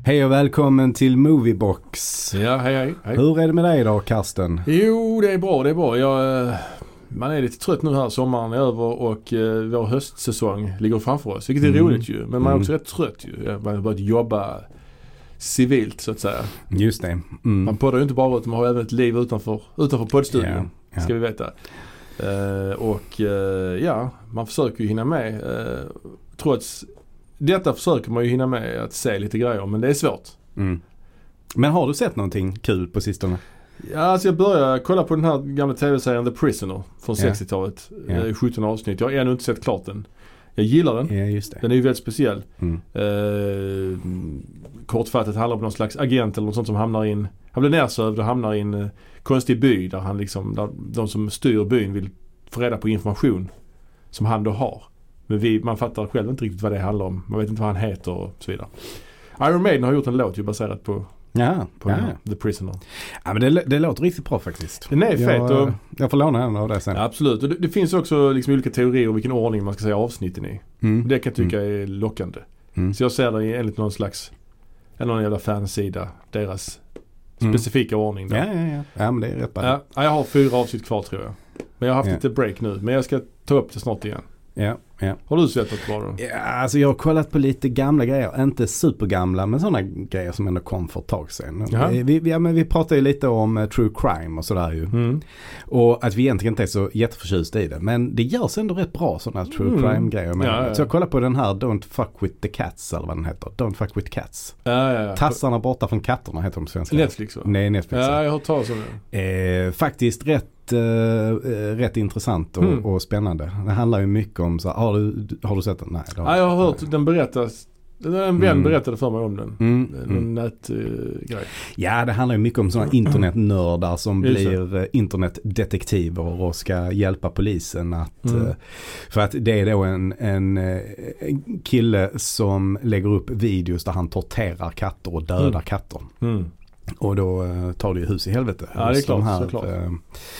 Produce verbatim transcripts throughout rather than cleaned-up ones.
Hej och välkommen till Moviebox. Ja, hej, hej, hej. Hur är det med dig då, Karsten? Jo, det är bra, det är bra. Jag, man är lite trött nu här, sommaren är över och uh, vår höstsäsong ligger framför oss. Vilket är mm. roligt ju, men man är också mm. rätt trött ju. Man har börjat jobba civilt så att säga. Just det. Mm. Man poddar ju inte bara ut, man har även ett liv utanför, utanför poddstudion, yeah, yeah. ska vi veta. Uh, och uh, ja, man försöker ju hinna med. Uh, trots detta försöker man ju hinna med att se lite grejer, men det är svårt. Mm. Men har du sett någonting kul på sistone? Ja, alltså jag började kolla på den här gamla tv-serien The Prisoner från yeah. sextiotalet. Yeah. sjutton avsnitt. Jag har ännu inte sett klart den. Jag gillar den. Yeah, just det. Den är ju väldigt speciell. Mm. Eh, kortfattat handlar om någon slags agent eller något sånt som hamnar in. Han blir nersövd och hamnar i en eh, konstig by där han liksom, där de som styr byn vill få reda på information som han då har. Men vi, man fattar själv inte riktigt vad det handlar om. Man vet inte vad han heter och så vidare. Iron Maiden har gjort en låt ju baserat på, ja, på ja. The Prisoner. Ja, men det, det låter riktigt bra faktiskt. Den är fet. Jag, och, jag får låna en av det sen. Ja, absolut. Och det, det finns också liksom olika teorier om vilken ordning man ska säga avsnitten i. Mm. Det kan jag tycka mm. är lockande. Mm. Så jag ser det enligt någon slags, eller någon jävla fansida, deras mm. specifika ordning. Där. Ja, ja, ja. Ja, men det är rätt bra. Ja, jag har fyra avsnitt kvar tror jag. Men jag har haft ja. lite break nu. Men jag ska ta upp det snart igen. Ja, ja. Har du sett något bra då? Ja, alltså jag har kollat på lite gamla grejer. Inte supergamla, men sådana grejer som ändå kom för ett tag sedan. Vi, vi, ja, men vi pratar ju lite om uh, true crime och sådär ju. Mm. Och att vi egentligen inte är så jätteförtjust i det. Men det görs ändå rätt bra sådana true mm. crime-grejer. Ja, ja. Så jag kollar på den här Don't Fuck With The Cats, eller vad den heter. Don't Fuck With Cats. Ja, ja, ja. Tassarna borta från katterna heter de svenska. Netflix va? Nej, Netflix. Ja, jag har tagit sådana. Eh, faktiskt rätt Uh, rätt intressant och, mm. och spännande. Det handlar ju mycket om så, har du, har du sett den? Nej, har, ja, jag har hört nej. den berättas. En vän mm. berättade för mig om den. Mm. En nätgrej. Uh, ja, det handlar ju mycket om sådana internetnördar som blir uh, internetdetektiver och ska hjälpa polisen att mm. uh, för att det är då en, en uh, kille som lägger upp videos där han torterar katter och dödar mm. katter. Mm. Och då uh, tar det ju hus i helvete. Ja, det är klart, de här såklart. Uh,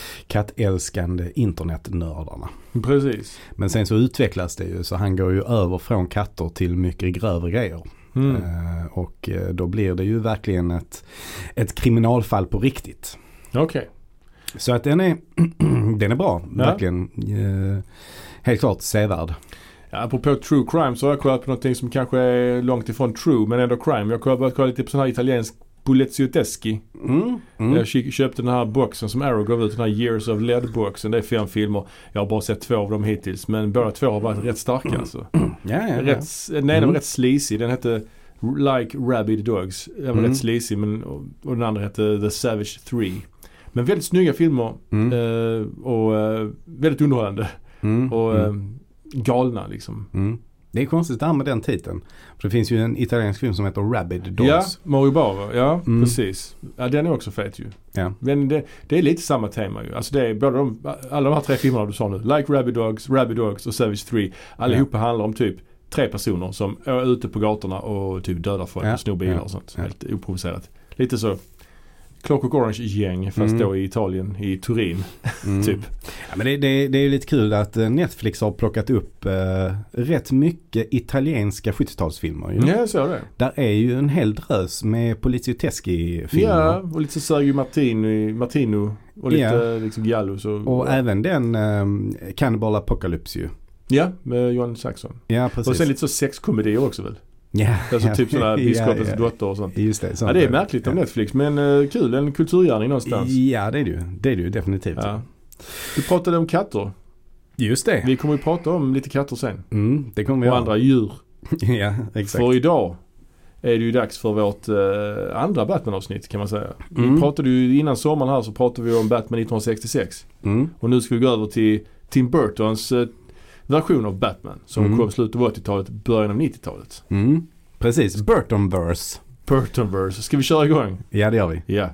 kattälskande internetnördarna. Precis. Men sen så utvecklas det ju, så han går ju över från katter till mycket grövre grejer. Mm. Uh, och uh, då blir det ju verkligen ett, ett kriminalfall på riktigt. Okej. Okay. Så att den är, den är bra, ja. Verkligen. Uh, helt klart sevärd. Ja, apropå true crime så har jag kollat på någonting som kanske är långt ifrån true, men ändå crime. Jag har börjat kolla lite på sån här italiensk Poliziotteschi. Mm, mm. Jag köpte den här boxen som Arrow gav ut, den här Years of Lead-boxen. Det är fem filmer. Jag har bara sett två av dem hittills, men båda två har varit rätt starka alltså. Ja, ja, ja. Rätt, den ena mm. var rätt sleazy. Den hette Like Rabid Dogs. Den var mm. rätt sleazy, men, och, och den andra hette The Savage tre. Men väldigt snygga filmer mm. eh, och eh, väldigt underhållande. Mm. Och eh, galna liksom. Mm. Det är konstigt det här med den titeln. För det finns ju en italiensk film som heter Rabid Dogs. Ja, Mario Bava. Ja, mm. precis. Ja, den är också fet ju. Ja. Men det, det är lite samma tema ju. Alltså det är både de, alla de här tre filmerna du sa nu. Like Rabid Dogs, Rabid Dogs och Savage tre. Allihopa ja. handlar om typ tre personer som är ute på gatorna och typ dödar folk ja. och snor bilar ja. och sånt. Ja. Helt oprovocerat. Lite så Clockwork Orange-gäng fast mm. då i Italien, i Turin mm. typ. Ja, men det, det, det är ju lite kul att Netflix har plockat upp uh, rätt mycket italienska sjuttiotalsfilmer. Ju. Ja, så är det. Där är ju en hel drös med Poliziotteschi-filmer. Ja, och lite Sergio Martino, Martino och lite ja. liksom Giallo. Så, och ja. även den um, Cannibal Apocalypse ju. Ja, med Johan Saxon. Ja, precis. Och sen lite så sexkomedier också väl? Ja, alltså ja, typ sådana biskopens ja, ja. dotter och sånt. Just det, sånt ja, det är märkligt om ja. Netflix, men uh, kul, en kulturgärning någonstans. Ja, det är det ju. Det är det ju definitivt. Ja. Du pratade om katter. Just det. Vi kommer ju prata om lite katter sen. Mm, det kommer vi och ha. andra djur. Ja, exakt. För idag är det ju dags för vårt uh, andra Batman-avsnitt kan man säga. Mm. Vi pratade ju innan sommaren här så pratade vi om Batman nittonhundrasextiosex. Mm. Och nu ska vi gå över till Tim Burtons uh, version av Batman som mm. kom slutet av åttiotalet, början av nittiotalet. Mm. Precis, Burtonverse. Burtonverse. Ska vi köra igång? Ja, det gör vi. Ja.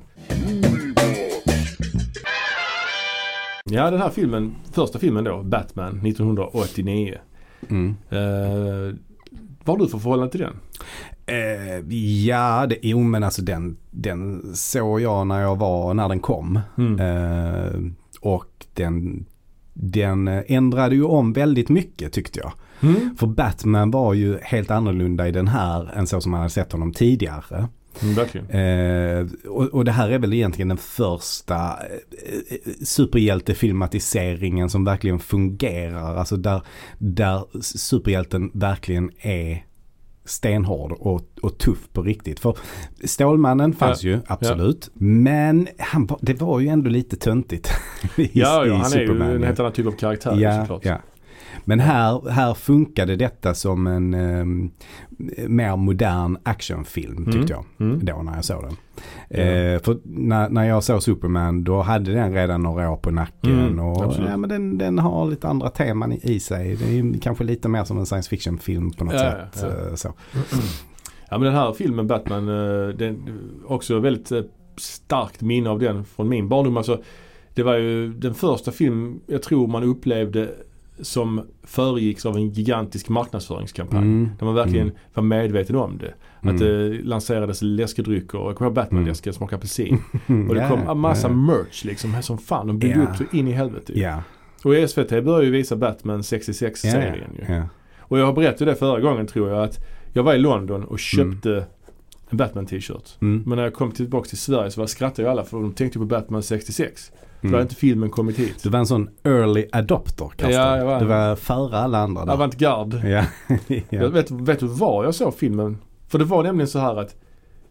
Ja, den här filmen, första filmen då, Batman nittonhundraåttionio. Mm. Uh, vad har du för förhållande till den? Uh, ja, det, jo men alltså den, den såg jag när jag var, när den kom. Mm. Uh, och den, den ändrade ju om väldigt mycket tyckte jag. Mm. För Batman var ju helt annorlunda i den här än så som man hade sett honom tidigare. Mm, verkligen. Eh, och, och det här är väl egentligen den första eh, superhjältefilmatiseringen som verkligen fungerar. Alltså där, där superhjälten verkligen är stenhård och, och tuff på riktigt. För Stålmannen fanns ja. ju, absolut. Ja. Men han, det var ju ändå lite töntigt. i, ja, ja i han Superman. är ju en helt annan typ av karaktär. Ja, såklart. ja. Men här, här funkade detta som en um, mer modern actionfilm tyckte jag mm. då när jag såg den. Ja. Eh, för när, när jag såg Superman då hade den redan några år på nacken mm, och ja, men den, den har lite andra teman i, i sig. Det är kanske lite mer som en science fiction film på något ja, sätt. Ja, ja. Så. Ja, men den här filmen Batman, den också väldigt starkt minne av den från min barndom. Alltså, det var ju den första film jag tror man upplevde som föregicks av en gigantisk marknadsföringskampanj. Mm. Där man verkligen mm. var medveten om det. Mm. Att det lanserades läskedrycker och jag kommer ihåg Batman-läsk mm. smakade apelsin. Och det kom en massa yeah. merch liksom som fan. De byggde yeah. upp så in i helvete. Yeah. Och S V T började ju visa Batman sextiosex-serien yeah. ju. Yeah. Och jag har berättat det förra gången tror jag att jag var i London och köpte mm. en Batman-t-shirt. Mm. Men när jag kom tillbaka till Sverige så var skrattade ju alla för de tänkte på Batman sextiosex. För mm. då hade inte filmen kommit hit. Du var en sån early adopter, Kastan. Ja, jag var, du var före alla andra där. Avantgarde. Ja. ja. Jag vet, vet du var jag såg filmen? För det var nämligen så här att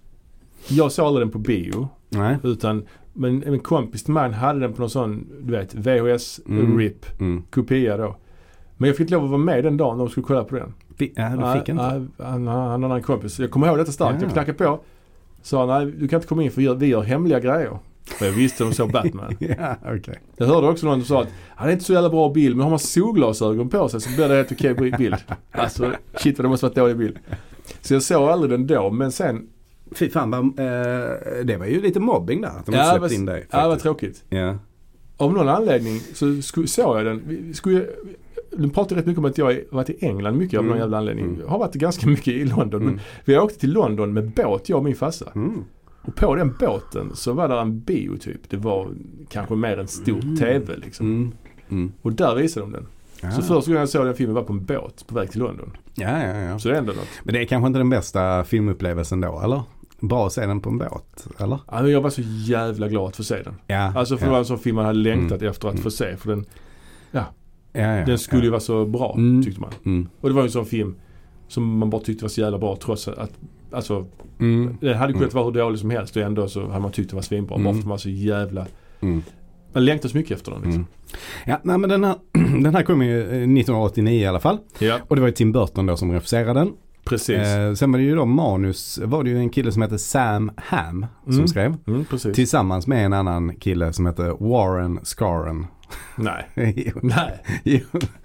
jag såg aldrig den på bio. Nej. Utan, men en kompis till mig hade den på någon sån, du vet, V H S-rip, mm. mm. kopia då. Men jag fick inte lov att vara med den dagen när de skulle kolla på den. Ja, du fick inte? Han, han, han hade en kompis. Jag kommer ihåg detta starkt. Ja. Jag knackade på. Sa nej, du kan inte komma in för vi gör hemliga grejer. För jag visste de såg Batman. Ja, okay. Jag hörde också någon som sa att han är inte så jävla bra bild, men har man solglasögon på sig så blir det helt okej bild. Alltså, shit vad det måste varit dålig bild. Så jag såg aldrig den då, men sen... Fy fan, vad, eh, det var ju lite mobbing där. Att de ja, släppte in dig. Faktiskt. Ja, det var tråkigt. Ja. Av någon anledning så såg jag den. Skulle, du pratar rätt mycket om att jag har varit i England mycket av mm. någon jävla anledning. Mm. Jag har varit ganska mycket i London. Mm. Men vi åkte till London med båt, jag och min farsa. Mm. Och på den båten så var det en bio typ. Det var kanske mer en stor mm. tv liksom. Mm. Mm. Och där visade de den. Ja. Så första gången jag såg den filmen var på en båt på väg till London. Ja, ja, ja. Så det är ändå något. Men det är kanske inte den bästa filmupplevelsen då, eller? Bra att se den på en båt, eller? Ja, men jag var så jävla glad att få se den. Ja, alltså för ja. det var en sån film man hade längtat mm. efter att mm. få se. För den, ja, ja, ja den skulle ja. ju vara så bra, mm. tyckte man. Mm. Och det var ju en sån film som man bara tyckte var så jävla bra trots att, alltså, mm. det hade kunnat mm. vara hur dåligt som helst och ändå så hade man tyckt det var svinbra. Mm. Bara för att man var så jävla... Mm. Man längtar så mycket efter den liksom. Mm. Ja, nej, men den här, den här kom ju nittonhundraåttionio i alla fall. Ja. Och det var ju Tim Burton då som regisserade den. Precis. Eh, sen var det ju då manus, var det ju en kille som heter Sam Hamm som mm. skrev. Mm, precis. Tillsammans med en annan kille som heter Warren Scarron. Nej. jo. Nej. Jo.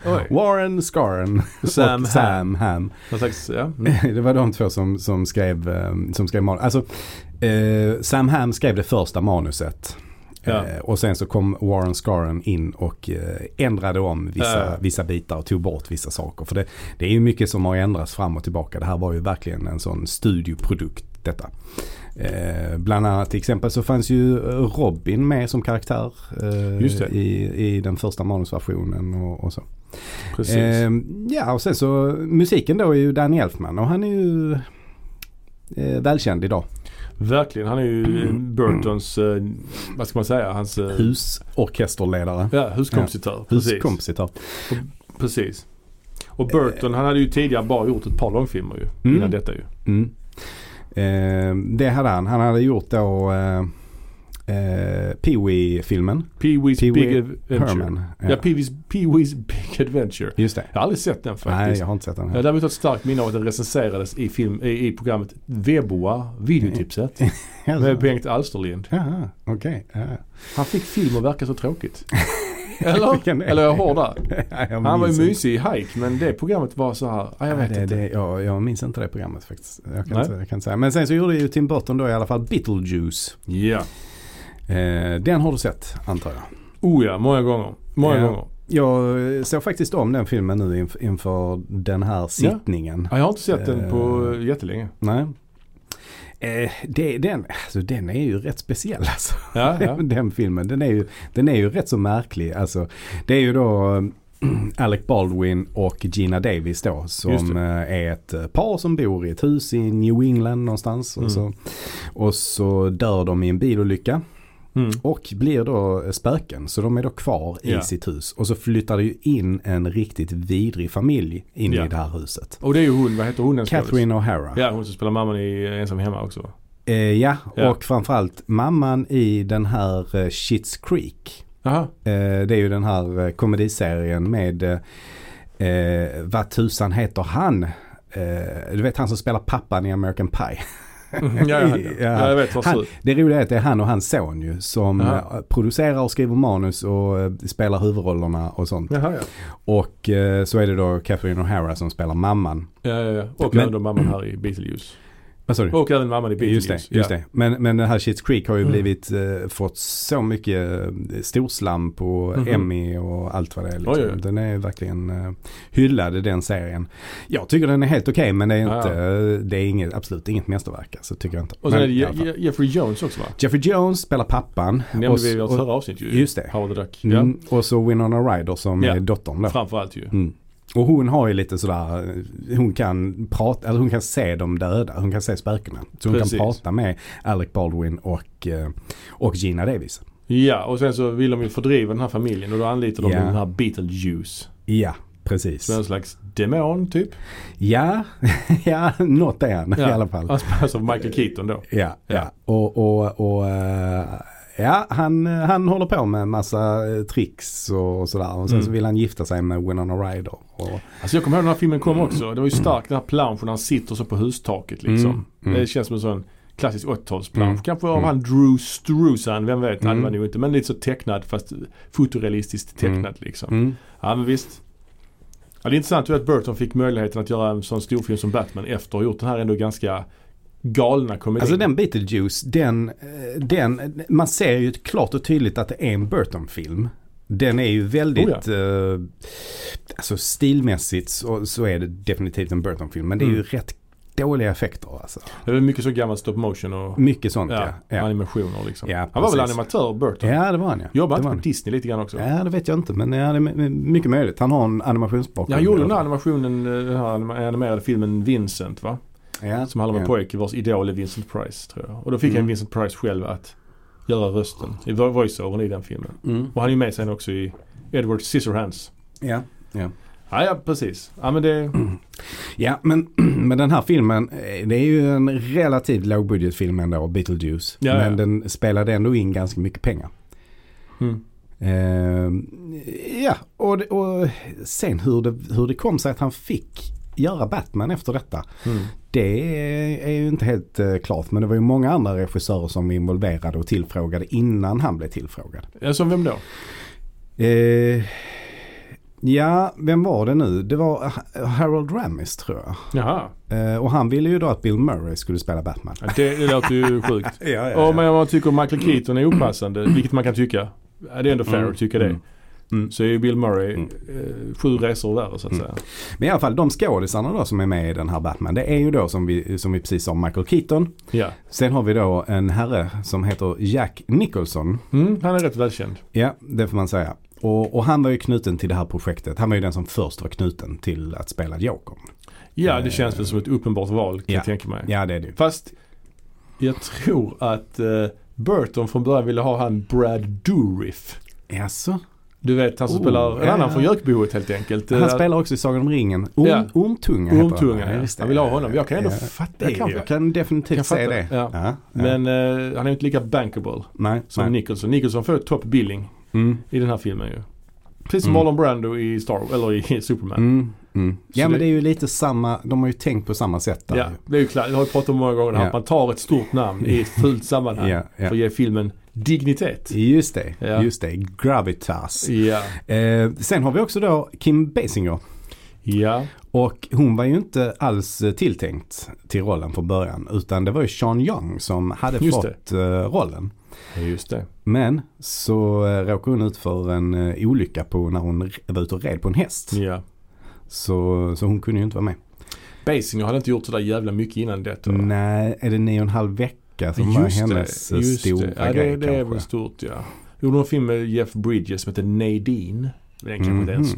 Warren Scarron Sam, och Sam Hamm. Slags, ja. mm. Det var de två som, som skrev, som skrev manus. Alltså, eh, Sam Hamm skrev det första manuset. Ja. Eh, och sen så kom Warren Scarron in och eh, ändrade om vissa, äh. vissa bitar och tog bort vissa saker. För det, det är ju mycket som har ändrats fram och tillbaka. Det här var ju verkligen en sån studioprodukt detta. Eh, bland annat till exempel så fanns ju Robin med som karaktär eh, i, i den första manusversionen och, och så. Precis. Eh, ja, och sen så musiken då är ju Danny Elfman och han är ju eh, välkänd idag. Verkligen, han är ju Burtons, eh, vad ska man säga, hans... Eh, husorkesterledare. Ja, huskompositör. Ja, huskompositör. Och, precis. Och Burton, han hade ju tidigare bara gjort ett par långfilmer ju, mm. innan detta ju. Mm. Eh, det hade han. Han hade gjort då eh, eh, Pee-wee-filmen. Pee-wee's Pee-wee Big Adventure. Herman. Ja, ja Pee-wee's, Pee-wee's Big Adventure. Just det. Jag har aldrig sett den faktiskt. Nej, jag har inte sett den. Jag har däremot ett starkt minne av att den recenserades i, film, i, i programmet Veboa, videotipset. med Bengt Alsterlind. Jaha, okej. Okay. Ja. Han fick film och verka så tråkigt. Eller? Eller jag har där. Ja, han var ju mysig i Hike, men det programmet var så här. Ja, jag vet det, inte. Det, jag, jag minns inte det programmet faktiskt. Jag kan, inte, jag kan säga. Men sen så gjorde ju Tim Burton då i alla fall Beetlejuice. Ja. Eh, den har du sett, antar jag. Oh ja, många gånger. Många ja. gånger. Jag såg faktiskt om den filmen nu inf- inför den här sittningen. Ja. Jag har inte sett den på eh, jättelänge. Nej. Eh, det, den, alltså, den är ju rätt speciell alltså. Ja, ja. Den filmen, den är, ju, den är ju rätt så märklig. Alltså, det är ju då Alec Baldwin och Gina Davis då, som är ett par som bor i ett hus i New England någonstans. Mm. Och, så, och så dör de i en bilolycka. Mm. Och blir då spöken, så de är då kvar i yeah. sitt hus. Och så flyttar det ju in en riktigt vidrig familj in yeah. i det här huset. Och det är ju hon, vad heter hon? Catherine O'Hara. Ja, hon som spelar mamman i Ensam hemma också. Eh, ja, yeah. och framförallt mamman i den här uh, Schitt's Creek. Aha. Eh, det är ju den här uh, komediserien med uh, vad tusan heter han? Uh, du vet han som spelar pappan i American Pie. ja, ja, ja, jag vet vad han, det roliga är att det är han och hans son ju, som Aha. producerar och skriver manus och uh, spelar huvudrollerna och sånt. Jaha, ja. Och uh, så är det då Catherine O'Hara som spelar mamman. Ja, ja, ja. Och Men, även mamman här i Beetlejuice. Sorry. Och även mamman i Beetlejuice. Just det, just ja. det. Men, men den här Schitt's Creek har ju mm. blivit uh, fått så mycket uh, storslam på mm-hmm. Emmy och allt vad det är. Liksom. Oj, oj. Den är verkligen uh, hyllad i den serien. Jag tycker den är helt okej, okay, men det är, inte, uh, det är inget, absolut inget mästerverk. Så tycker jag inte. Och sen men, är det Je- Jeffrey Jones också, va? Jeffrey Jones spelar pappan. Nämnde vi i vårt förra avsnitt ju. Just det. Howard the Duck. Mm, och så Winona Ryder som ja. är dottern då. Framförallt ju. Mm. Och hon har ju lite sådär, hon kan prata, eller hon kan se dem döda, hon kan se spökena. Så hon Precis. kan prata med Alec Baldwin och, och Gina Davis. Ja, och sen så vill de ju fördriva den här familjen och då anlitar de ja. den här Beetlejuice. Ja, precis. Som en slags demon typ. Ja, ja något är han ja. i alla fall. Han spelas av Michael Keaton då. Ja, ja. ja. Och, och, och uh, ja, han, han håller på med en massa tricks och sådär. Och sen mm. så vill han gifta sig med Winona Ryder. Och... Alltså jag kommer ihåg när den här filmen kom också. Det var ju starkt den här planschen när han sitter så på hustaket liksom. Mm. Mm. Det känns som en sån klassisk åttiotalsplansch. Mm. Kanske av mm. han Drew Struzan, vem vet. Mm. Han var nog inte, men lite så tecknad fast fotorealistiskt tecknad mm. liksom. Mm. Ja men visst. Ja, det är intressant att Burton fick möjligheten att göra en sån stor film som Batman efter att ha gjort den här ändå ganska galna komedi. Alltså den Beetlejuice, den, den, man ser ju klart och tydligt att det är en Burton-film. Den är ju väldigt, oh ja. eh, alltså stilmässigt så, så är det definitivt en Burton-film. Men det är mm. ju rätt dåliga effekter alltså. Det är mycket så gammalt stop motion och mycket sånt, ja. ja. ja. Animationer liksom. Ja, han var väl animatör, Burton? Ja, det var han ja. Jobbade inte på Disney lite grann också? Ja, det vet jag inte. Men ja, det är mycket möjligt. Han har en animationsbakgrund. Ja, han gjorde den här animationen, den här animerade filmen Vincent, va? Ja, som handlar om en ja. pojke vars idol är Vincent Price, tror jag. Och då fick mm. han Vincent Price själv att göra rösten i voiceovern i den filmen. Mm. Och han är med sen också i Edward Scissorhands. Ja, ja. Ja, ja, precis. Ja, men det... Mm. Ja, men, men den här filmen, det är ju en relativt lågbudgetfilm ändå, Beetlejuice. Ja, men ja. den spelade ändå in ganska mycket pengar. Mm. Uh, ja, och, och sen hur det, hur det kom sig att han fick göra Batman efter detta. Mm. Det är ju inte helt uh, klart, men det var ju många andra regissörer som var involverade och tillfrågade innan han blev tillfrågad. Ja, som vem då? Uh, ja, vem var det nu? Det var Harold Ramis, tror jag. Jaha. Uh, och han ville ju då att Bill Murray skulle spela Batman. Ja, det, det låter ju sjukt. ja, ja, ja. Och men man tycker Michael Keaton är opassande, vilket man kan tycka. Ja, det är ändå fair mm. att tycka det. Mm. Mm. Så är ju Bill Murray mm. eh, sju resor värre så att mm. säga. Men i alla fall de skådisarna då som är med i den här Batman, det är ju då som vi, som vi precis sa Michael Keaton. Ja. Sen har vi då en herre som heter Jack Nicholson. Mm, han är rätt välkänd. Ja, det får man säga. Och, och han var ju knuten till det här projektet. Han var ju den som först var knuten till att spela Joker. Ja, det känns väl som ett uppenbart val kan ja. jag tänka mig. Ja, det är det. Fast jag tror att uh, Burton från början ville ha han Brad Dourif. Jaså? Du vet, han som oh, spelar en ja. annan från Jökboet helt enkelt. Han spelar också i Sagan om ringen. Orm, ja. Ormtunga heter Ormtunga, han. ja. Jag vill ha honom. Jag kan ändå ja. fatta det. Jag kan, jag kan definitivt kan säga det. Ja. Ja. Ja. Men uh, han är inte lika bankable nej, som nej. Nicholson. Nicholson får top billing mm. i den här filmen ju. Precis som mm. Marlon Brando i Star eller i Superman. Mm. Mm. Ja, det, men det är ju lite samma, de har ju tänkt på samma sätt där. Ja, det är ju klart. Jag har ju pratat om många gånger ja. att man tar ett stort namn i ett fullt sammanhang ja, ja. för att ge filmen dignitet. Just det, ja. just det. Gravitas. Ja. Eh, sen har vi också då Kim Basinger. Ja. Och hon var ju inte alls tilltänkt till rollen från början, utan det var ju Sean Young som hade just fått det. rollen. Ja, just det. Men så råkade hon ut för en uh, olycka på när hon var ute och red på en häst. Ja. Så, så hon kunde ju inte vara med. Basinger hade inte gjort så där jävla mycket innan det. Då. Nej, är det nio och en halv vecka som just var hennes det, stora det. Ja, grej det, det är väl stort, ja. Gjorde någon film med Jeff Bridges som heter Nadine. Det är kanske inte mm-hmm. ens stort.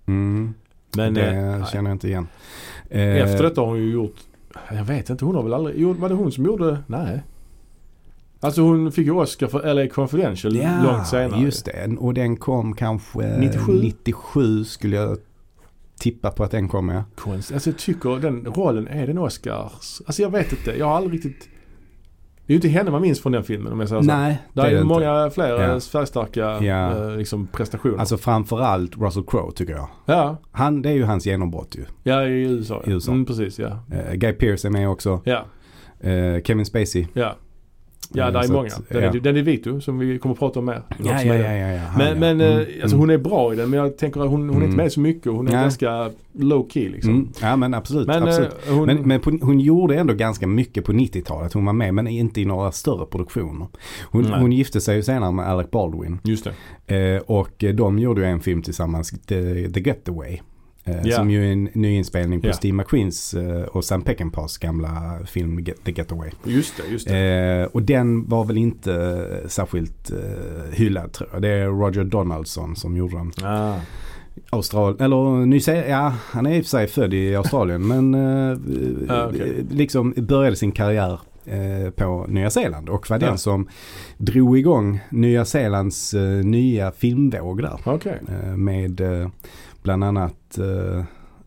Mm. Men det eh, känner jag inte igen. Efter detta har hon ju gjort, jag vet inte, hon har väl aldrig, var det hon som gjorde, nej. Alltså hon fick ju Oscar för L A Confidential ja, långt senare. Just det, och den kom kanske nittiosju nittiosju skulle jag tippa på att den kom, ja. Konst. Alltså jag tycker den rollen är den Oscars. Alltså jag vet inte, jag har aldrig riktigt. Det är ju inte henne man minns från den filmen om jag säger så. Nej, det är ju inte. många fler ja. färgstarka ja. eh, liksom prestationer. Alltså framförallt Russell Crowe tycker jag. Ja. Han, det är ju hans genombrott ju. Ja, i U S A. I U S A. Mm, precis, ja. Uh, Guy Pearce är med också. Ja. Uh, Kevin Spacey. Ja. Ja, det är många. Den, ja. är, den är Vito som vi kommer att prata om mer. Ja, ja, ja, ja, ja. Men, men mm. alltså hon är bra i den, men jag tänker att hon, hon är mm. inte med så mycket. Hon är ja. ganska low key liksom. Mm. Ja, men absolut. Men, absolut. Hon, men, men på, hon gjorde ändå ganska mycket på nittiotalet. Hon var med, men inte i några större produktioner. Hon, hon gifte sig ju senare med Alec Baldwin. Just det. Eh, och de gjorde ju en film tillsammans, The, The Getaway. Eh, yeah. Som ju är en nyinspelning på yeah. Steve McQueens eh, och Sam Peckinpahs gamla film Get, The Getaway. Just det, just det. Eh, och den var väl inte eh, särskilt eh, hyllad, tror jag. Det är Roger Donaldson som gjorde den. Ah. Australien, eller Ny Zeeland, ja, han är i och för sig född i Australien men eh, ah, okay. liksom började sin karriär eh, på Nya Zeeland och var ja. den som drog igång Nya Zeelands eh, nya filmvåg där. Okay. Eh, med eh, bland annat uh,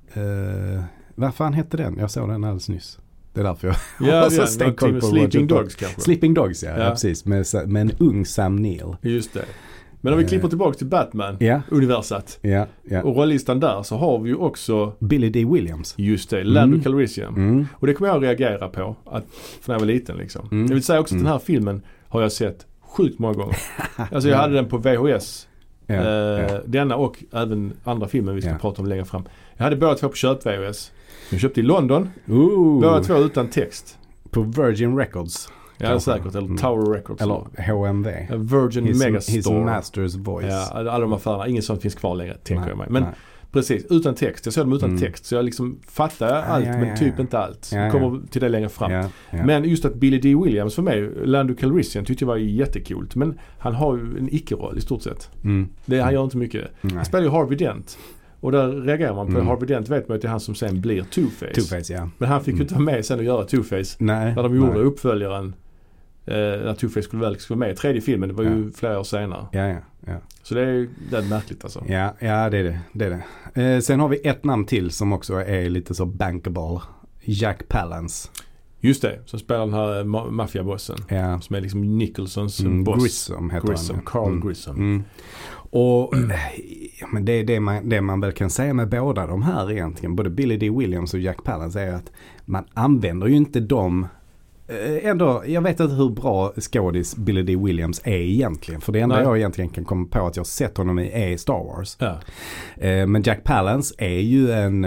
uh, vad fan hette den? Jag såg den alldeles nyss. Det är därför jag ja, har så ja, stenkoll på Sleeping Dogs kanske. Sleeping Dogs, ja, ja. ja precis. Med, med en ung Sam Neill. Just det. Men om vi klipper tillbaka till Batman-universat. Ja. Ja, ja. Och rollistan där så har vi ju också Billy D. Williams. Just det, Lando mm. Calrissian. Mm. Och det kommer jag att reagera på att, för när jag var liten liksom. Mm. Jag vill säga också att mm. den här filmen har jag sett sjukt många gånger. Alltså jag hade den på V H S. Ja, uh, ja. Denna och även andra filmer vi ska ja. prata om längre fram. Jag hade båda två på köpt-V H S. Jag köpte i London. Ooh. Båda två utan text. På Virgin Records. Ja, kanske. Säkert. Eller mm. Tower Records. Eller H M V. Virgin his, Megastore. His Master's Voice. Ja, alla de affärerna. Ingen sånt finns kvar längre, tänker nej, jag mig. Men nej. precis, utan text. Jag såg dem utan mm. text. Så jag liksom fattar ja, allt, ja, ja, men typ ja. inte allt. Ja, ja. Kommer till det längre fram. Ja, ja. Men just att Billy D. Williams för mig, Lando Calrissian, tyckte jag var jättekult. Men han har ju en icke-roll i stort sett. Mm. Det, han gör inte mycket. Nej. Han spelar ju Harvey Dent. Och där reagerar man på mm. Harvey Dent, vet man att det är han som sen blir Two-Face. Two-Face, ja. Men han fick ju mm. inte vara med sen att göra Two-Face. Nej. När de gjorde nej. uppföljaren eh, när Two-Face skulle väl skulle vara med i tredje filmen. Det var ja. ju flera år senare. Ja, ja, ja. Så det är, det är märkligt alltså. Ja, ja det är det. det, är det. Eh, sen har vi ett namn till som också är lite så bankable. Jack Palance. Just det, som spelar den här ma- maffiabossen. Ja. Som är liksom Nicholsons mm, boss. Grissom heter Grissom, han. Carl mm. Grissom. Mm. Och ja, men det är det man, det man väl kan säga med båda de här egentligen. Både Billy D. Williams och Jack Palance är att man använder ju inte dem. Ändå, jag vet inte hur bra skådis Billy D. Williams är egentligen. För det enda Nej. jag egentligen kan komma på att jag har sett honom i är Star Wars. Ja. Men Jack Palance är ju en,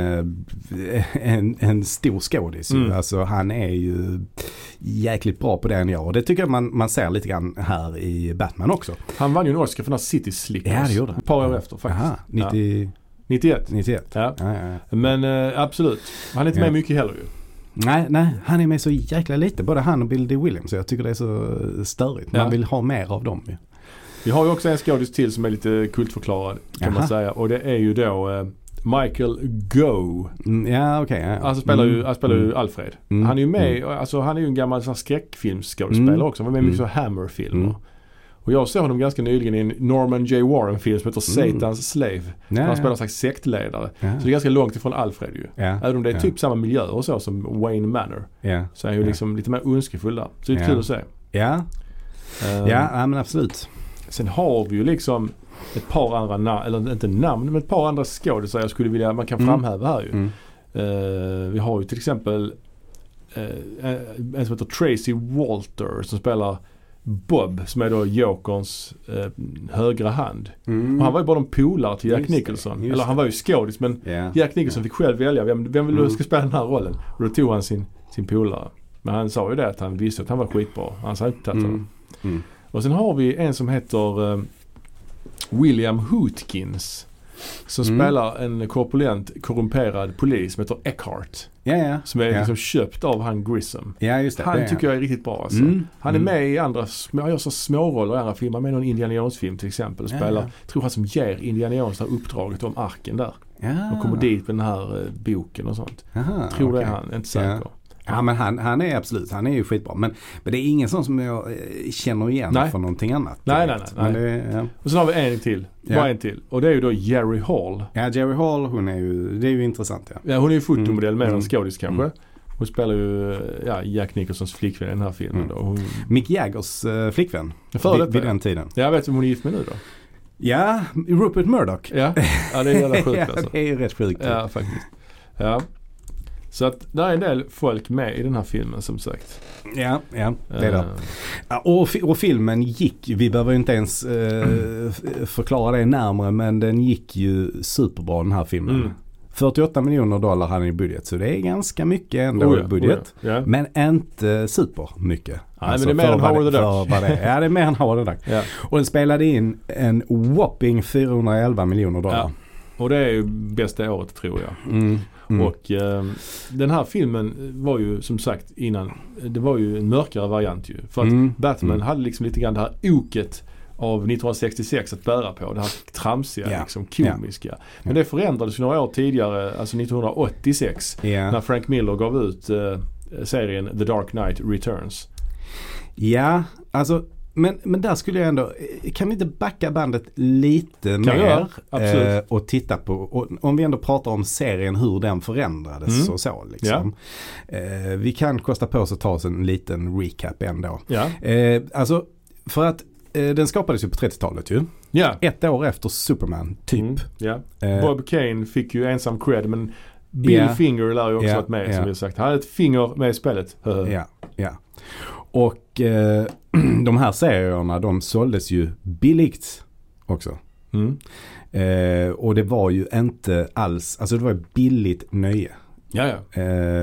en, en stor skådis. Mm. Alltså han är ju jäkligt bra på det han gör. Och det tycker jag man, man ser lite grann här i Batman också. Han vann ju en Oscar för den här City Slickers. Ja, det gjorde han. Ett par år efter faktiskt. Aha, nittio... ja. nittioett. nittioett. Ja. Ja, ja, ja. Men äh, absolut. Han är inte ja. med mycket heller ju. Nej, nej, han är med så jäkla lite. Både han och Bill D. Williams. Så jag tycker det är så störigt. Man ja. vill ha mer av dem ju. Vi har ju också en skådis till som är lite kultförklarad kan Aha. man säga. Och det är ju då eh, Michael Gough. Mm, ja, okej. Okay, ja. Alltså spelar ju, han spelar mm. ju Alfred. Mm. Han är ju med, mm. alltså han är ju en gammal sån skräckfilmsskådespelare mm. också. Han var med i mycket så Hammer-filmer. Mm. Och jag såg honom ganska nyligen i en Norman J. Warren-film som heter mm. Satans Slave. Ja, han ja. spelar en slags sektledare. Ja. Så det är ganska långt ifrån Alfred ju. Ja. Även om det är ja. typ samma miljö och så som Wayne Manor. Ja. Så är han ju liksom ja. lite mer ondskefull där. Så det är ja. kul att se. Ja. Um, ja, ja, men absolut. Sen har vi ju liksom ett par andra namn, eller inte namn, men ett par andra skådespelare jag skulle vilja, man kan framhäva här ju. Mm. Uh, vi har ju till exempel uh, en som heter Tracy Walter som spelar Bob, som är då Jokerns eh, högra hand. Mm. Och han var ju bara en polare till Jack just Nicholson. Det, Eller han var ju skådis, men yeah. Jack Nicholson yeah. fick själv välja vem, vem vill du mm. ska spela den här rollen. Och då tog han sin, sin polare. Men han sa ju det att han visste att han var skitbra. Han sa inte tagit honom. Mm. Mm. Och sen har vi en som heter eh, William Hootkins. som Mm. spelar en korpulent, korrumperad polis som heter Eckhart. Ja, ja. Som är ja. liksom köpt av han Grissom. Ja, just det. Han det är tycker jag är riktigt bra alltså. Mm. Han är Mm. med i andra, små, han gör så småroller i andra filmer. Med någon Indiana Jones-film till exempel. Och Ja, spelar, ja. tror han som ger Indiana Jones det här uppdraget om arken där. Ja. Och kommer dit med den här eh, boken och sånt. Aha, Tror okay. det är han, jag är inte säker. Ja. Ja, men han, han är absolut, han är ju skitbra. Men, men det är ingen sån som jag eh, känner igen Nej. från någonting annat. Nej, direkt. nej, nej, Men det, ja. Och sen har vi en till. Ja. Bara en till. Och det är ju då Jerry Hall. ja, Jerry Hall, hon är ju, det är ju intressant. Ja. Ja, hon är ju fotomodell Mm. mer än Mm. skådis kanske. Mm. Hon spelar ju ja, Jack Nicholsons flickvän i den här filmen. Mm. Då. Hon... Mick Jaggers uh, flickvän Före vid, detta, vid ja. den tiden. Jag vet vem hon är gift med nu då. Ja, Rupert Murdoch. Ja, ja det är jävla sjukt ja, alltså. det är ju rätt sjukt. Ja, faktiskt. Ja. Så att det är en del folk med i den här filmen som sagt. Ja, ja, det är det. Uh, Ja, och, fi- och filmen gick, vi behöver ju inte ens eh, f- förklara det närmare, men den gick ju superbra den här filmen. Mm. fyrtioåtta miljoner dollar hade i budget, så det är ganska mycket ändå oh ja, i budget. Oh ja. Ja. Men inte supermycket. Nej, men det är mer för än vad Howard the det- Duck. för vad det är. Ja, det är mer än Howard the Duck. Ja. Och den spelade in en whopping fyrahundraelva miljoner dollar. Ja. Och det är ju bästa året tror jag. Mm, mm. Och eh, den här filmen var ju som sagt innan, det var ju en mörkare variant ju. För att Mm, Batman mm. hade liksom lite grann det här oket av nittonhundrasextiosex att bära på. Det här tramsiga, Ja. liksom komiska. Men det förändrades ju några år tidigare, alltså nittonhundraåttiosex. Ja. När Frank Miller gav ut eh, serien The Dark Knight Returns. Ja, alltså men, men där skulle jag ändå, kan vi inte backa bandet lite vi mer göra, absolut. eh, och titta på, och, om vi ändå pratar om serien, hur den förändrades Mm. och så liksom. Eh, vi kan kosta på oss att ta oss en liten recap ändå. Ja. Eh, alltså, för att eh, den skapades ju på trettiotalet ju. Ja. Ett år efter Superman, typ. Mm. Ja. Eh, Bob Kane fick ju ensam cred, men Bill Ja. Finger lär ju också Ja, varit med ja. som vi har sagt. Han hade ett finger med i spelet. Ja, ja. Och eh, de här serierna, de såldes ju billigt också. Mm. Eh, och det var ju inte alls, alltså det var ju billigt nöje. Ja, ja. Eh,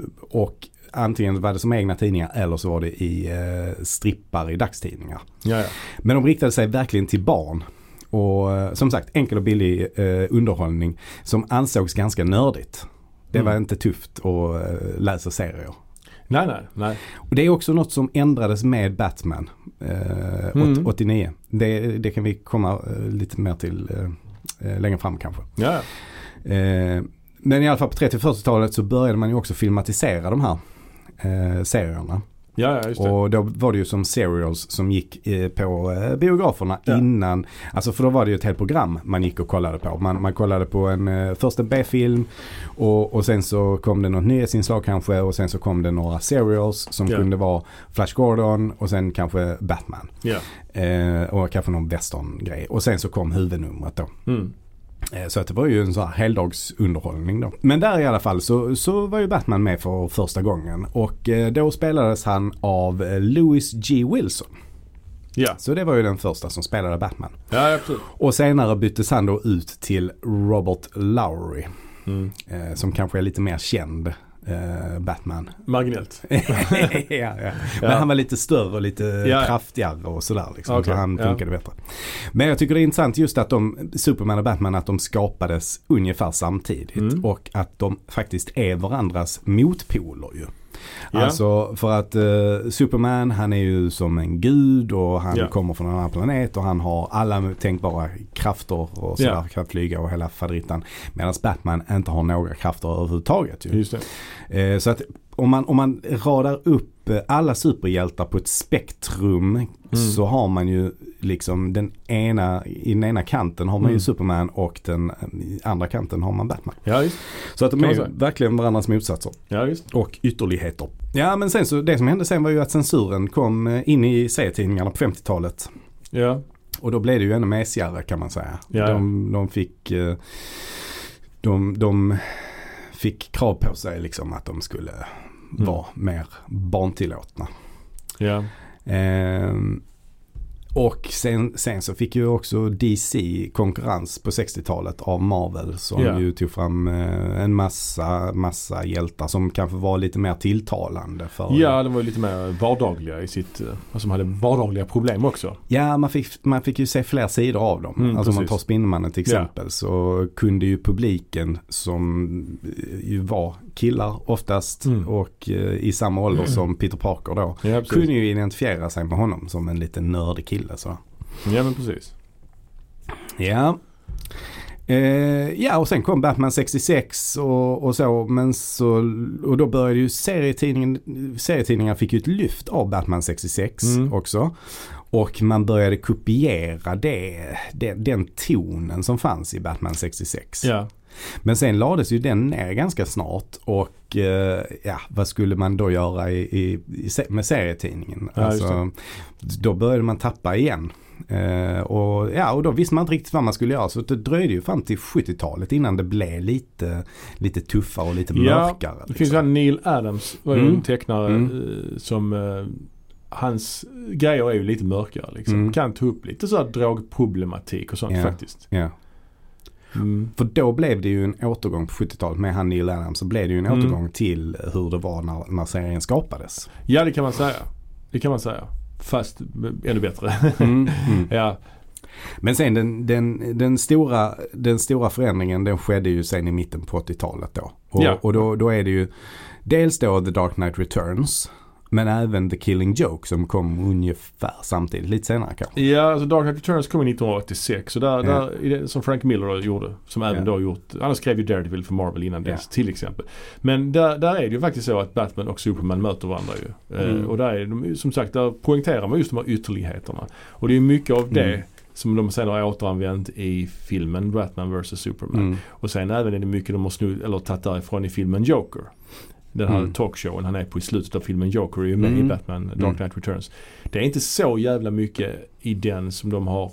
och antingen var det som egna tidningar eller så var det i eh, strippar i dagstidningar. Ja, ja. Men de riktade sig verkligen till barn. Och eh, som sagt, enkel och billig eh, underhållning som ansågs ganska nördigt. Det Mm. var inte tufft att eh, läsa serier. Nej, nej, nej. Och det är också något som ändrades med Batman eh, Mm. åttionio. Det, det kan vi komma eh, lite mer till eh, längre fram kanske. Ja, ja. Eh, men i alla fall på trettio- och fyrtiotalet så började man ju också filmatisera de här eh, serierna. Ja, ja, just det. Och då var det ju som serials som gick eh, på eh, biograferna Ja. innan. Alltså för då var det ju ett helt program man gick och kollade på. Man, man kollade på en eh, först en B-film och, och sen så kom det något nyhetsinslag kanske och sen så kom det några serials som Ja. kunde vara Flash Gordon och sen kanske Batman. Ja. Eh, och kanske någon western-grej. Och sen så kom huvudnumret då. Mm. Eh, Så att det var ju en sån här heldagsunderhållning då. Men där i alla fall så, så var ju Batman med för första gången. Och eh, då spelades han av eh, Louis G. Wilson. Ja. Så det var ju den första som spelade Batman. Ja, absolut. Och senare byttes han då ut till Robert Lowry. Mm. Eh, som kanske är lite mer känd eh, Batman. Marginellt. ja, ja. Men Ja. han var lite större och lite Ja. kraftigare och sådär liksom. Okej, Så han ja. funkade bättre. Men jag tycker det är intressant just att de, Superman och Batman, att de skapades ungefär samtidigt. Mm. Och att de faktiskt är varandras motpoler ju. Ja. Alltså för att uh, Superman, han är ju som en gud och han Ja. kommer från en annan planet och han har alla tänkbara krafter och sådär, Ja. kan flyga och hela faderittan. Medan Batman inte har några krafter överhuvudtaget ju. Just det. Eh, så att om man, om man radar upp eh, alla superhjältar på ett spektrum Mm. så har man ju liksom den ena, i den ena kanten har man Mm. ju Superman och den i andra kanten har man Batman. Ja, just. Så att de Kan är man ju säga. verkligen varandras motsatser Ja, just. och ytterligheter. Ja, men sen så det som hände sen var ju att censuren kom eh, in i serietidningarna på femtiotalet. Ja. Och då blev det ju ännu mesigare kan man säga. Ja. De, de fick eh, de, de fick krav på sig liksom att de skulle vara mer barntillåtna. Ja. Ehm, Och sen, sen så fick ju också D C konkurrens på sextiotalet av Marvel som yeah. ju tog fram eh, en massa, massa hjältar som kanske var lite mer tilltalande. För, ja, de var lite mer vardagliga i sitt, alltså som hade vardagliga problem också. Ja, man fick, man fick ju se fler sidor av dem. Mm, alltså om man tar Spindelmannen till exempel yeah. så kunde ju publiken som ju var killar oftast mm. och eh, i samma ålder mm. som Peter Parker då ja, kunde ju identifiera sig med honom som en liten nördig kille. Så. Ja, men precis. Ja. Eh, ja, och sen kom Batman sextiosex och, och så, men så och då började ju serietidningen serietidningar fick ju ett lyft av Batman sextiosex mm. också. Och man började kopiera det, det, den tonen som fanns i Batman sextiosex. Ja. Men sen lades ju den ner ganska snart och eh, ja, vad skulle man då göra i, i, i, med serietidningen? Ja, alltså, då började man tappa igen. Eh, och, ja, och då visste man inte riktigt vad man skulle göra, så det dröjde ju fram till sjuttiotalet innan det blev lite, lite tuffare och lite ja, mörkare. Det liksom. finns ju Neil Adams, var ju mm. en tecknare mm. som eh, hans grejer är ju lite mörkare liksom. Mm. Kan ta upp lite så här drogproblematik och sånt yeah. faktiskt. Ja. Yeah. Mm. För då blev det ju en återgång på sjuttiotalet med han Neil Adams, så blev det ju en mm. återgång till hur det var när, när serien skapades. Ja, det kan man säga. Det kan man säga. Fast ännu bättre. mm. Mm. Ja. Men sen den, den, den, stora, den stora förändringen, den skedde ju sen i mitten på åttiotalet då. Och, ja. och då, då är det ju dels då The Dark Knight Returns, men även The Killing Joke som kom ungefär samtidigt, lite senare kanske. Ja, alltså Dark Knight Returns kom i nittonhundraåttiosex och där, ja. där som Frank Miller gjorde, som även ja. då gjort, han skrev ju Daredevil för Marvel innan dess ja. till exempel. Men där, där är det ju faktiskt så att Batman och Superman möter varandra ju. Mm. Uh, och där är de, som sagt, där poängterar man just de här ytterligheterna. Och det är mycket av det mm. som de sen har återanvänt i filmen Batman versus Superman. Mm. Och sen även är det mycket de har snudd, eller tagit därifrån i filmen Joker. Den här mm. talkshowen han är på i slutet av filmen Joker är ju med mm. i Batman Dark Knight Returns. Det är inte så jävla mycket i den som de har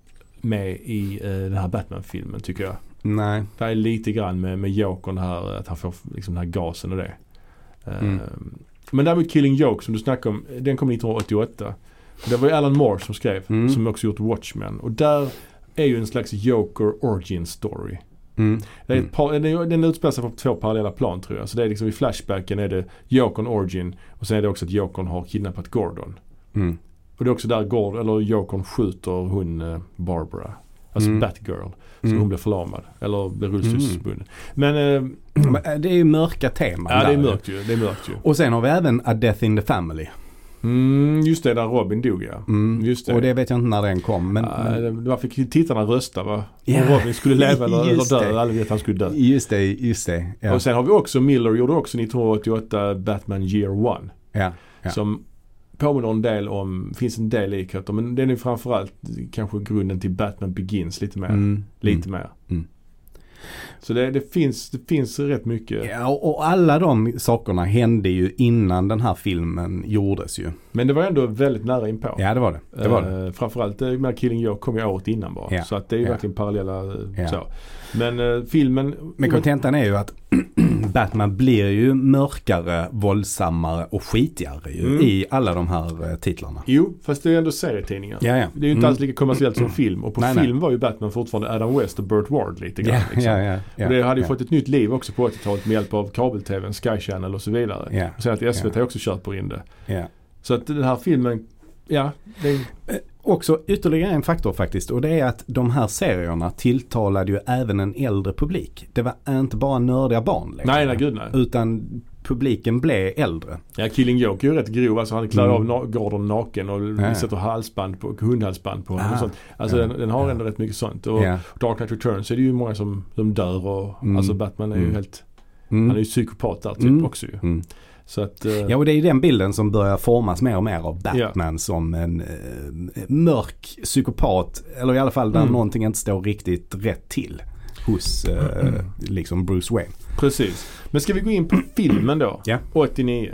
med i uh, den här Batman-filmen tycker jag. Nej. Det är lite grann med, med Jokern här, att han får liksom den här gasen och det. Uh, mm. Men däremot Killing Joke som du snackade om, den kom nittonhundraåttioåtta. Det var ju Alan Moore som skrev, mm. som också gjort Watchmen. Och där är ju en slags Joker origin story. Mm. Det är ett par, den utspelar sig på två parallella plan tror jag. Så det är liksom i flashbacken är det Jokern origin och sen är det också att Jokern har kidnappat Gordon. Mm. Och det är också där Gordon, eller Jokern skjuter hon uh, Barbara. Alltså mm. Batgirl. Så mm. hon blir förlamad. Eller blir rullstolsbunden. Mm. Men uh, Men det är ju mörka teman. Ja, där. det är mörkt ju. Det är mörkt ju. Och sen har vi även A Death in the Family. Mm, just det, där Robin dog ja. Mm. Just det. Och det vet jag inte när den kom. Men, ja, men... Man fick tittarna rösta va? Yeah. Om Robin skulle leva eller, eller dö. Alla vet att han skulle dö. Just det, just det. Ja. Och sen har vi också, Miller gjorde också nittonhundraåttioåtta Batman Year One. Ja. Ja. Som påminner en del om, finns en del likheter. Men den är framförallt kanske grunden till Batman Begins lite mer. Mm. Lite mm. mer. Mm. Så det, det, finns, det finns rätt mycket. Ja, och alla de sakerna hände ju innan den här filmen gjordes ju. Men det var ändå väldigt nära inpå. Ja, det var det. det, var det. Uh, framförallt uh, med Killing Joke kom ju året innan bara. Ja. Så att det är ju ja. verkligen parallella uh, ja. så. Men uh, filmen... Men kontentan är ju att Batman blir ju mörkare, våldsammare och skitigare ju mm. i alla de här uh, titlarna. Jo, fast det är ändå serietidningar. Ja, ja. Det är ju inte mm. alls lika kommersiellt som film. Och på nej, film nej. var ju Batman fortfarande Adam West och Burt Ward lite grann. Ja, liksom. ja, ja, ja, och det hade ju ja. fått ett nytt liv också på åttiotalet med hjälp av kabel-tvn, Sky Channel och så vidare. Ja, och sen att S V T ja. också köper in det. Ja. Så att den här filmen, ja. Det är... Också ytterligare en faktor faktiskt, och det är att de här serierna tilltalade ju även en äldre publik. Det var inte bara nördiga barn längre. Nej, nej, gud nej. Utan publiken blev äldre. Ja, Killing Joke är ju rätt grov. Alltså han klarar mm. av na- Gordon naken och ja. sätter halsband på, hundhalsband på honom och sånt. Alltså ja. den, den har ja. ändå rätt mycket sånt. Och ja. Dark Knight Returns är det ju många som, som dör och mm. alltså Batman är ju mm. helt mm. han är ju psykopat där typ mm. också ju. Mm. Så att, uh, ja, och det är ju den bilden som börjar formas mer och mer av Batman ja. som en eh, mörk psykopat, eller i alla fall där mm. någonting inte står riktigt rätt till hos eh, mm. liksom Bruce Wayne. Precis. Men ska vi gå in på filmen då? Ja. åttionio.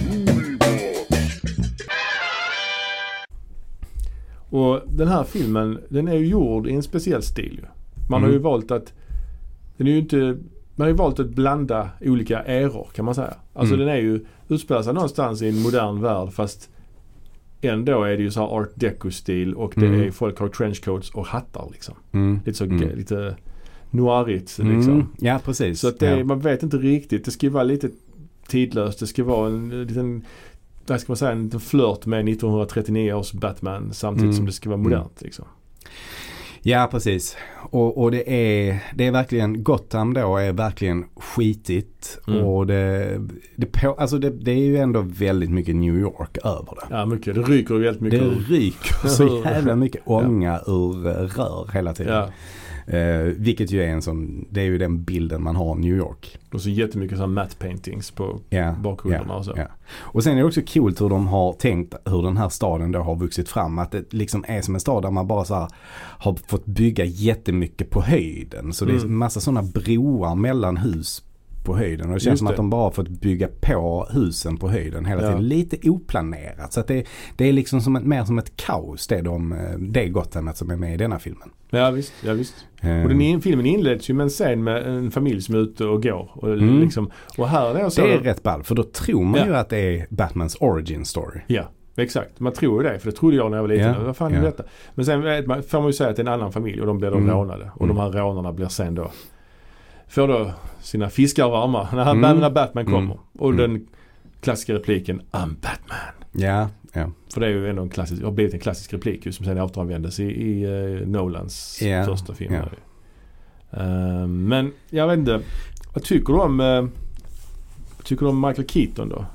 Och den här filmen, den är ju gjord i en speciell stil. Man mm. har ju valt att den är ju inte Man har ju valt att blanda olika eror kan man säga. Alltså mm. den är ju utspelar sig någonstans i en modern värld fast ändå är det ju så här art deco-stil och det Mm. är folk har trenchcoats och hattar liksom. Mm. Lite så Mm. lite noirigt liksom. Mm. Ja, precis. Så att det, ja. man vet inte riktigt. Det ska vara lite tidlöst. Det ska vara en liten, vad ska man säga, en liten flört med nittonhundratrettionio års Batman samtidigt Mm. som det ska vara modernt liksom. Ja, precis. Och, och det är det är verkligen, Gotham då är verkligen skitigt Mm. och det, det, på, alltså det, det är ju ändå väldigt mycket New York över det. Ja, mycket. Det ryker väldigt mycket. Det ur. ryker så jävla mycket ånga ur eh, rör hela tiden. Ja. Eh, vilket ju är en sån, det är ju den bilden man har av New York. Och så jättemycket så matte paintings på Ja, bakgrunderna ja, och så. Ja. Och sen är det också coolt hur de har tänkt hur den här staden då har vuxit fram. Att det liksom är som en stad där man bara så här har fått bygga jättemycket på höjden. Så det är Mm. massa sådana broar mellan hus på höjden. Och det känns Just som det. att de bara har fått bygga på husen på höjden hela Ja. tiden. Lite oplanerat. Så att det, det är liksom som ett, mer som ett kaos det, de, det Gothamet som är med i denna filmen. Ja visst, ja visst. Eh, Och den in, filmen inleds ju med en scen med en familj som är ute och går. Och, Mm. liksom, och här är det så... det är rätt ball. För då tror man Ja. ju att det är Batmans origin story. Ja, exakt. Man tror ju det, för det trodde jag när jag var liten. Ja, Vad fan ja. är detta? Men sen vet man, får man ju säga att det är en annan familj och de blir då Mm. rånade. Och Mm. de här rånarna blir sen då får då sina fiskar varma när, han, Mm. när Batman kommer. Mm. Och Mm. den klassiska repliken I'm Batman. Ja, ja. För det är ju ändå en klassisk, har blivit en klassisk replik ju, som sen återanvändes i, i uh, Nolans Ja, första film. ja. Uh, men jag vet inte, vad tycker du om uh, vad tycker du om Michael Keaton då?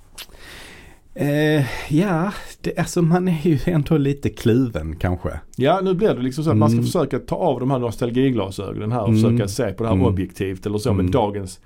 Eh, ja, det, alltså man är ju ändå lite kluven kanske. Ja, nu blir det liksom så att man ska Mm. försöka ta av de här nostalgiglasögonen här och Mm. försöka se på det här Mm. objektivt eller så med Mm. dagens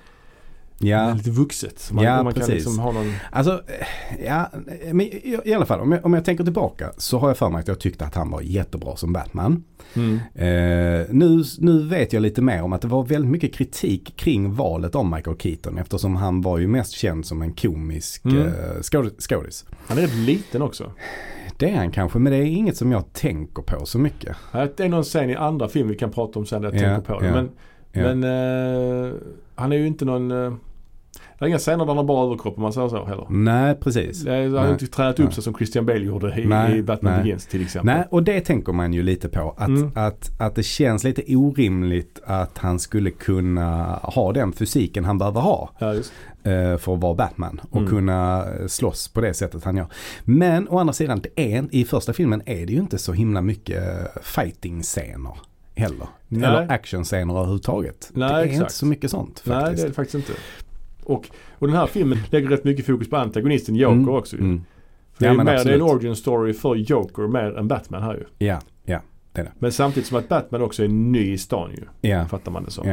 Ja, lite vuxet. Man, Ja, man kan precis. liksom ha någon... alltså, eh, ja, men i, i alla fall om jag, om jag tänker tillbaka så har jag för mig att jag tyckte att han var jättebra som Batman. Mm. Eh, nu, nu vet jag lite mer om att det var väldigt mycket kritik kring valet om Michael Keaton eftersom han var ju mest känd som en komisk Mm. eh, skåd- skådis. Han är rätt liten också. Det är han kanske, men det är inget som jag tänker på så mycket. Det är någon scen i andra film vi kan prata om sen där jag Ja, tänker på det. ja, Men, ja. men eh, han är ju inte någon... Uh, det är inga scener där han har bra överkropp om man säger så heller. Nej, precis. Det är- Han har Nej. inte tränat upp Nej. sig som Christian Bale gjorde i, Nej, i Batman nej. Begins till exempel. Nej, och det tänker man ju lite på. Att, Mm. att, att det känns lite orimligt att han skulle kunna ha den fysiken han behöver ha Ja, just. eh, för att vara Batman. Och Mm. kunna slåss på det sättet han gör. Men å andra sidan, det är, i första filmen är det ju inte så himla mycket fighting-scener heller. Nej. Eller action-scener överhuvudtaget. Nej, det är exakt. inte så mycket sånt Nej, faktiskt. det är det faktiskt inte. Och, och den här filmen lägger rätt mycket fokus på antagonisten Joker Mm, också ju. mm. För det, Ja, är men mer, det är en absolut. origin story för Joker mer än Batman här ju. Ja, ja, Men samtidigt som att Batman också är ny i stan ju. ja. Fattar man det som. Ja.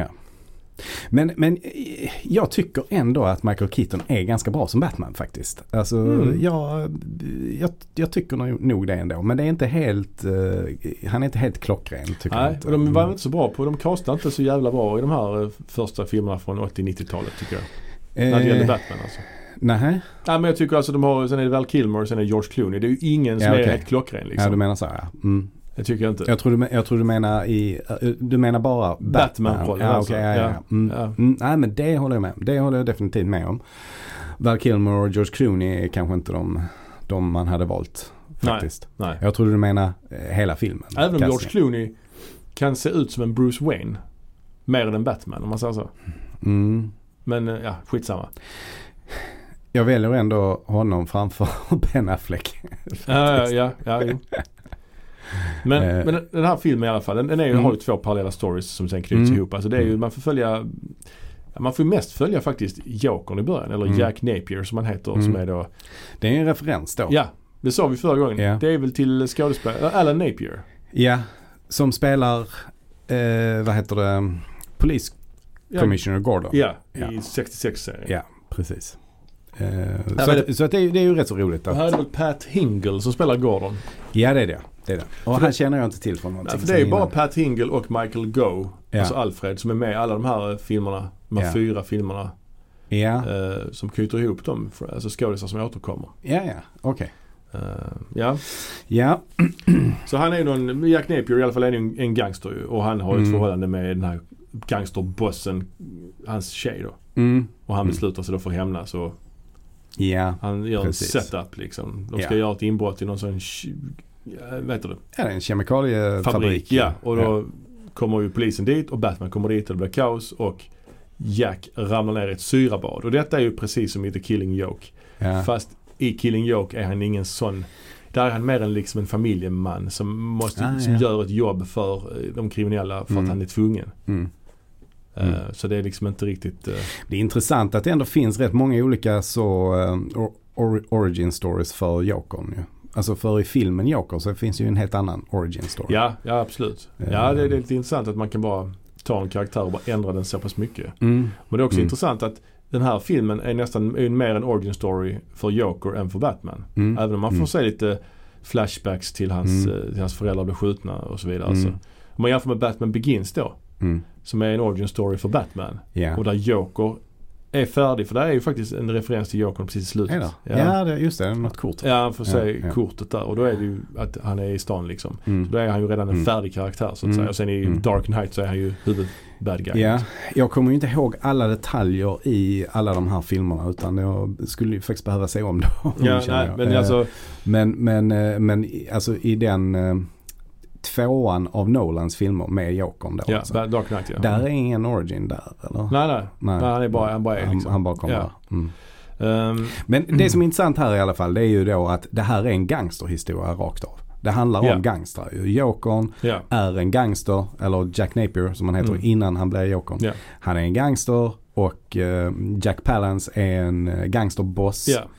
Men, men eh, jag tycker ändå att Michael Keaton är ganska bra som Batman faktiskt. Alltså Mm. jag, jag, jag tycker nog- nog det ändå. Men det är inte helt, eh, han är inte helt klockren tycker jag Nej, inte. och de var inte så bra på, de castade inte så jävla bra i de här eh, första filmerna från åttio-nittiotalet tycker jag. När det gäller Batman alltså. Nej, Nej men jag tycker alltså de har, sen är det Val Kilmer och sen är det George Clooney. Det är ju ingen som Ja, är okej. helt klockren liksom. ja, du menar så ja. Mm. Det tycker jag inte. Jag tror du, men- jag tror du menar i, eh, du menar bara Batman. Batman-rollen ja, alltså. okej, ja, ja. Ja. Mm. Ja. Mm, nej men det håller jag med Det håller jag definitivt med om. Val Kilmer och George Clooney är kanske inte de, de man hade valt faktiskt. Nej. Jag tror du menar eh, hela filmen. Även om Castingen. George Clooney kan se ut som en Bruce Wayne. Mer än en Batman om man säger så. Mm. Men eh, ja, skitsamma. Jag väljer ändå honom framför Ben Affleck. Ja, ja, ja, ja jo. Men, Eh. men den här filmen i alla fall, den, den är ju, Mm. har ju två parallella stories som sen knyts Mm. ihop. Alltså det är ju, Mm. man får följa, ja, man får ju mest följa faktiskt Jokern i början, eller Mm. Jack Napier som han heter, Mm. som är då, Det är en referens då. ja, det sa vi förra gången. Ja. Det är väl till skådespelare, Alan Napier. Ja, som spelar, eh, vad heter det, Police Ja, Commissioner Gordon. ja, Ja. i sextiosex-serien. Ja, precis. Eh, Ja, så men att, det- så att det, är- det är ju rätt så roligt. Och här är Att, det väl Pat Hingle som spelar Gordon. ja, det är det. det, är det. Och För han det- känner jag inte till från någonting. Ja, för det är ju sen bara innan. Pat Hingle och Michael Gough, Ja. alltså Alfred, som är med i alla de här eh, filmerna. De här Ja. fyra filmerna Ja, eh, som knyter ihop dem, för, alltså skådisar som återkommer. ja, ja. Okej. Eh, ja. Ja. Så han är ju någon, Jack Napier i alla fall är en, en gangster ju, och han har ju ett Mm. förhållande med den här gangsterbossen, hans tjej då. Mm. Och han Mm. beslutar sig då för att hämnas och Ja, han gör precis. en setup liksom. De ska Ja. göra ett inbrott i någon sån, vet du det? Ja, det är en kemikaliefabrik. Fabrik, ja. Och då ja. kommer ju polisen dit och Batman kommer dit och det blir kaos och Jack ramlar ner i ett syrabad. Och detta är ju precis som i The Killing Joke. Ja. Fast i Killing Joke är han ingen sån. Där är han mer än liksom en familjeman som måste Ah, som ja. gör ett jobb för de kriminella för Mm. att han är tvungen. Mm. Uh, Mm. så det är liksom inte riktigt... Uh... Det är intressant att det ändå finns rätt många olika så uh, or- origin stories för Jokern ju. Alltså för i filmen Joker så finns ju en helt annan origin story. Ja, ja absolut. Uh, ja, det är, det är lite intressant att man kan bara ta en karaktär och bara ändra den så pass mycket. Mm. Men det är också Mm. intressant att den här filmen är nästan är mer en origin story för Joker än för Batman. Mm. Även om man får Mm. se lite flashbacks till hans, Mm. eh, till hans föräldrar blev skjutna och så vidare. Mm. Så, om man jämför med Batman Begins då, Mm. som är en origin story för Batman. Ja. Och där Joker är färdig, för det är ju faktiskt en referens till Joker precis i slutet. Är det? Ja, det, just det. Något kort. Ja, han får se Ja, ja. kortet där och då är det ju att han är i stan liksom. Mm. Så då är han ju redan en Mm. färdig karaktär så att Mm. säga. Och sen i Mm. Dark Knight så är han ju huvud bad guy. Ja, jag kommer ju inte ihåg alla detaljer i alla de här filmerna utan jag skulle ju faktiskt behöva se om dem. Ja, känner nej, jag. men Eh, alltså, Men, men, eh, men i- alltså i den eh, tvåan av Nolans filmer med Jokern då. ja, Alltså. Dark Knight ja. Där är ingen origin där, eller? Nej, nej. Nej, han är bara, han bara är han, liksom. han bara kommer Ja. där. Mm. Um, Men det som är intressant här i alla fall det är ju då att det här är en gangsterhistoria rakt av. Det handlar Ja. om gangstrar. ju. Jokern ja. är en gangster, eller Jack Napier som han heter Mm. innan han blev Jokern. Ja. Han är en gangster och eh, Jack Palance är en eh, gangsterboss. ja.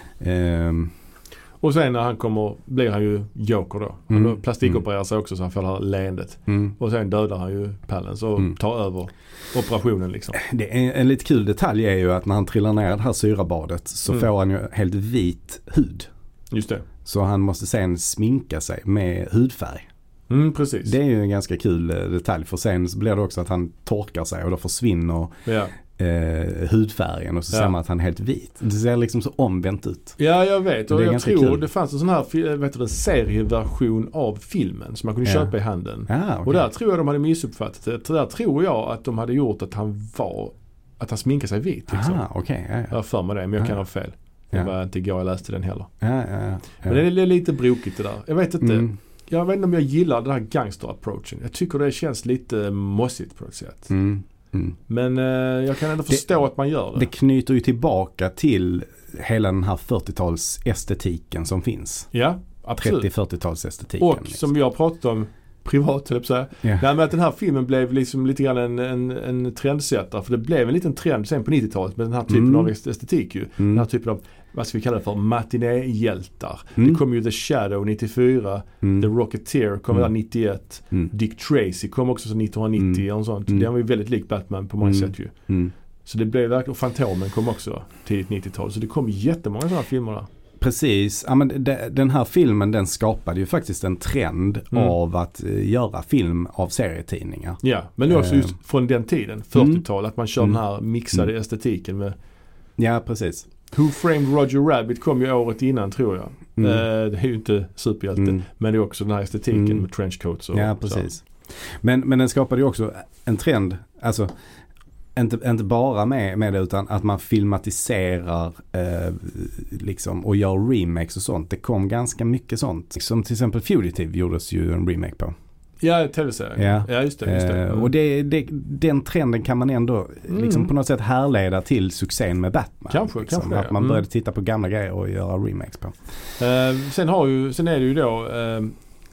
Ehm, Och sen när han kommer blir han ju Joker då. Han Mm. då plastikopererar sig också så han får det här leendet. mm. Och sen dödar han ju Palance och Mm. tar över operationen liksom. Det är en lite kul detalj är ju att när han trillar ner i det här syrabadet så Mm. får han ju helt vit hud. Just det. Så han måste sen sminka sig med hudfärg. Mm, precis. Det är ju en ganska kul eh, detalj för sen så blir det också att han torkar sig och då försvinner Ja. eh, hudfärgen och så Ja. ser man att han är helt vit. Det ser liksom så omvänt ut. Ja, jag vet. Och Det är jag ganska tror kul. det fanns en sån här fi- vet du, en serieversion av filmen som man kunde Ja. köpa i handeln. Ah, okay. Och där tror jag de hade missuppfattat det. Där tror jag att de hade gjort att han var att han sminkade sig vit liksom. Ah, okej. Okay. Ja, Jag har för mig det, men jag kan Ja. ha fel. Det Ja. var inte igår jag läste den heller. ja, ja, ja. Men det är lite brokigt det där. Jag vet inte. Mm. Jag vet inte om jag gillar den här gangster-approachen. Jag tycker det känns lite mossigt på ett sätt. Mm. Mm. Men eh, jag kan ändå förstå att man gör det. Det knyter ju tillbaka till hela den här fyrtiotalsestetiken som finns. Ja, absolut. trettio-fyrtiotalsestetiken. Och liksom. som vi har pratat om privat, höll jag på att säga. Ja. Nej, men att den här filmen blev liksom lite grann en, en, en trendsättare. För det blev en liten trend sen på nittiotalet med den här typen Mm. av estetik ju. Mm. Den här typen av, vad ska vi kalla det för, matinéhjältar. Mm. Det kom ju The Shadow nittiofyra, Mm. The Rocketeer kom Mm. där nittioett. Mm. Dick Tracy kom också så nittonhundranittio Mm. och sånt. Mm. Den var ju väldigt lik Batman på många Mm. sätt ju. Mm. Så det blev verkligen, och Fantomen kom också tidigt nittiotal. Så det kom jättemånga sådana filmer där. Precis. Ja, men de, den här filmen den skapade ju faktiskt en trend Mm. av att eh, göra film av serietidningar. Ja, men nu också Eh. just från den tiden, fyrtiotal, att man kör Mm. den här mixade Mm. estetiken med Ja, precis. Who Framed Roger Rabbit kom ju året innan tror jag. Mm. Eh, det är ju inte superhjälte, Mm. men det är också den här estetiken Mm. med trenchcoats och Ja, precis. Men, men den skapade ju också en trend, alltså inte, inte bara med, med det utan att man filmatiserar eh, liksom och gör remakes och sånt. Det kom ganska mycket sånt. Som till exempel Fugitive gjordes ju en remake på. Ja, tv-serien. Ja. Ja, just det. Just det. Eh, Mm. och det, det, den trenden kan man ändå Mm. liksom på något sätt härleda till succén med Batman. Kanske, liksom, kanske det, Att man mm. började titta på gamla grejer och göra remakes på. Eh, sen, har ju, sen är det ju då eh,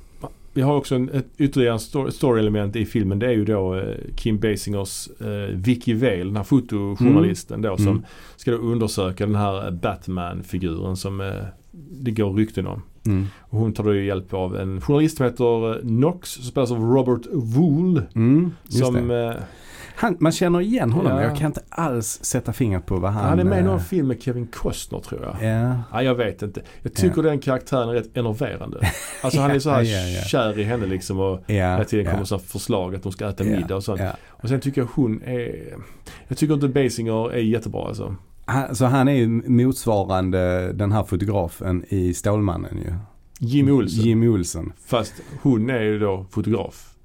vi har också en, ett ytterligare story, story-element i filmen. Det är ju då eh, Kim Basingers eh, Vicky Vale, den här fotojournalisten då, som Mm. ska då undersöka den här Batman-figuren som eh, det går rykten om. Mm. Och hon tar då hjälp av en journalist som heter eh, Knox, som spelas av Robert Wool. Mm, just Som, det. eh, Han, man känner igen honom Ja. men jag kan inte alls sätta fingret på vad han... han är med i någon eh, film med Kevin Costner tror jag. Ja. Ja, jag vet inte. Jag tycker den karaktären är rätt enerverande. Alltså han är så här Ja, ja, ja. kär i henne liksom och Ja, hela tiden kommer ja. så här förslag att de ska äta Ja, middag och sånt. ja. Och sen tycker jag hon är... Jag tycker inte Basinger är jättebra alltså. Han, så han är ju motsvarande den här fotografen i Stålmannen ju. Jimmy Olsen. Jimmy Olsen. Fast hon är ju då fotograf.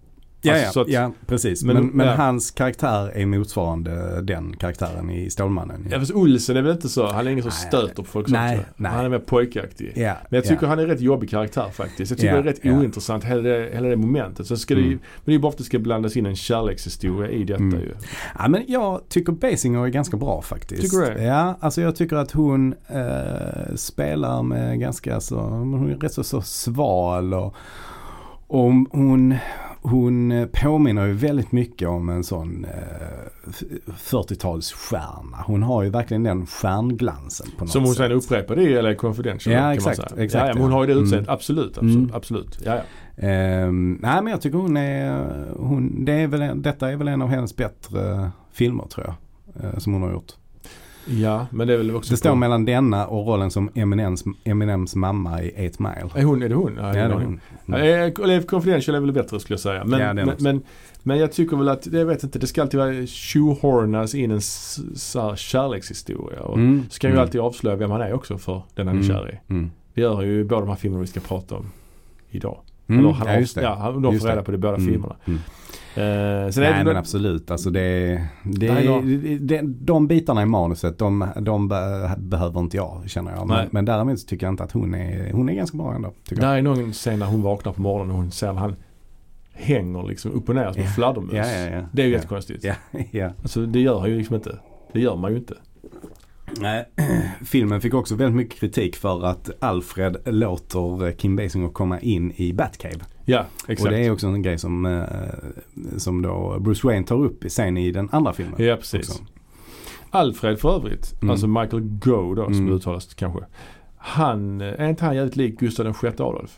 Ja, alltså, ja, så att, ja precis. Men, men, men ja. hans karaktär är motsvarande den karaktären i Stålmannen. Ja, fast Olsen är väl inte så. Han är ingen som stöter på folk. Nej, så. nej. Han är mer pojkaktig. Ja, men jag tycker ja. han är rätt jobbig karaktär faktiskt. Jag tycker ja, det är rätt ja. ointressant hela det, hela det momentet. Så ska mm. det ju, men det är ju bara att det ska blandas in en kärlekshistoria i detta mm. ju. Ja, men jag tycker Basinger är ganska bra faktiskt. Tycker du det? Ja, alltså jag tycker att hon äh, spelar med ganska så, hon är rätt så, så sval och, och hon Hon påminner ju väldigt mycket om en sån eh, fyrtiotalsstjärna. Hon har ju verkligen den stjärnglansen på något Som hon sätt. sen upprepade i L A Confidential. Ja, kan exakt. man säga. exakt ja, ja, men hon har ju det utseendet. Mm. Absolut, absolut. Mm. absolut. Ja, ja. Um, nej, men jag tycker hon är, hon, det är väl en, detta är väl en av hennes bättre filmer tror jag. Eh, som hon har gjort. Ja, men det är väl också... Det står på... mellan denna och rollen som Eminems, Eminems mamma i eight mile. Är hon, är det hon? Ja, ja det är hon. Mm. Ja, Confidential är väl bättre skulle jag säga. Men, ja, men, men, men jag tycker väl att, jag vet inte, det ska alltid vara shoehornas in en så kärlekshistoria. Och mm. ska ju mm. alltid avslöja vem han är också för den han är kär i. Mm. Det gör ju båda de här filmerna vi ska prata om idag. Mm. Eller han ja, just det. Ja, de får reda på det båda mm. filmerna. Mm. Uh, Nej är det men absolut, alltså det, det, det, det, de bitarna i manuset de, de be, behöver inte jag känner jag. Men, men däremot så tycker jag inte att hon är, hon är ganska bra ändå. Där jag. är någon scen när hon vaknar på morgonen och hon ser att han hänger liksom upp och ner som en ja. fladdermus. Ja, ja, ja. Det är ju ja. jättekonstigt. Ja, ja. Alltså det gör han ju liksom inte. Det gör man ju inte. Nej, filmen fick också väldigt mycket kritik för att Alfred låter Kim Basinger komma in i Batcave. Ja, exakt. Och det är också en grej som, eh, som då Bruce Wayne tar upp sen i den andra filmen. Ja, precis. Också. Alfred för övrigt, mm. alltså Michael Gough då, som mm. uttalas kanske. Han, är inte han jävligt lik Gustav den sjätte Adolf?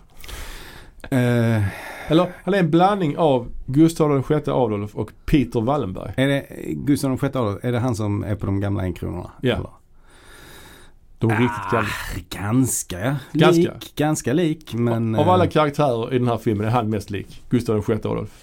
Uh, Eller han är en blandning av Gustav den sjätte Adolf och Peter Wallenberg. Är det Gustav den sjätte Adolf? Är det han som är på de gamla enkronorna? Ja. Eller? De är ah, riktigt gamla. Ganska, ganska lik. Ganska lik. Men, av alla karaktärer i den här filmen är han mest lik Gustav den sjätte Adolf.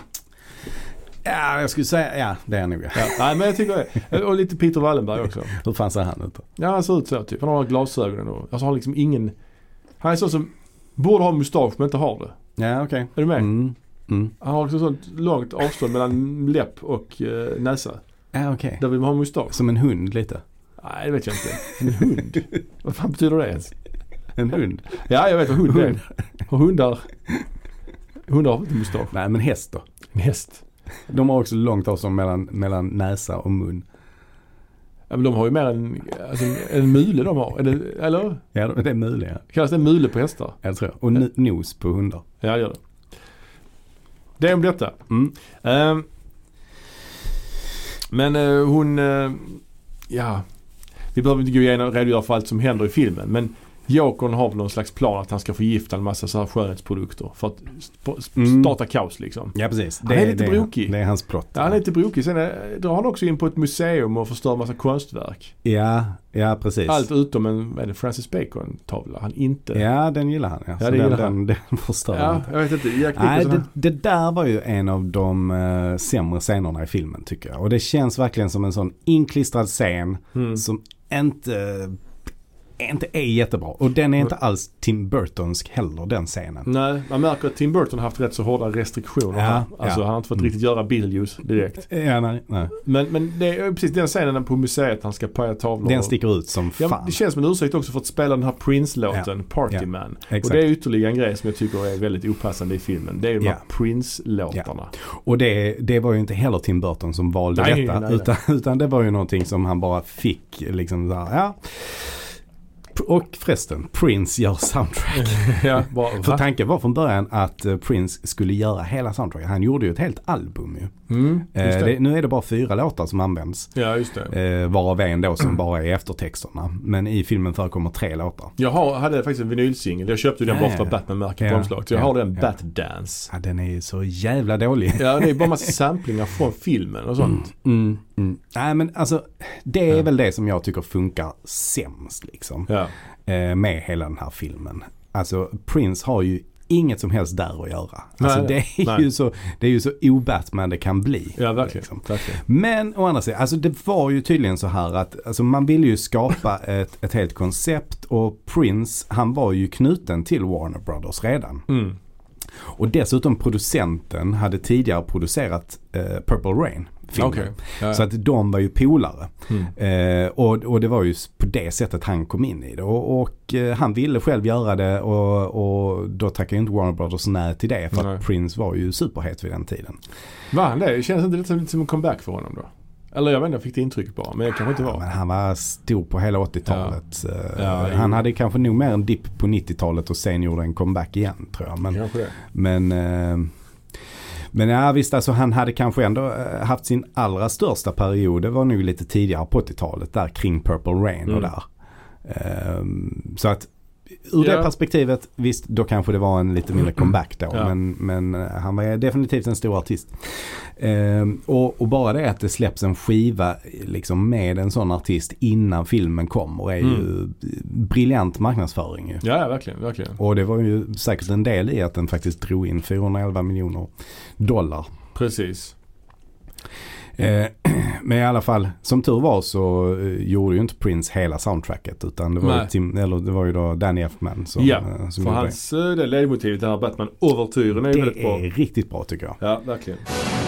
Ja, jag skulle säga, ja, det är nog. Ja. Nej, men jag tycker det. Och lite Peter Wallenberg också. Hur fan ser han ut då? Ja, han ser ut så typ. Han har glasögonen och alltså har liksom ingen... Han är så som borde ha mustasch men inte har det. Ja, okej. Okay. Är du med? Mm. Mm. Han har också sånt långt avstånd mellan läpp och eh, näsa. Ja, okej. Okay. Där vill man ha mustasch. Som en hund lite? Nej, det vet jag inte. En hund? Vad fan betyder det ens? En hund? Ja, jag vet vad hund är. Och hundar... Hundar har inte mustasch. Nej, men häst då? En häst. De har också långt avstånd mellan, mellan näsa och mun. Ja, men de har ju mer en, alltså en mule de har. Är det, eller? Ja, det är mule, ja. Kallas det mule på hästar? Jag tror. Och n- nos på hundar. Ja, det gör det. Det är om detta. Mm. Uh, men uh, hon... Uh, ja... Vi behöver inte gå igenom och redogöra för allt som händer i filmen. Men Jokern har väl någon slags plan att han ska förgifta en massa så här skönhetsprodukter för att sp- starta mm. kaos liksom. Ja, precis. Han det, är lite det, brokig. Det är hans plott. Ja, han är lite brokig. Sen är, drar han också in på ett museum och förstör en massa konstverk. Ja, ja precis. Allt utom en är det Francis Bacon-tavla. Han inte... Ja, den gillar han. Ja, ja det gillar den, han. Den, den förstör ja, han. jag vet inte. Jag Nej, det, det där var ju en av de uh, sämre scenerna i filmen tycker jag. Och det känns verkligen som en sån inklistrad scen mm. som inte... inte är jättebra. Och den är inte alls Tim Burtonsk heller, den scenen. Nej, man märker att Tim Burton har haft rätt så hårda restriktioner. Ja, alltså ja. Han har inte fått riktigt göra bildljus direkt. Ja, nej, nej. Men, men det är precis den scenen på museet han ska paja tavlor. Den sticker ut som fan. Ja, det känns som en ursäkt också för att spela den här Prince-låten, ja. Partyman. Ja, och det är ytterligare en grej som jag tycker är väldigt opassande i filmen. Det är ju de här ja. Prince-låtarna. Ja. Och det, det var ju inte heller Tim Burton som valde nej, detta. Nej, nej. Utan, utan det var ju någonting som han bara fick liksom så här, ja. Och förresten, Prince gör soundtrack. Ja, bara, för tanken var från början att uh, Prince skulle göra hela soundtrack. Han gjorde ju ett helt album ju. Mm, uh, det, nu är det bara fyra låtar som används. Ja, just det. Uh, varav en då som bara är eftertexterna. Men i filmen förekommer tre låtar. Jag har, hade faktiskt en vinylsingel. Jag köpte ju den bara för Batman-märket på omslaget. Så jag ja, har den ja. Bat Dance. Ja, den är så jävla dålig. Ja, det är bara massa samplingar från filmen och sånt. Mm, mm, mm. Nej, men alltså det är ja. väl det som jag tycker funkar sämst liksom. Ja. Med hela den här filmen. Alltså Prince har ju inget som helst där att göra. Alltså nej, det är nej. ju så det är ju så o-Batman det kan bli. Ja, verkligen, liksom. verkligen. Men å andra sidan, alltså det var ju tydligen så här att alltså man ville ju skapa ett, ett helt koncept och Prince, han var ju knuten till Warner Brothers redan. Mm. Och dessutom producenten hade tidigare producerat eh, Purple Rain. Okay. Ja, ja. Så att de var ju polare. Mm. Eh, och, och det var ju på det sättet han kom in i det. Och, och eh, han ville själv göra det och, och då tackade inte Warner Brothers nej till det. För att Prince var ju superhet vid den tiden. Var han det? Det känns inte lite som, lite som en comeback för honom då? Eller jag vet inte, jag fick det intrycket bara. Men jag kanske inte var. Ja, men han var stor på hela åttiotalet. Ja. Ja, han hade kanske nog mer en dipp på nittiotalet och sen gjorde en comeback igen, tror jag. Men, kanske det. Men, eh, men ja, visst, alltså, han hade kanske ändå haft sin allra största period. Det var nog lite tidigare på åttiotalet, där kring Purple Rain mm. och där. Eh, så att ur ja. det perspektivet, visst, då kanske det var en lite mindre comeback då. Ja. Men, men han var definitivt en stor artist. Ehm, och, och bara det att det släpps en skiva liksom med en sån artist innan filmen kommer är mm. ju briljant marknadsföring. Ju. Ja, verkligen, verkligen. Och det var ju säkert en del i att den faktiskt drog in fyrahundraelva miljoner dollar. Precis. Eh, men i alla fall, som tur var så eh, gjorde ju inte Prince hela soundtracket, utan det var, ju, Tim, eller det var ju då Danny Elfman som, ja, eh, som för hans det, det ledmotivet, den här Batman-overtyren är ju väldigt bra. Det är riktigt bra, tycker jag. Ja, verkligen.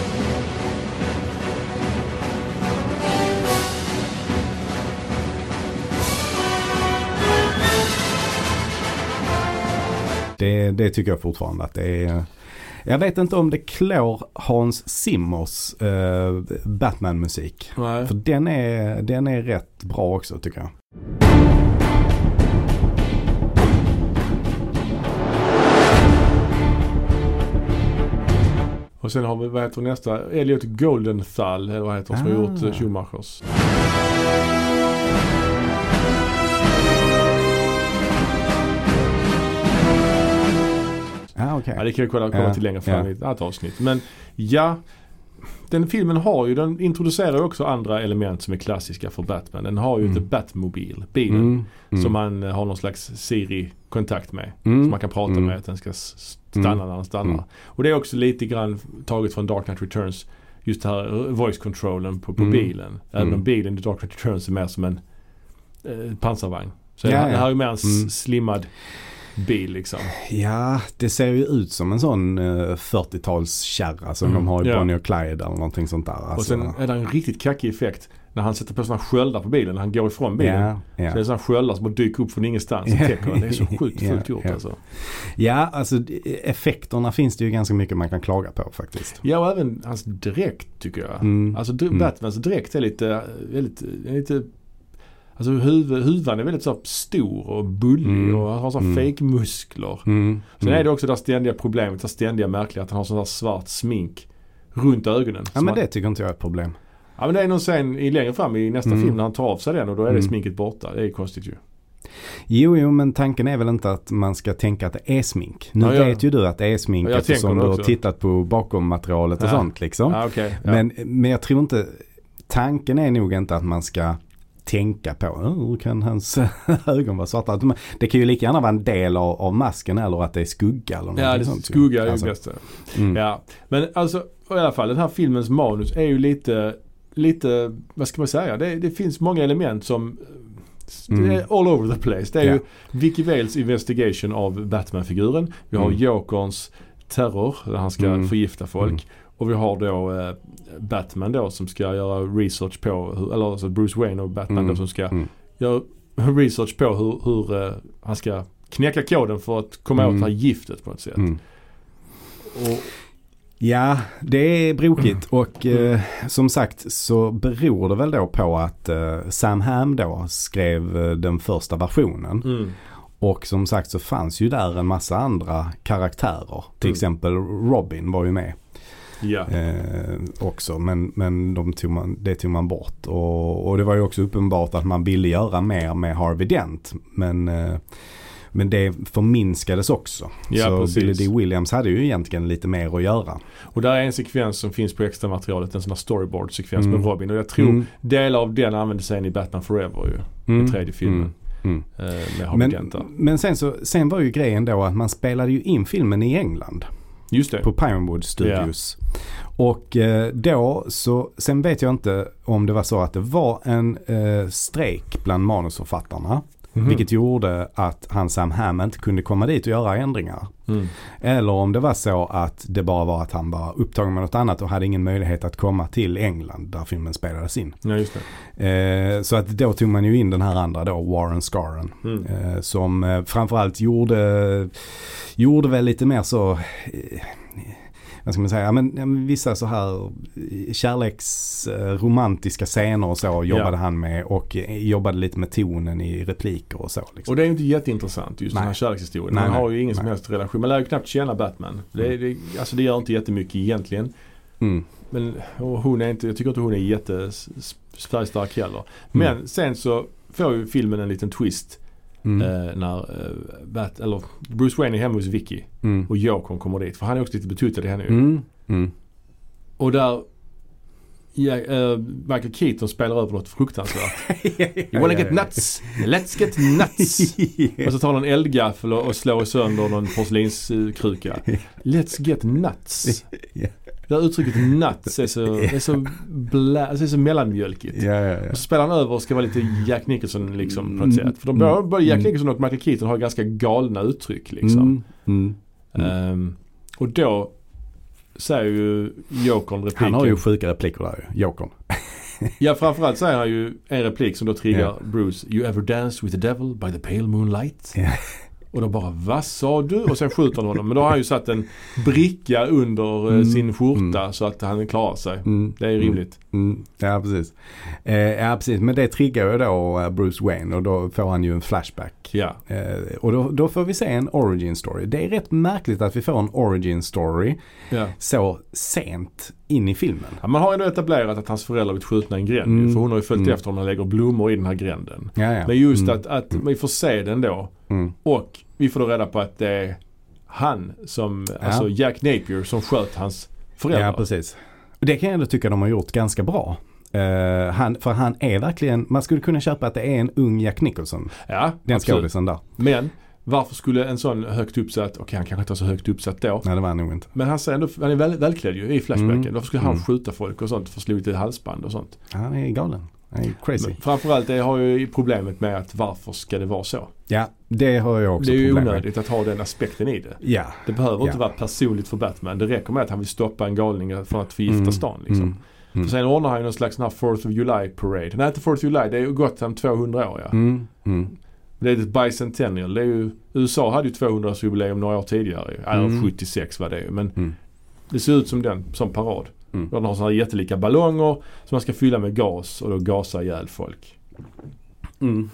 Det, det tycker jag fortfarande att det är. Jag vet inte om det klår Hans Zimmers uh, Batman-musik. Nej. För den är, den är rätt bra också, tycker jag. Och sen har vi, vad heter nästa? Elliot Goldenthal, eller vad heter han, som ah. har gjort uh, Schumachers. Ah, okay. Ja, det kan vi kolla, kolla ja, till längre fram ja. i ett annat avsnitt. Men ja, den filmen har ju, den introducerar ju också andra element som är klassiska för Batman. Den har ju mm. The Batmobile, bilen, mm. Mm. som man har någon slags Siri-kontakt med. Mm. Som man kan prata mm. med att den ska stanna mm. när den stannar. Mm. Och det är också lite grann taget från Dark Knight Returns, just det här voice-controllen på, på mm. bilen. Även mm. om bilen i Dark Knight Returns är mer som en eh, pansarvagn. Så ja, det, här, ja. det här är ju mer en mm. slimmad bil liksom. Ja, det ser ju ut som en sån uh, fyrtiotalskärra som mm. de har i ja. Bonnie och Clyde eller någonting sånt där. Alltså. Och sen är det en riktigt kackig effekt när han sätter på sådana sköldar på bilen när han går ifrån bilen. Ja, ja. Så det är sådana sköldar som bara dyker upp från ingenstans och täcker den. Det är så sjukt ja, fullt gjort ja. alltså. Ja, alltså effekterna finns det ju ganska mycket man kan klaga på faktiskt. Ja, och även hans direkt tycker jag. Mm. Alltså mm. Batmans direkt är lite, väldigt, lite alltså huvud, huvan är väldigt så stor och bullig mm. och han har så mm. fake muskler. Mm. Sen är det också det ständiga problemet, det ständiga märkliga att han har sån där svart smink runt ögonen. Ja, men man, det tycker inte jag är ett problem. Ja, men det är någon scen i längre fram i nästa mm. film när han tar av sig den och då är det mm. sminket borta. Det är konstigt ju. Jo, jo, men tanken är väl inte att man ska tänka att det är smink. Nu ja, ja. vet ju du att det är smink ja, eftersom du har tittat på bakom materialet och ja. sånt liksom. Ja, okay. ja. men, men jag tror inte, tanken är nog inte att man ska tänka på hur kan hans ögon vara svarta. Det kan ju lika gärna vara en del av, av masken eller att det är skugga eller något ja, det sånt. Skugga är alltså. det bästa. Mm. Ja, men alltså i alla fall den här filmens manus är ju lite lite, vad ska man säga? Det, det finns många element som mm. det är all over the place. Det är yeah. ju Vicky Vales investigation av Batman-figuren. Vi har mm. Jokerns terror där han ska mm. förgifta folk. Mm. Och vi har då eh, Batman då som ska göra research på hur, eller alltså Bruce Wayne och Batman mm. då som ska mm. göra research på hur, hur eh, han ska knäcka koden för att komma mm. åt det här giftet på något sätt. Mm. Och, ja, det är brokigt och eh, som sagt så beror det väl då på att eh, Sam Hamm då skrev eh, den första versionen. Mm. Och som sagt så fanns ju där en massa andra karaktärer. Till mm. exempel Robin var ju med. Ja. Eh, också, men, men de tog man, det tog man bort och, och det var ju också uppenbart att man ville göra mer med Harvey Dent, men, eh, men det förminskades också. Ja, så precis. Billy D. Williams hade ju egentligen lite mer att göra. Och där är en sekvens som finns på extra materialet, en sån här storyboard-sekvens mm. med Robin, och jag tror mm. delar av den användes sen i Batman Forever ju, mm. den tredje filmen. Mm. Eh, med Harvey men, Dent där. Men sen, så, sen var ju grejen då att man spelade ju in filmen i England. Just det. På Pinewood Studios. Yeah. Och eh, då så, sen vet jag inte om det var så att det var en eh, strejk bland manusförfattarna. Mm. Vilket gjorde att han Sam Hammond kunde komma dit och göra ändringar. Mm. Eller om det var så att det bara var att han var upptagen med något annat och hade ingen möjlighet att komma till England där filmen spelades in. Ja, just det. Eh, så att då tog man ju in den här andra då, Warren Scarron. Mm. Eh, som eh, framförallt gjorde, gjorde väl lite mer så... Eh, vad ska man säga, ja, men, ja, men vissa så här kärleksromantiska scener och så jobbade yeah. han med och jobbade lite med tonen i repliker och så. Liksom. Och det är ju inte jätteintressant just nej. Den här kärlekshistorien. Man nej, har ju ingen nej. som helst relation. Man lär ju knappt känna Batman. Det, det, alltså det gör inte jättemycket egentligen. Mm. Men och hon är inte, jag tycker inte hon är jättestark heller. Men mm. sen så får ju filmen en liten twist. Mm. Eh, när eh, Bat, eller Bruce Wayne är hemma hos Vicky mm. och Jokern kommer dit för han är också lite betuttad i henne ju. Mm. Mm. Och där ja, eh, Michael Keaton spelar över något fruktansvärt. You wanna get nuts? Let's get nuts! yeah. Och så tar han en eldgaffel och, och slår sönder någon porslinskruka. Let's get nuts! yeah. Det här uttrycket nuts är så, är så, blä, alltså är så mellanmjölkigt. Ja, ja, ja. Och så spelar han över och ska vara lite Jack Nicholson liksom, på något sätt. För de börjar, både Jack Nicholson och Michael Keaton har ganska galna uttryck. Liksom. Mm. Mm. Um, och då säger ju Jokern repliken. Han har ju sjuka repliker där ju, Jokern. Ja, framförallt säger han ju en replik som då triggar yeah. Bruce. You ever dance with the devil by the pale moonlight? Yeah. Och då bara, vad sa du? Och sen skjuter han honom. Men då har han ju satt en bricka under mm. sin skjorta mm. så att han klarar sig. Mm. Det är rimligt. Mm. Ja, precis. Eh, ja, precis. Men det triggar ju då Bruce Wayne och då får han ju en flashback. Ja. Eh, och då, då får vi se en origin story. Det är rätt märkligt att vi får en origin story ja. så sent in i filmen. Ja, man har ändå etablerat att hans föräldrar blivit skjutna i en gränd. Mm. För hon har ju följt mm. efter honom och lägger blommor i den här gränden. Ja, ja. Men just mm. att, att vi får se den då. Mm. Och vi får då reda på att det är han som, ja. alltså Jack Napier som sköt hans föräldrar. Ja, precis. Det kan jag ändå tycka de har gjort ganska bra. Uh, han, för han är verkligen, man skulle kunna köpa att det är en ung Jack Nicholson. Ja, den skådisen där. Men varför skulle en sån högt uppsatt, okej okay, han kanske inte var så högt uppsatt då. Nej, det var han nog inte. Men han, ändå, han är väl, välklädd ju i flashbacken. Mm. Varför skulle han mm. skjuta folk och sånt för att slå ut ett halsband och sånt? Han är galen. Han är crazy. Men framförallt det har ju problemet med att varför ska det vara så? Ja, det har jag också problem med. Det är ju onödigt att ha den aspekten i det. Ja. Det behöver ja. inte vara personligt för Batman. Det räcker med att han vill stoppa en galning från att förgifta mm. stan liksom. Mm. Mm. För sen ordnar han ju någon slags sån här fourth of July parade. Nej, inte fourth of July. Det är ju gått om tvåhundra år, ja. Mm. Mm. Det är ett bicentennial. Det är ju, U S A hade ju tvåhundraårsjubileum några år tidigare. Mm. sjuttiosex var det ju. Men mm. det ser ut som den, som parad. Mm. De har sådana här jättelika ballonger som man ska fylla med gas och då gasa ihjäl folk. Mm.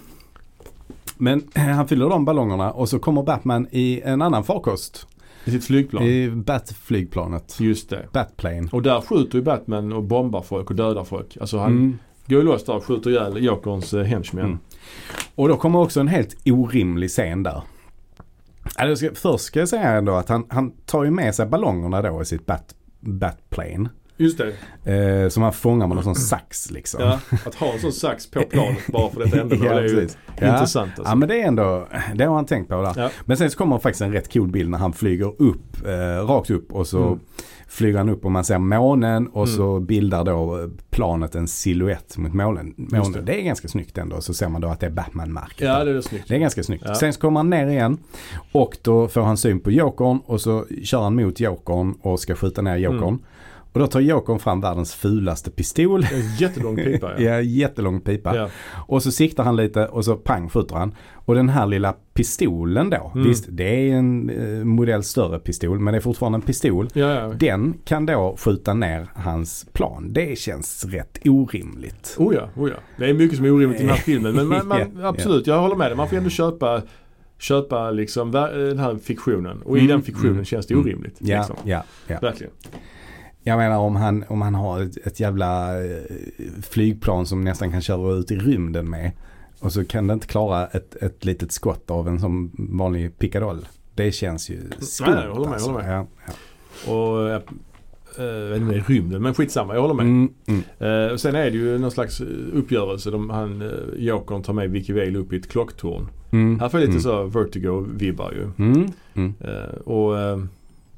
Men han fyller de ballongerna och så kommer Batman i en annan farkost. I sitt flygplan. I Bat-flygplanet. Just det. Batplane. Och där skjuter ju Batman och bombar folk och dödar folk. Alltså han mm. går ju loss där och skjuter ihjäl Jokerns eh, henchmen. Mm. Och då kommer också en helt orimlig scen där. Alltså, först ska jag säga ändå att han, han tar ju med sig ballongerna då i sitt bat, Batplane. Just det. Eh, som man fångar med någon sån sax liksom. Ja, att ha en sån sax på planet bara för detta ändamål ja, är ju ja. intressant. Alltså. Ja, men det är ändå, det har han tänkt på där. Ja. Men sen så kommer faktiskt en rätt cool bild när han flyger upp, eh, rakt upp och så mm. flyger han upp och man ser månen och mm. så bildar då planet en silhuett mot månen. månen. Det. det är ganska snyggt ändå. Så ser man då att det är Batman-märket. Ja, det är snyggt. Det är ganska snyggt. Ja. Sen så kommer han ner igen och då får han syn på Jokern och så kör han mot Jokern och ska skjuta ner Jokern. Mm. Och då tar Jokern fram världens fulaste pistol. En jättelång pipa. Ja, ja jättelång pipa. Ja. Och så siktar han lite och så pang skjuter han. Och den här lilla pistolen då, mm. visst det är en eh, modell större pistol men det är fortfarande en pistol. Ja, ja. Den kan då skjuta ner hans plan. Det känns rätt orimligt. Oh ja, oh ja. Det är mycket som är orimligt i den här filmen. Men man, man, ja, absolut, jag håller med dig. Man får ändå köpa, köpa liksom den här fiktionen. Och i mm. den fiktionen mm. känns det orimligt. Ja, liksom. ja, ja. Verkligen. Jag menar om han, om han har ett, ett jävla flygplan som nästan kan köra ut i rymden med och så kan det inte klara ett, ett litet skott av en som vanlig pickadoll. Det känns ju skumt. Nej, jag håller med. Alltså. Jag håller med. Ja, ja. Och jag vet inte om det är rymden, men skitsamma, jag håller med. Mm, mm. Uh, och sen är det ju någon slags uppgörelse. De, han, uh, Jokern tar med Vicky Vale upp i ett klocktorn. Mm, här får lite mm. så Vertigo-vibbar ju. Mm, mm. Uh, och uh,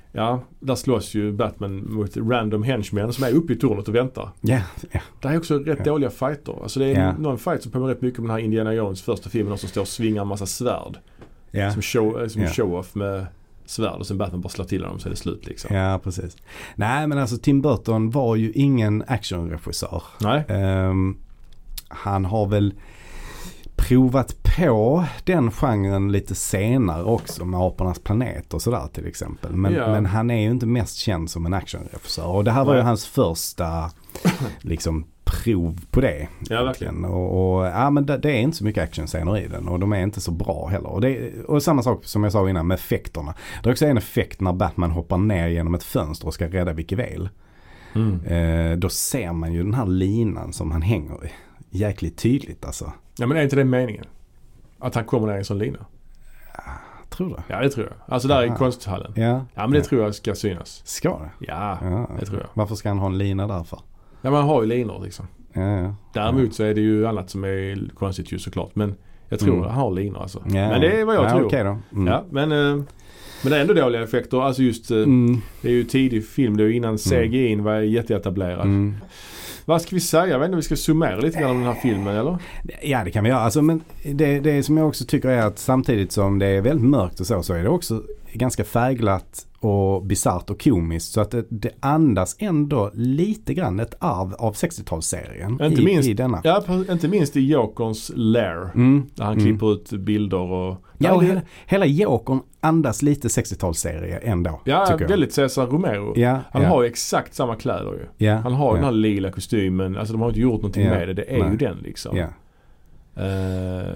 ja, där slåss ju Batman mot random henchmen som är uppe i tornet och väntar. Yeah, yeah. Det är också rätt yeah. dåliga fighter. Alltså det är yeah. någon fight som påminner rätt mycket om den här Indiana Jones första filmen som står och svingar en massa svärd. Yeah. Som show, som yeah. show-off med svärd och sen Batman bara slår till honom så är det slut liksom. Ja, precis. Nej, men alltså Tim Burton var ju ingen actionregissör. Nej. Um, han har väl provat på den genren lite senare också med Apornas planet och sådär till exempel. Men, ja. men han är ju inte mest känd som en actionregissör. Och det här var Nej. ju hans första liksom prov på det. Ja, verkligen. Och, och ja, men det, det är inte så mycket actionscener i den och de är inte så bra heller. Och, det, och samma sak som jag sa innan med effekterna. Det är också en effekt när Batman hoppar ner genom ett fönster och ska rädda Vicky Vale. Mm. Eh, då ser man ju den här linan som han hänger i. Jäkligt tydligt alltså. Ja, men är inte det meningen? Att han kommer ner i en sån lina? Ja, tror du? Ja, det tror jag. Alltså där Aha. i konsthallen. Ja, ja men det ja. tror jag ska synas. Ska det? Ja, ja, det tror jag. Varför ska han ha en lina där för? Ja, man har ju linor liksom. Ja, ja. Däremot ja. så är det ju annat som är konstigt ju såklart. Men jag tror mm. att han har linor alltså. Ja, men det är vad jag ja, tror. Okay då. Mm. Ja, men, men det är ändå dåliga effekter. Alltså just, mm. det är ju tidig film. Det är ju innan C G I var jätteetablerad. Mm. Vad ska vi säga? Jag vet inte om vi ska summera lite grann om den här filmen, eller? Ja, det kan vi göra. Alltså, men det, det som jag också tycker är att samtidigt som det är väldigt mörkt och så, så är det också ganska färgglatt och bizarrt och komiskt. Så att det, det andas ändå lite grann ett arv av sextiotalsserien inte i, minst, i denna. Ja, inte minst i Jokerns lair. Mm. Där han klipper mm. ut bilder och... Ja, och hela, hela Jokern andas lite sextiotalsserie ändå. Ja, väldigt Cesar Romero. Ja, han ja. har ju exakt samma kläder ju. Ja, han har ju ja. den här lila kostymen. Alltså de har inte gjort någonting ja. med det. Det är Nej. ju den liksom. Ja. Uh,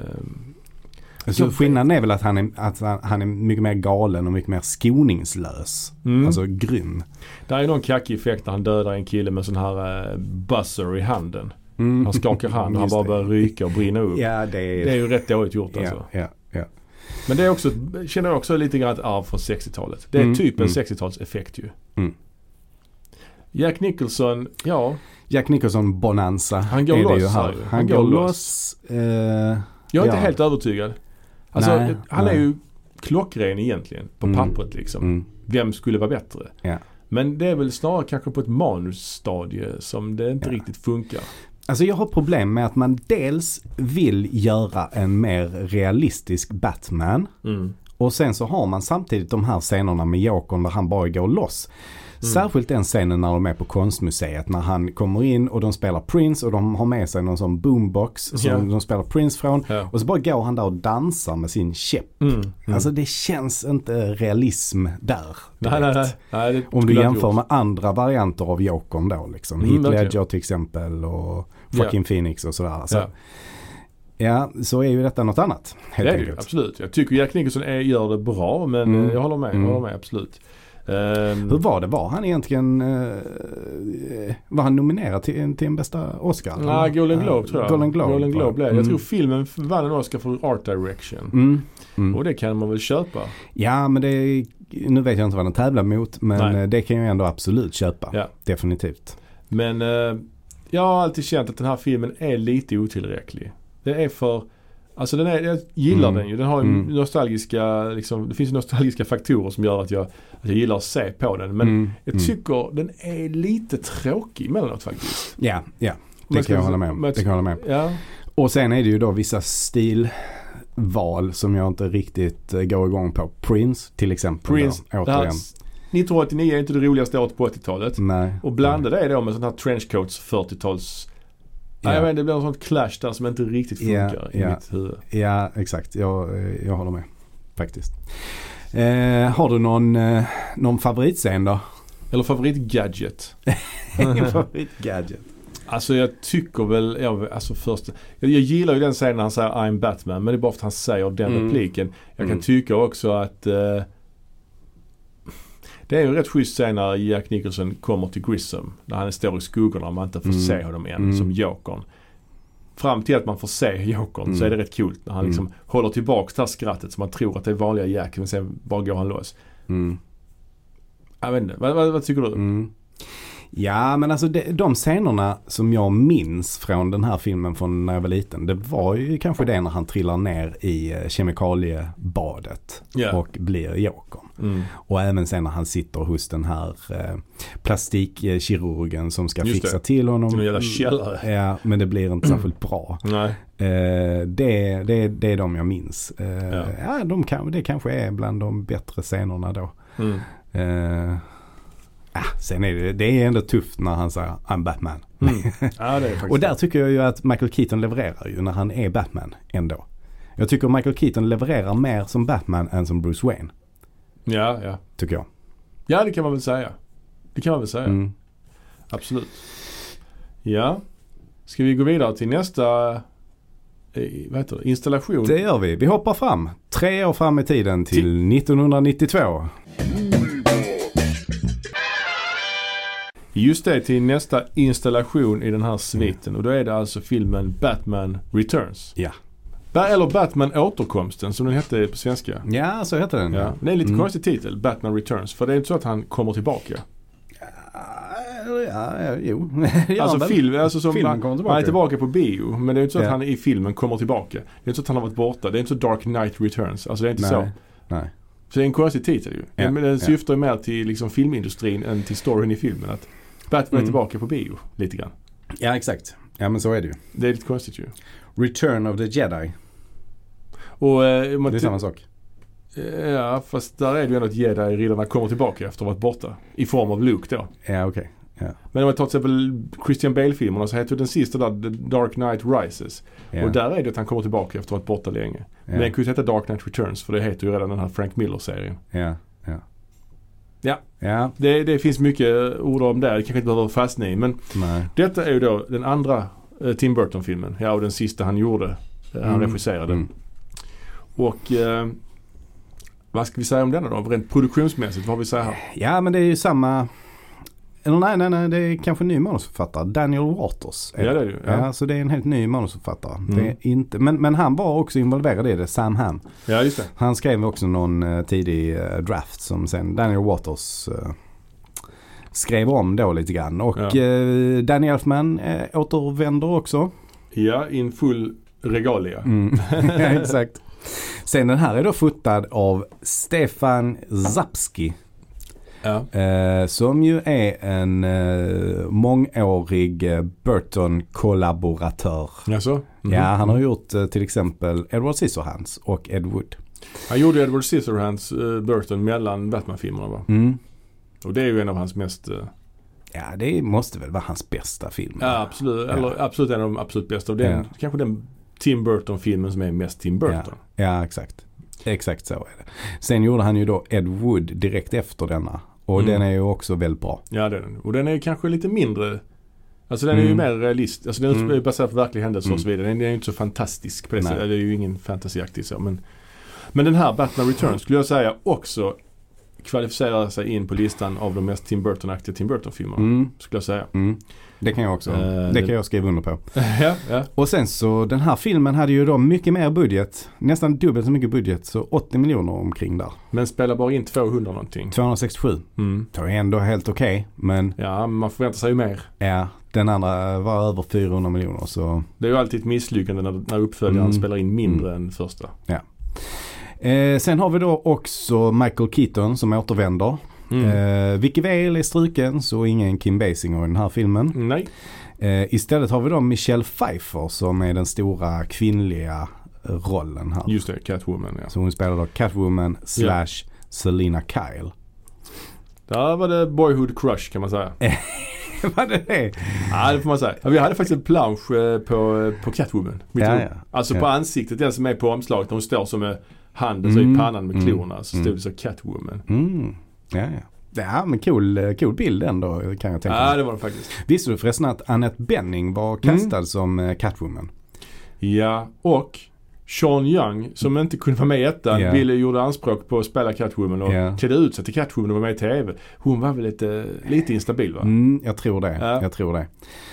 Så skillnaden är väl att han är, att han är mycket mer galen och mycket mer skoningslös. Mm. Alltså grym. Det är någon kackig effekt när han dödar en kille med sån här uh, buzzer i handen. Mm. Han skakar hand och han bara börjar ryka och brinna upp. Ja, det, är... det är ju rätt dåligt gjort alltså. Ja, ja, ja. Men det är också, känner jag också lite grann ett arv från sextiotalet. Det är mm. typ en mm. sextiotalseffekt ju. Mm. Jack Nicholson, ja. Jack Nicholson bonanza. Han går loss. Han, han, han går, går loss. Uh, jag är inte ja. helt övertygad. Alltså, nej, han nej. är ju klockren egentligen på mm. pappret liksom. Mm. Vem skulle vara bättre? Ja. Men det är väl snarare kanske på ett manusstadie som det inte ja. riktigt funkar. Alltså jag har problem med att man dels vill göra en mer realistisk Batman. Mm. Och sen så har man samtidigt de här scenerna med Jokern där han bara går loss. Mm. Särskilt den scenen när de är på konstmuseet. När han kommer in och de spelar Prince och de har med sig någon sån boombox som yeah. de spelar Prince från. Yeah. Och så bara går han där och dansar med sin käpp. Mm. Mm. Alltså det känns inte realism där. Nej, nej, nej. nej det Om du jämför med andra varianter av Jokern då. Liksom. Mm, Heath Ledger till exempel och Joaquin yeah. Phoenix och sådär. Så, yeah. Ja, så är ju detta något annat. Helt det är det, absolut. Jag tycker Jack Nicholson är, gör det bra men mm. jag håller med. Jag håller med absolut. Um, Hur var det? Var han egentligen uh, var han nominerad till, till en bästa Oscar? Nej, nah, Golden Globe tror jag. Golden Globe, Golden Globe blev. Mm. Jag tror filmen vann en Oscar för Art Direction. Mm. Mm. Och det kan man väl köpa. Ja, men det nu vet jag inte vad den tävlar mot, men Nej. det kan jag ändå absolut köpa. Ja. Definitivt. Men uh, jag har alltid känt att den här filmen är lite otillräcklig. Det är för Alltså den är, jag gillar mm. den ju. Den har ju mm. nostalgiska, liksom, det finns nostalgiska faktorer som gör att jag, att jag gillar att se på den. Men mm. jag tycker mm. den är lite tråkig mellanåt faktiskt. Ja, ja. Det kan jag hålla med om. Det kan jag hålla med. Ja. Och sen är det ju då vissa stilval som jag inte riktigt går igång på. Prince till exempel. Prince, då, återigen. nittonhundraåttionio är inte det roligaste året på åttiotalet. Nej. Och blanda det då med sån här trenchcoats fyrtiotals. Yeah. Nej, men det blir en sån clash där som inte riktigt funkar yeah, i yeah. mitt huvud. Ja, exakt. Jag, jag håller med. Faktiskt. Eh, har du någon, eh, någon favoritscen då? Eller favoritgadget? Favoritgadget. Alltså jag tycker väl, jag, alltså först, jag, jag gillar ju den scenen när han säger I'm Batman, men det är bara för att han säger den mm. repliken. Jag kan mm. tycka också att eh, det är ju rätt schysst scen när Jack Nicholson kommer till Grissom. När han står i skuggorna och man inte får mm. se honom än mm. som Jokern. Fram till att man får se Jokern mm. så är det rätt coolt när han liksom mm. håller tillbaka det här skrattet så man tror att det är vanliga Jack men sen bara går han loss. Mm. Jag vet inte, vad, vad, vad tycker du? Mm. Ja, men alltså det, de scenerna som jag minns från den här filmen från när jag var liten, det var ju kanske det när han trillar ner i kemikaliebadet yeah. och blir Jokern. Mm. Och även sen när han sitter hos den här eh, plastikkirurgen som ska Just fixa det. till honom. Som en jävla källare. Ja, men det blir inte särskilt bra. Nej. Eh, det, det, det är de jag minns. Eh, ja. Ja, de kan, det kanske är bland de bättre scenerna då. Mm. Eh, ah, sen är det, det är ändå tufft när han säger I'm Batman. Mm. Ja, det är och där tycker jag ju att Michael Keaton levererar ju när han är Batman ändå. Jag tycker Michael Keaton levererar mer som Batman än som Bruce Wayne. Ja, ja. Tycker jag. Ja, det kan man väl säga. Det kan man väl säga. Mm. Absolut. Ja. Ska vi gå vidare till nästa eh, vad heter det? Installation? Det gör vi. Vi hoppar fram. Tre år fram i tiden till, till... nittonhundranittiotvå. Just det, till nästa installation i den här sviten. Mm. Och då är det alltså filmen Batman Returns. Ja. Eller Batman Återkomsten som den hette på svenska. Ja, så heter den. Ja. Det är en lite mm. konstig titel, Batman Returns. För det är inte så att han kommer tillbaka. Ja, ja jo. alltså film, alltså som filmen han, kommer tillbaka. Han är tillbaka på bio. Men det är inte så att ja. han i filmen kommer tillbaka. Det är inte så att han har varit borta. Det är inte så Dark Knight Returns. Alltså det är inte Nej. så. Nej. Så det är en konstig titel ju. Ja. Men den syftar ju mer till liksom filmindustrin än till storyn i filmen. Att Batman mm. är tillbaka på bio lite grann. Ja, exakt. Ja, men så är det ju. Det är lite konstigt ju. Return of the Jedi. Och, eh, det är samma sak. Ja, fast där är det ju ändå att Jedi-riddarna kommer tillbaka efter att ha varit borta. I form av Luke då. Ja, okej. Okay. Ja. Men om man tar till exempel Christian Bale-filmerna så heter den sista där The Dark Knight Rises. Ja. Och där är det att han kommer tillbaka efter att ha varit borta länge. Ja. Men den kan ju heta Dark Knight Returns för det heter ju redan den här Frank Miller-serien. Ja, ja. Ja, ja. Det, det finns mycket ord om det. Det kanske inte behöver fastna i. Men Nej. Detta är ju då den andra eh, Tim Burton-filmen. Ja, och den sista han gjorde. Eh, han mm. regisserade. Mm. Och eh, vad ska vi säga om denna då? Rent produktionsmässigt, vad har vi säger här? Ja, men det är ju samma... Eller nej, nej, nej, det är kanske en ny manusförfattare. Daniel Waters. Ja, det är det ju. Ja. Ja, så det är en helt ny manusförfattare. Mm. Det är inte, men, men han var också involverad i det, Sam Hamm. Ja, just det. Han skrev också någon uh, tidig uh, draft som sen Daniel Waters uh, skrev om då lite grann. Och ja. uh, Danny Elfman uh, återvänder också. Ja, in full regalia. Mm. Ja, exakt. Sen den här är då fotad av Stefan Zapski. Ja. Eh, som ju är en eh, mångårig eh, Burton-kollaboratör. Jaså? Mm-hmm. Ja, han har gjort eh, till exempel Edward Scissorhands och Ed Wood. Han gjorde Edward Scissorhands eh, Burton mellan Batman-filmerna va? Mm. Och det är ju en av hans mest... Eh... Ja, det måste väl vara hans bästa film. Ja, absolut. Ja. Eller absolut en av de absolut bästa. Och den, ja. Kanske den Tim Burton-filmen som är mest Tim Burton. Ja, ja exakt. Exakt så är det. Sen gjorde han ju då Ed Wood direkt efter denna. Och mm. den är ju också väldigt bra. Ja, den. Och den är kanske lite mindre... Alltså den är mm. ju mer realist. Alltså den är mm. baserad på verkliga händelser mm. och så vidare. Den är ju inte så fantastisk på det sättet. Det är ju ingen fantasyaktig så. Men, men den här Batman Returns skulle jag säga också kvalificerar sig in på listan av de mest Tim Burton-aktiga Tim Burton-filmerna. Mm. Skulle jag säga. Mm. Det kan jag också. Uh, det kan jag skriva under på. ja, ja. Och sen så den här filmen hade ju då mycket mer budget. Nästan dubbelt så mycket budget. Så åttio miljoner omkring där. Men spelar bara in tvåhundra någonting. tvåhundrasextiosju. Mm. Det är ändå helt okej. Okay, men... Ja, man förväntar sig ju mer. Ja, den andra var över fyrahundra miljoner. Så... Det är ju alltid ett misslyckande när, när uppföljaren mm. spelar in mindre mm. än första. Ja. Eh, sen har vi då också Michael Keaton som återvänder. Mm. Eh, Vicky Vale är struken så ingen Kim Basinger i den här filmen. Nej. Eh, istället har vi då Michelle Pfeiffer som är den stora kvinnliga rollen här. Just det, Catwoman. Ja. Så hon spelar då Catwoman slash ja. Selina Kyle. Där var det boyhood crush kan man säga. Var det det? Ja, det får man säga. Ja, vi hade faktiskt en plansch på, på Catwoman. Ja, ja. Alltså ja. på ansiktet, den som är på omslaget. Hon står som med handen mm. så i pannan med klorna. Så stod det så Catwoman. Mm. Ja, ja. Ja, men cool, cool bild ändå kan jag tänka mig. Ja, det var det faktiskt. Visste du förresten att Annette Bening var kastad mm. som Catwoman? Ja, och Sean Young som inte kunde vara med i ettan yeah. ville gjorde anspråk på att spela Catwoman och yeah. klädde ut sig till Catwoman och var med i tv. Hon var väl lite, lite instabil va? Mm, jag tror det. Ja. Jag tror det.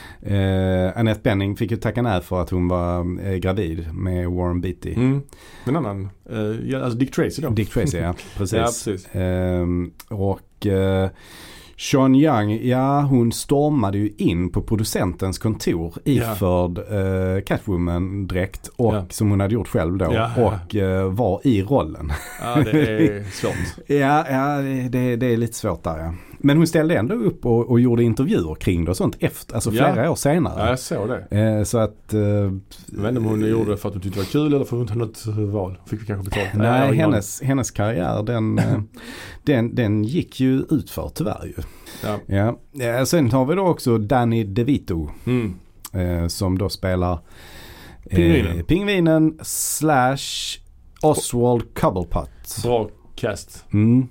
Uh, Annette Bening fick ju tacka nej för att hon var uh, gravid med Warren Beatty. Mm. En annan, uh, ja, alltså Dick Tracy då. Dick Tracy, ja. Precis. Ja, precis. Uh, och uh, Sean Young, ja hon stormade ju in på producentens kontor iförd yeah. uh, Catwoman-dräkt och yeah. som hon hade gjort själv då yeah. och uh, var i rollen. Ja, det är svårt. ja, ja det, det är lite svårt där, ja. Men hon ställde ändå upp och, och gjorde intervjuer kring det och sånt efter, alltså flera ja. år senare. Ja, jag såg det. Eh, så att... Eh, jag vet inte om hon gjorde det för att hon tyckte det var kul eller för att hon hade något val. Fick vi kanske betalt. Nej, hennes, hennes karriär den, den, den gick ju ut för tyvärr ju. Ja. Ja. Sen har vi då också Danny DeVito mm. eh, som då spelar eh, Pingvinen. Pingvinen slash Oswald Cobblepot. Bra cast. Mm.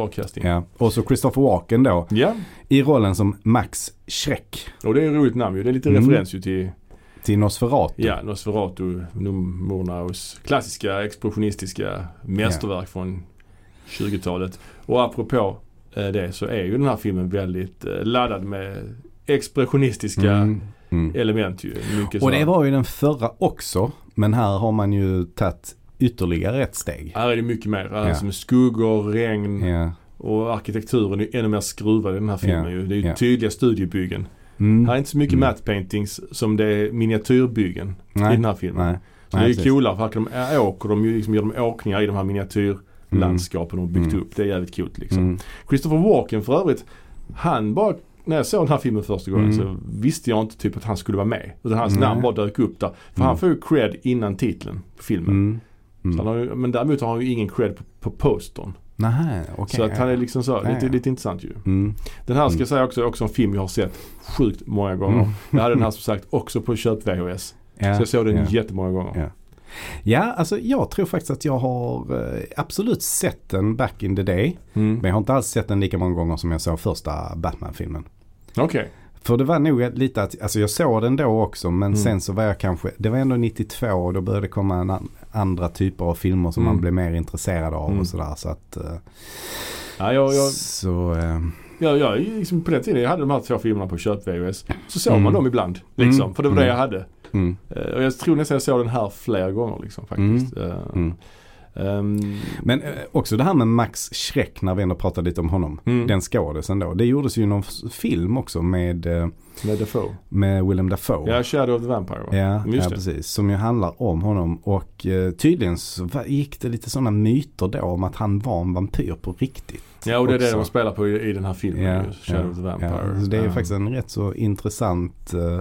Ja. Och så Christopher Walken då ja. i rollen som Max Schreck. Och det är ett roligt namn ju. Det är lite mm. referens ju till till Nosferatu. Ja, Nosferatu, Murnaus klassiska expressionistiska mästerverk ja. från tjugotalet. Och apropå eh, det så är ju den här filmen väldigt eh, laddad med expressionistiska mm. Mm. element ju. Mycket och det var ju den förra också, men här har man ju tagit ytterligare ett steg. Här är det mycket mer. Alltså ja. med skuggor, regn ja. och arkitekturen är ännu mer skruvad i den här filmen. Ja. Ju. Det är ju ja. tydliga studiebyggen. Mm. Här är inte så mycket mm. matte paintings som det är miniatyrbyggen Nej. i den här filmen. Nej. Så Nej, det är ju coolare för att de är åker, de liksom gör de åkningar i de här miniatyrlandskapen mm. de har byggt mm. upp. Det är jävligt coolt liksom. Mm. Christopher Walken för övrigt, han bara när jag såg den här filmen första gången mm. så visste jag inte typ att han skulle vara med. Utan hans mm. namn bara dök upp där. För mm. han får ju cred innan titeln på filmen. Mm. Mm. Så han har ju, men däremot har han ju ingen cred på, på postern. Nähä, okay, så att han är liksom så, lite, lite intressant ju. Mm. Den här ska jag säga också, också en film jag har sett sjukt många gånger. Mm. Jag hade den här som sagt också på köp-V H S. Ja, så jag såg den ja. jättemånga gånger. Ja. ja, alltså jag tror faktiskt att jag har eh, absolut sett den back in the day. Mm. Men jag har inte alls sett den lika många gånger som jag såg första Batman-filmen. Okej. Okay. För det var nog lite att, alltså jag såg den då också men mm. sen så var jag kanske, det var ändå nittiotvå och då började det komma en an, andra typer av filmer som mm. man blev mer intresserad av mm. och sådär så att uh, ja, jag, jag, så uh, ja, jag liksom på den tiden jag hade de här två filmerna på köp-V H S så såg mm. man dem ibland liksom, mm. för det var det jag hade mm. uh, och jag tror nästan jag såg den här flera gånger liksom faktiskt mm. Uh, mm. Um, men eh, också det här med Max Schreck när vi ändå pratade lite om honom mm. den skådisen då, det gjordes ju någon film också med eh, med Dafoe med Willem Dafoe ja, Shadow of the Vampire va? ja, ja precis, som ju handlar om honom och eh, tydligen så gick det lite sådana myter då om att han var en vampyr på riktigt ja och det är också det de spelar på i, i den här filmen ja, Shadow ja, of the Vampire ja, så det är ju um. faktiskt en rätt så intressant eh,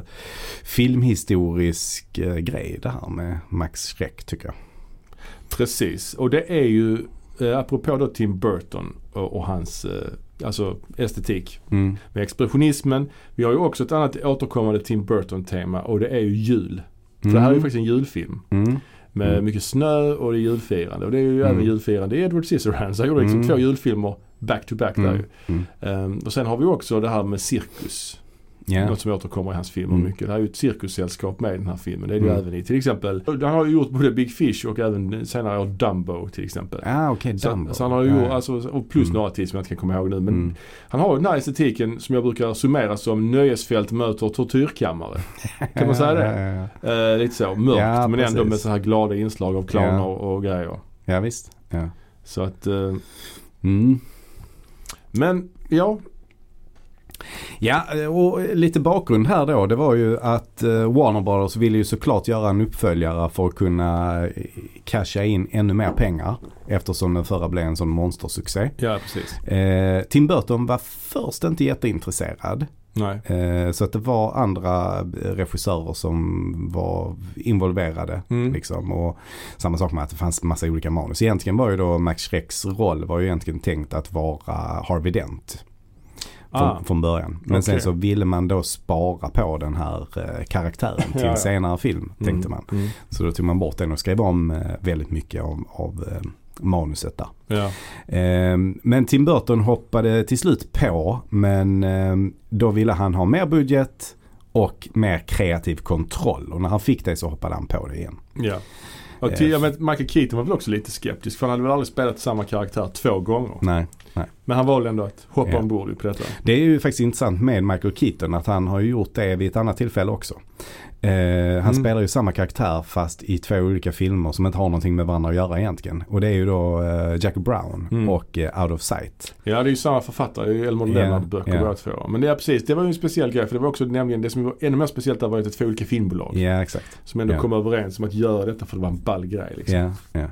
filmhistorisk eh, grej det här med Max Schreck tycker jag. Precis, och det är ju eh, apropå då Tim Burton och, och hans eh, alltså estetik mm. med expressionismen. Vi har ju också ett annat återkommande Tim Burton-tema och det är ju jul. För mm. det här är ju faktiskt en julfilm mm. med mm. mycket snö och det är julfirande och det är ju mm. även julfirande. Det är Edward Scissorhands, han gjorde liksom mm. två julfilmer back to back mm. där ju. Mm. Um, och sen har vi också det här med cirkus. Yeah. Något som återkommer i hans filmer mm. mycket. Det här är ju ett cirkussällskap med i den här filmen. Det är det mm. ju även i. Till exempel, han har ju gjort både Big Fish och även senare år Dumbo till exempel. Ah, okej, okay, Dumbo. Så, så han har ju gjort, alltså, och plus mm. några till som jag inte kan komma ihåg nu. Men mm. han har ju den här estetiken som jag brukar summera som nöjesfält möter tortyrkammare. Kan man säga det? ja, ja, ja. Uh, lite så, mörkt ja, men precis. Ändå med så här glada inslag av clowner ja. och, och grejer. Ja, visst. Ja. Så att... Uh, mm. Men, ja... Ja, och lite bakgrund här då, det var ju att uh, Warner Brothers ville ju såklart göra en uppföljare för att kunna casha in ännu mer pengar eftersom den förra blev en sån monstersuccé. Ja, precis. Uh, Tim Burton var först inte jätteintresserad. Nej. Uh, så att det var andra regissörer som var involverade mm. liksom, och samma sak med att det fanns massa olika manus. Egentligen var ju då Max Schrecks roll var ju egentligen tänkt att vara Harvey Dent. Från, ah, från början. Men okay. sen så ville man då spara på den här eh, karaktären till ja, ja. senare film, tänkte mm, man. Mm. Så då tog man bort den och skrev om eh, väldigt mycket av, av eh, manuset där. Ja. Eh, men Tim Burton hoppade till slut på, men eh, då ville han ha mer budget och mer kreativ kontroll. Och när han fick det så hoppade han på det igen. Ja. Och till, jag vet, Michael Keaton var väl också lite skeptisk för han hade väl aldrig spelat samma karaktär två gånger. Nej. Nej. Men han valde ändå att hoppa Ja. ombord på detta. Det är ju faktiskt intressant med Michael Keaton att han har ju gjort det vid ett annat tillfälle också. Eh, han Mm. spelar ju samma karaktär fast i två olika filmer som inte har någonting med varandra att göra egentligen. Och det är ju då eh, Jack Brown Mm. och eh, Out of Sight. Ja, det är ju samma författare, ju Elmore Ja, Leonard böcker ja. båda två. Men det är precis, det var ju en speciell grej för det var också nämligen det som var ännu mer speciellt där var ju att två olika filmbolag Ja, exakt. som ändå Ja. kom överens om att göra detta för det var en ball grej liksom. Ja, ja.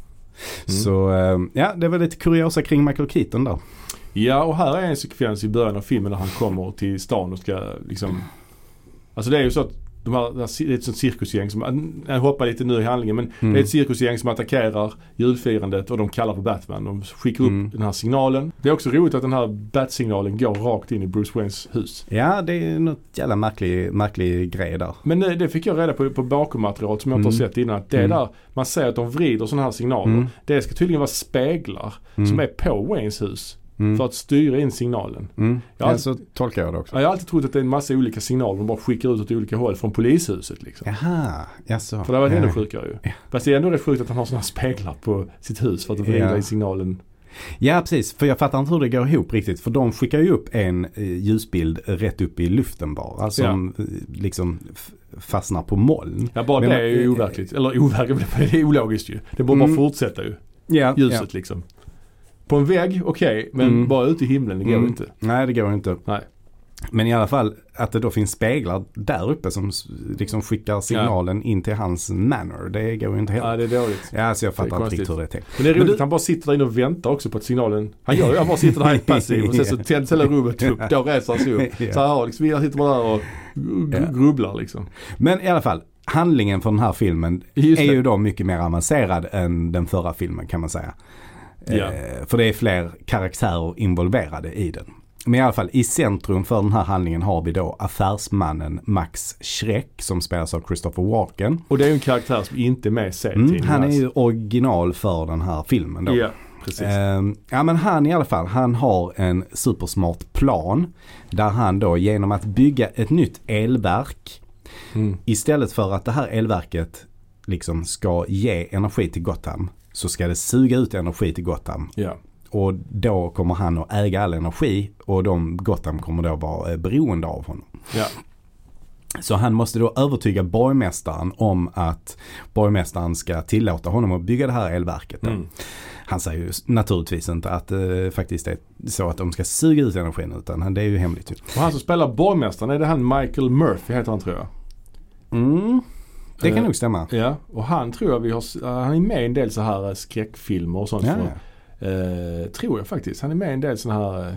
Så eh, ja, det var lite kuriosa kring Michael Keaton där. Ja, och här är en sekvens i början av filmen när han kommer till stan och ska liksom... Alltså det är ju så att de här, det är ett sånt cirkusgäng som, jag hoppar lite nu i handlingen, men Mm. det är ett cirkusgäng som attackerar julfirandet och de kallar på Batman. De skickar upp Mm. den här signalen. Det är också roligt att den här Bat-signalen går rakt in i Bruce Waynes hus. Ja, det är något jävla märklig, märklig grej där. Men det, det fick jag reda på på bakommaterial som jag inte har Mm. sett innan. Att det är Mm. där man säger att de vrider sådana här signaler. Mm. Det ska tydligen vara speglar Mm. som är på Waynes hus Mm. för att styra in signalen. Mm. Ja, Ja, så tolkar jag det också. Ja, jag har alltid trott att det är en massa olika signaler de bara skickar ut åt olika håll från polishuset liksom. Jaha, jaså. För det var ännu Ja. sjukare ju. Ja. Fast det är ändå rätt sjukt att han har sådana speglar på sitt hus för att vrida Ja. i signalen. Ja, precis. För jag fattar inte hur det går ihop riktigt. För de skickar ju upp en eh, ljusbild rätt upp i luften bara. Alltså Ja. som eh, liksom f- fastnar på moln. Ja, bara Men- det är ju overkligt. Eller overkligt, det är ologiskt ju. Det borde Mm. bara fortsätta ju. Ja, Ljuset liksom. På en vägg, okej. Okay, men Mm. bara ute i himlen, det går Mm. inte. Nej, det går inte. Nej. Men i alla fall att det då finns speglar där uppe som s- liksom skickar signalen in till hans manor. Det går ju inte heller. Ja, det är dåligt. Ja, så jag Det är fattar inte konstigt. riktigt hur det är tänkt. Men det är roligt Men du- att han bara sitter där inne och väntar också på att signalen... Han gör ju, han bara sitter där helt passiv och sen så tänds hela rummet upp. Då reser han sig upp. Ja. Så här, liksom, jag sitter bara där och gr- Ja. grubblar liksom. Men i alla fall, handlingen för den här filmen Just är det. ju då mycket mer avancerad än den förra filmen kan man säga. Ja. Eh, för det är fler karaktärer involverade i den. Men i alla fall i centrum för den här handlingen har vi då affärsmannen Max Schreck som spelas av Christopher Walken. Och det är ju en karaktär som inte är med i serien. Mm, han är ju original för den här filmen då. Ja, precis. Eh, ja men han i alla fall, han har en supersmart plan där han då genom att bygga ett nytt elverk Mm. istället för att det här elverket liksom ska ge energi till Gotham så ska det suga ut energi till Gotham. Ja. Och då kommer han att äga all energi och de Gotham kommer då vara eh, beroende av honom. Ja. Så han måste då övertyga borgmästaren om att borgmästaren ska tillåta honom att bygga det här elverket. Då. Mm. Han säger ju naturligtvis inte att det eh, faktiskt är så att de ska suga ut energin utan det är ju hemligt. Ju. Och han som spelar borgmästaren, är det han Michael Murphy heter han tror jag. Mm. Det kan Eh, nog stämma. Ja, och han tror jag vi har, uh, han är med i en del så här uh, skräckfilmer och sånt. Ja, För, ja. uh, tror jag faktiskt. Han är med i en del såna här uh,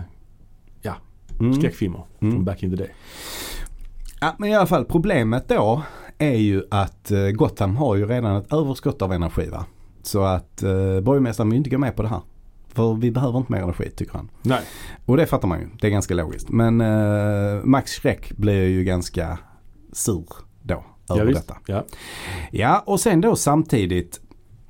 Mm. skräckfilmer Mm. från back in the day. Ja, men i alla fall problemet då är ju att eh, Gotham har ju redan ett överskott av energi va. Så att eh, borgmästaren vill inte gå med på det här. För vi behöver inte mer energi tycker han. Nej. Och det fattar man ju. Det är ganska logiskt. Men eh, Max Schreck blir ju ganska sur då över Ja, visst. detta. Ja. Ja, och sen då samtidigt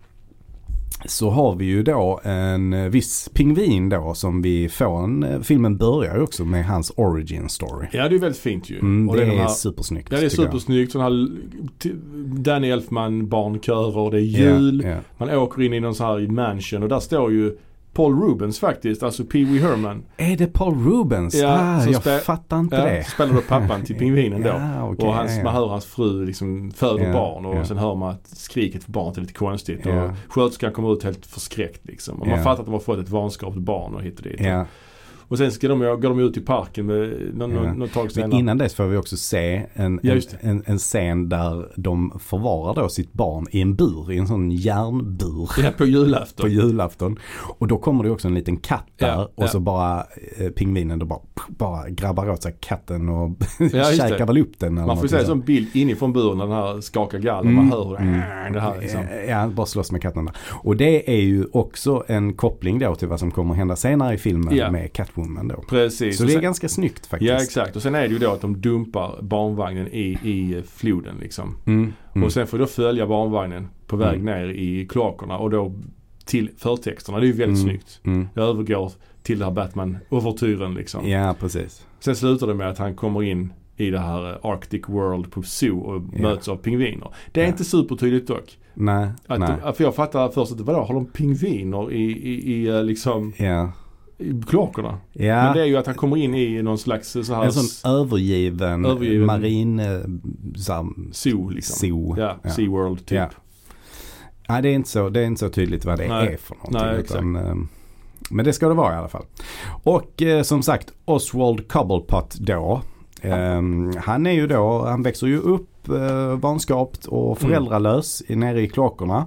så har vi ju då en viss pingvin då som vi får en, filmen börjar ju också med hans origin story. ja, det är väldigt fint ju. Mm, och det, är de är här, supersnyggt. ja, det är tycker jag. supersnyggt. Sån här t- Danny Elfman barnkörer, det är jul. Ja, ja. Man åker in i någon sån här mansion och där står ju Paul Rubens faktiskt, alltså Pee Wee Herman. Är det Paul Rubens? Ja, ah, som jag spä- fattar inte Ja, det. spelar då pappan till pingvinen då. Ja, okej, och hans, ja, ja. man hör hans fru liksom föder Ja, barn och ja. sen hör man att skriket för barnet är lite konstigt. Ja. Och sköterskan kommer ut helt förskräckt liksom. Och man Ja. fattar att de har fått ett vanskapligt barn och hit och dit. Ja. Och sen ska de, går de ut i parken med någon, Ja. någon, någon tag Men senare. innan dess får vi också se en, Ja, en, just det. en, en scen där de förvarar då sitt barn i en bur, i en sån järnbur. Ja, på julafton. På julafton. Och då kommer det också en liten katt där Ja, och ja. så bara eh, pingvinen då bara, bara grabbar åt sig katten och just käkar det. väl upp den. Eller Man får något se en sånt. sån bild inifrån buren när den här skakar gall och Mm, man hör hur mm. det här liksom. Ja, bara slåss med katten där. Och det är ju också en koppling då till vad som kommer hända senare i filmen Ja. med Catwoman då. Precis. Så Och det är sen- ganska snyggt faktiskt. Ja, exakt. Och sen är det ju då att de dumpar barnvagnen i, i floden liksom. Mm, mm. Och sen får du väl barnvagnen på väg Mm. ner i kloakerna och då till förtexterna. Det är ju väldigt Mm. snyggt. Mm. Det övergår till det här Batman-overtyren liksom. Ja, precis. Sen slutar det med att han kommer in i det här eh, Arctic World på Zoo och Ja. möts av pingviner. Det är Ja. inte supertydligt dock. Nej, Att nej. de, för jag fattar först att vadå, har de pingviner i, i, i eh, liksom Ja. i kloakerna. Ja. Men det är ju att han kommer in i någon slags så här... En sån övergiven, övergiven marin zoo liksom. Zoo. Ja, ja. SeaWorld typ. Ja. Nej, det är inte så, det är inte så tydligt vad det Nej. är för någonting. Nej, utan, men det ska det vara i alla fall. Och eh, som sagt, Oswald Cobblepot då. Eh, han är ju då, han växer ju upp eh, vanskapt och föräldralös mm. nere i kloakerna.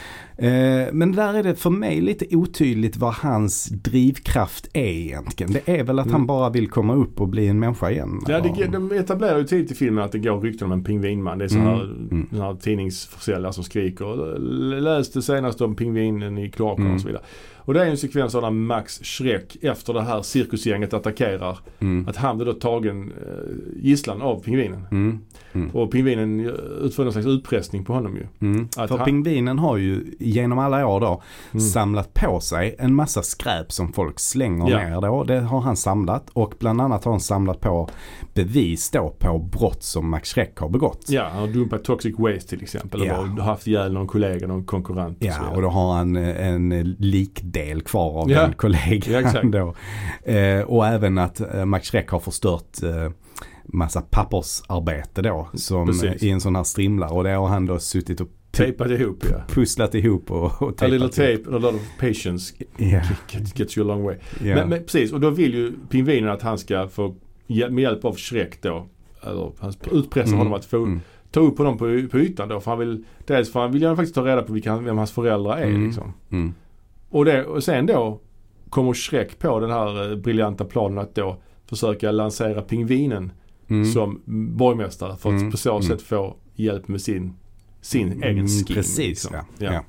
Eh, men där är det för mig lite otydligt vad hans drivkraft är egentligen. Det är väl att mm. han bara vill komma upp och bli en människa igen. Ja, det, de etablerar ju tidigt i filmen att det går rykten om en pingvinman. Det är sådana här, mm. här tidningsförsäljare som skriker. Läste senast om pingvinen i kloakerna mm. och så vidare. Och det är en sekvens av Max Schreck efter det här cirkusgänget attackerar. Mm. Att han blir då tagen eh, gisslan av pingvinen. Mm. Mm. Och pingvinen utför någon slags utpressning på honom ju. Mm. Att För han... pingvinen har ju genom alla år då mm. samlat på sig en massa skräp som folk slänger ja. ner då. Det har han samlat och bland annat har han samlat på bevis då på brott som Max Schreck har begått. Ja, han har dumpat toxic waste till exempel. Ja. Eller haft ihjäl någon kollega, någon konkurrent. Ja, och, och då har han en likdel kvar av ja. en kollega. Ja, då. Eh, och även att eh, Max Schreck har förstört eh, massa pappersarbete då som Precis. i en sån här strimla och det har han då suttit och tejpat ihop, ja. pusslat ihop och, och tejpat a little tape and a lot of patience yeah. gets, gets you a long way. Yeah. Men, men precis, och då vill ju pingvinen att han ska få med hjälp av Schreck då, eller han utpressar mm. honom att få mm. ta upp honom på, på ytan då, för han vill dels för han vill ju faktiskt ta reda på vilka, vem hans föräldrar är mm. liksom. Mm. Och, det, och sen då kommer Schreck på den här briljanta planen att då försöka lansera pingvinen mm. som borgmästare för att mm. på så sätt mm. få hjälp med sin sin mm, egen skin. Precis, liksom. ja. ja.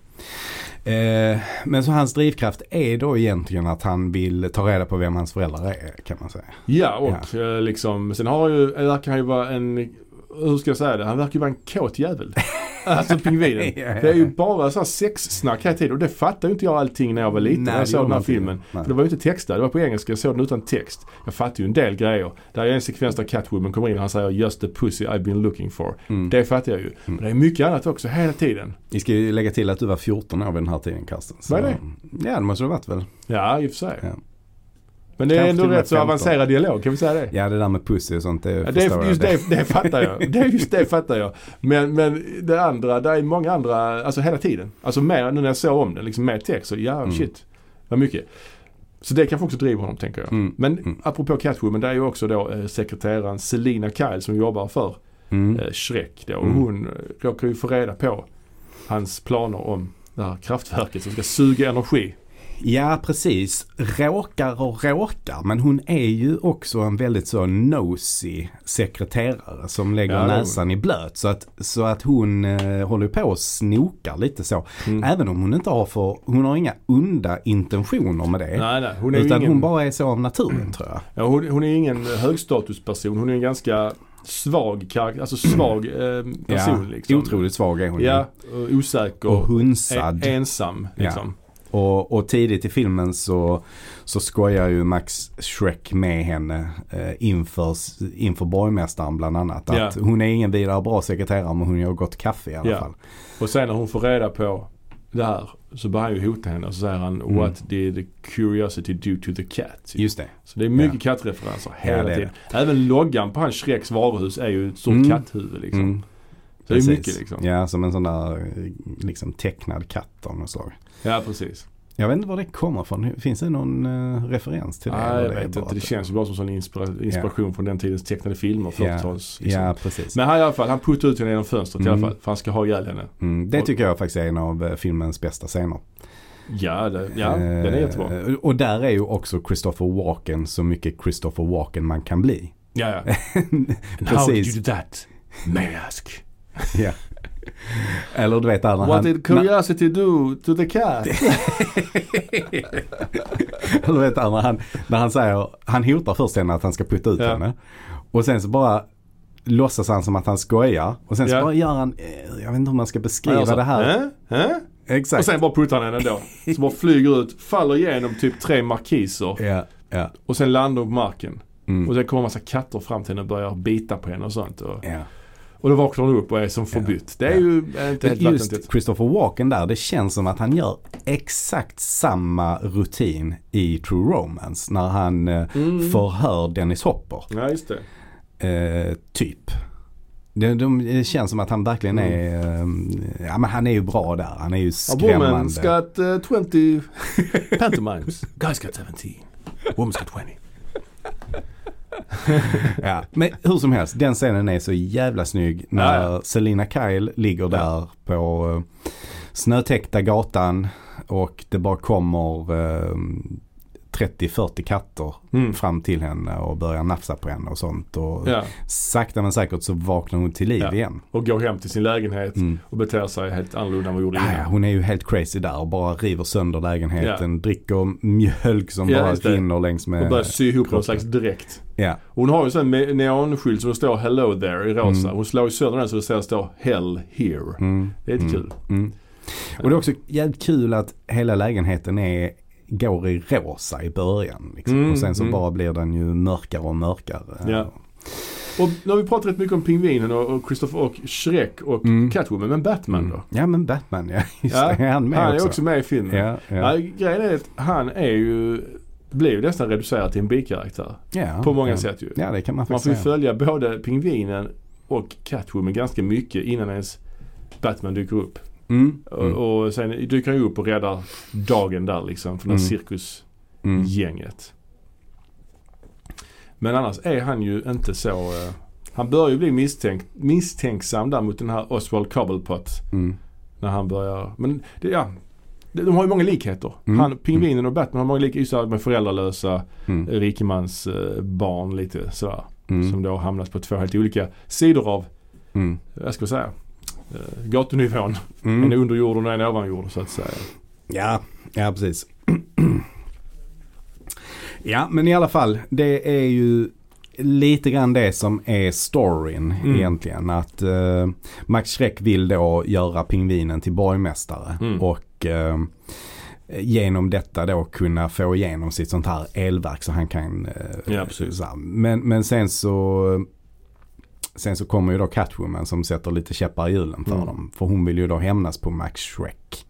Eh, men så hans drivkraft är då egentligen att han vill ta reda på vem hans föräldrar är, kan man säga. Ja, och ja. liksom, sen har ju, eller kan ju vara en, hur ska jag säga det, han verkar ju vara en kåt jävel. Alltså pingvinen. ja, ja, ja. Det är ju bara så här sexsnack här tid och det fattar ju inte jag allting när jag var liten när jag såg den här filmen. För det var ju inte textad, det var på engelska, jag såg den utan text. Jag fattar ju en del grejer. Där är en sekvens där Catwoman kommer in och han säger just the pussy I've been looking for. Mm. Det fattar jag ju. Mm. Men det är mycket annat också hela tiden. Vi ska ju lägga till att du var fjorton år vid den här tiden, Karsten. Vad är det? Ja, det måste det ha varit väl. Ja, i och för sig. Ja. Men det är ändå rätt så avancerad dialog, kan vi säga det? Ja, det där med pussy och sånt, det ja, det, är, just det, det fattar jag. Det är just det fattar jag. Men, men det andra, det är många andra, alltså hela tiden. Alltså mer, nu när jag såg om det, liksom mer text, så ja, mm. shit, vad mycket. Så det kanske också driver honom, tänker jag. Mm. Men mm. apropå Catwoman, det är ju också då eh, sekreteraren Selina Kyle som jobbar för mm. eh, Schreck då. Och mm. hon råkar ju få reda på hans planer om det här kraftverket som ska suga energi. Ja, precis. Råkar och råkar. Men hon är ju också en väldigt så nosy sekreterare som lägger ja, näsan i blöt. Så att, så att hon eh, håller på och snokar lite så. Mm. Även om hon inte har för, hon har inga onda intentioner med det. Nej, nej. Hon är utan ingen... hon bara är så av naturen, tror jag. Ja, hon, hon är ingen högstatusperson. Hon är en ganska svag karaktär, alltså svag eh, person. Ja, liksom. Otroligt svag är hon. Ja, och osäker. Och hunsad. E- ensam, liksom. Ja. Och, och tidigt i filmen så, så skojar ju Max Schreck med henne eh, inför, inför borgmästaren bland annat. Att yeah. hon är ingen vidare bra sekreterare, men hon gör gott kaffe i alla yeah. fall. Och sen när hon får reda på det här så börjar han ju hota henne och så säger han mm. what did the curiosity do to the cat? Just det. Så det är mycket ja. kattreferenser hela ja, tiden. Även loggan på hans Schrecks varuhus är ju ett stort mm. katthuvud liksom. Mm. Så precis. Det är mycket liksom. Ja, som en sån där liksom tecknad katt av något slag. Ja, precis. Jag vet inte var det kommer ifrån. Finns det någon uh, referens till det? Nej, jag vet inte. Det känns ju bara som en inspira- inspiration yeah. från den tidens tecknade filmer. fyrtiotals, yeah. liksom. Ja, precis. Men här i alla fall, han puttar ut henne genom fönstret mm. i alla fall. För han ska ha ihjäl henne. Mm. Det tycker jag faktiskt är en av uh, filmens bästa scener. Ja, det, ja uh, den är jättebra. Och där är ju också Christopher Walken så mycket Christopher Walken man kan bli. Ja, ja. And how did you do that? May I ask? Ja. Eller du vet Anna, what han, did curiosity na- do to the cat? Eller du vet Anna, han, när han säger, han hotar först henne att han ska putta ut ja. henne. Och sen så bara låtsas han som att han skojar. Och sen så ja. bara gör han, jag vet inte hur man ska beskriva alltså, det här. Äh? Äh? Exakt. Och sen bara puttar han henne ändå. Så bara flyger ut, faller igenom typ tre markiser. Ja, ja. Och sen landar på marken. Mm. Och sen kommer en massa katter fram till henne och börjar bita på henne och sånt. Och, ja. Och då vaknar hon upp och är som förbytt. Ja. Det är ja. ju är inte helt just vattentätt. Christopher Walken där, det känns som att han gör exakt samma rutin i True Romance när han mm. förhör Dennis Hopper. Ja, just det. Eh, typ. Det, det känns som att han verkligen är mm. ja, men han är ju bra där. Han är ju skrämmande. A woman's got uh, twenty pantomimes. Guys got seventeen. Woman's got twenty. Ja, men hur som helst, den scenen är så jävla snygg när ja, ja. Selina Kyle ligger där ja. på uh, snötäckta gatan och det bara kommer uh, trettio fyrtio katter mm. fram till henne och börjar nafsa på henne och sånt och ja. sakta men säkert så vaknar hon till liv ja. igen. Och går hem till sin lägenhet mm. och beter sig helt annorlunda än vad hon gjorde innan. Ja, hon är ju helt crazy där och bara river sönder lägenheten, ja. dricker mjölk som ja, bara rinner längs med... Och börjar sy ihop någon slags direkt. Ja. Hon har ju en sån neonskylt som det står hello there i rosa. Mm. Hon slår ju sönder den så det står hell here. Mm. Det är lite mm. kul. Mm. Och det är också jävligt kul att hela lägenheten är går i rosa i början. Liksom. Mm, och sen så mm. bara blir den ju mörkare och mörkare. Ja. Och nu har vi pratat rätt mycket om Pingvinen och, och Christopher och Shrek och mm. Catwoman. Men Batman då? Ja, men Batman, ja. Just ja, det, är han med han också. är också med i filmen. Ja, ja. Ja, grejen är att han är ju blir ju nästan reducerad till en bikaraktär. Ja, på många ja. sätt ju. Ja, det kan man faktiskt Man får säga. följa både Pingvinen och Catwoman ganska mycket innan ens Batman dyker upp. Mm. Mm. Och, och sen dyker han upp och räddar dagen där liksom från mm. den cirkusgänget. Mm. Men annars är han ju inte så... Uh, han börjar ju bli misstänkt, misstänksam där mot den här Oswald Cobblepot. Mm. När han börjar... Men det, ja, de har ju många likheter. Mm. Han, Pingvinen och Batman har många likheter med föräldralösa mm. rikemans uh, barn lite sådär. Mm. Som då har hamnat på två helt olika sidor av, mm. jag ska säga, uh, gatunivån. Mm. En är under jorden och en är ovan jorden så att säga. Ja, ja precis. Ja, men i alla fall, det är ju lite grann det som är storyn mm. egentligen. Att uh, Max Schreck vill då göra Pingvinen till borgmästare mm. och uh, genom detta då kunna få igenom sitt sånt här elverk så han kan uh, ja, precis. Så, men, men sen så sen så kommer ju då Catwoman som sätter lite käppar i hjulen för mm. dem. För hon vill ju då hämnas på Max Schreck.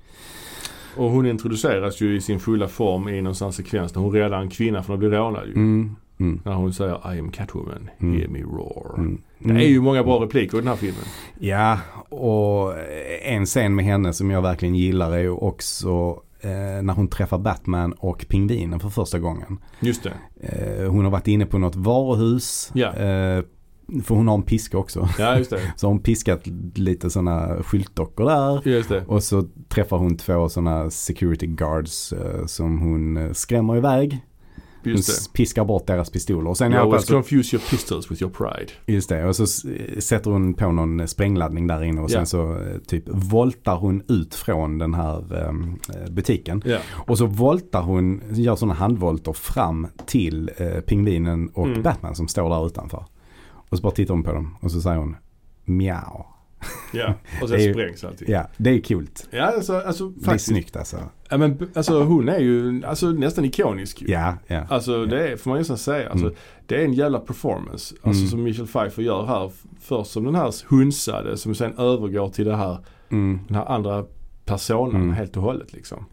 Och hon introduceras ju i sin fulla form i någon sekvens när hon räddar en kvinna från att bli rånad ju. Mm. Mm. När hon säger I am Catwoman, mm. hear me roar. Mm. Mm. Det är ju många bra repliker i den här filmen. Ja, och en scen med henne som jag verkligen gillar är ju också eh, när hon träffar Batman och Pingvinen för första gången. Just det. Eh, hon har varit inne på något varuhus. Ja. Eh, för hon har en piska också. Ja, just det. Så hon piskat lite sådana skyltdockor där. Just det. Och så träffar hon två sådana security guards uh, som hon uh, skrämmer iväg. Just hon det. Piskar bort deras pistoler. Och sen you always så, confuse your pistols with your pride. Just det. Och så sätter hon på någon sprängladdning där inne och yeah. sen så uh, typ voltar hon ut från den här um, butiken. Yeah. Och så voltar hon, gör sådana handvolter fram till uh, Pingvinen och mm. Batman som står där utanför. Och så bara tittar hon på dem och så säger hon miau. Ja, och sen sprängs allting. Ja, det är kul. Ja, alltså, alltså faktiskt. Det är snyggt alltså. Ja, men alltså hon är ju alltså, nästan ikonisk. Ja, ja. Alltså ja. det är, får man nästan säga. Alltså, mm. det är en jävla performance. Alltså mm. som Michelle Pfeiffer gör här. Först som den här hunsade som sen övergår till det här, mm. den här andra personen mm. helt och hållet liksom.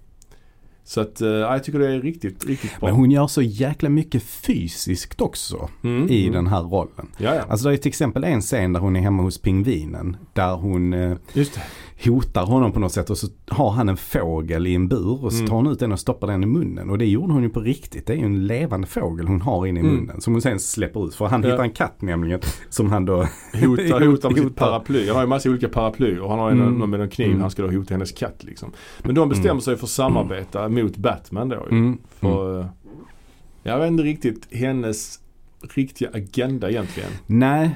Så att uh, jag tycker det är riktigt, riktigt bra. Men hon gör så jäkla mycket fysiskt också mm, i mm. den här rollen. Jaja. Alltså det är till exempel en scen där hon är hemma hos Pingvinen. Där hon uh, Just det. hotar honom på något sätt och så har han en fågel i en bur och så tar hon ut den och stoppar den i munnen. Och det gjorde hon ju på riktigt. Det är ju en levande fågel hon har inne i munnen mm. som hon sen släpper ut. För han ja. hittar en katt nämligen som han då hotar, hotar med sitt paraply. Han har ju massa olika paraplyer och han har ju mm. någon med en kniv mm. han ska då hota hennes katt liksom. Men de bestämmer mm. sig för att samarbeta mm. mot Batman då. Mm. För mm. jag vet inte riktigt hennes riktiga agenda egentligen. Nej.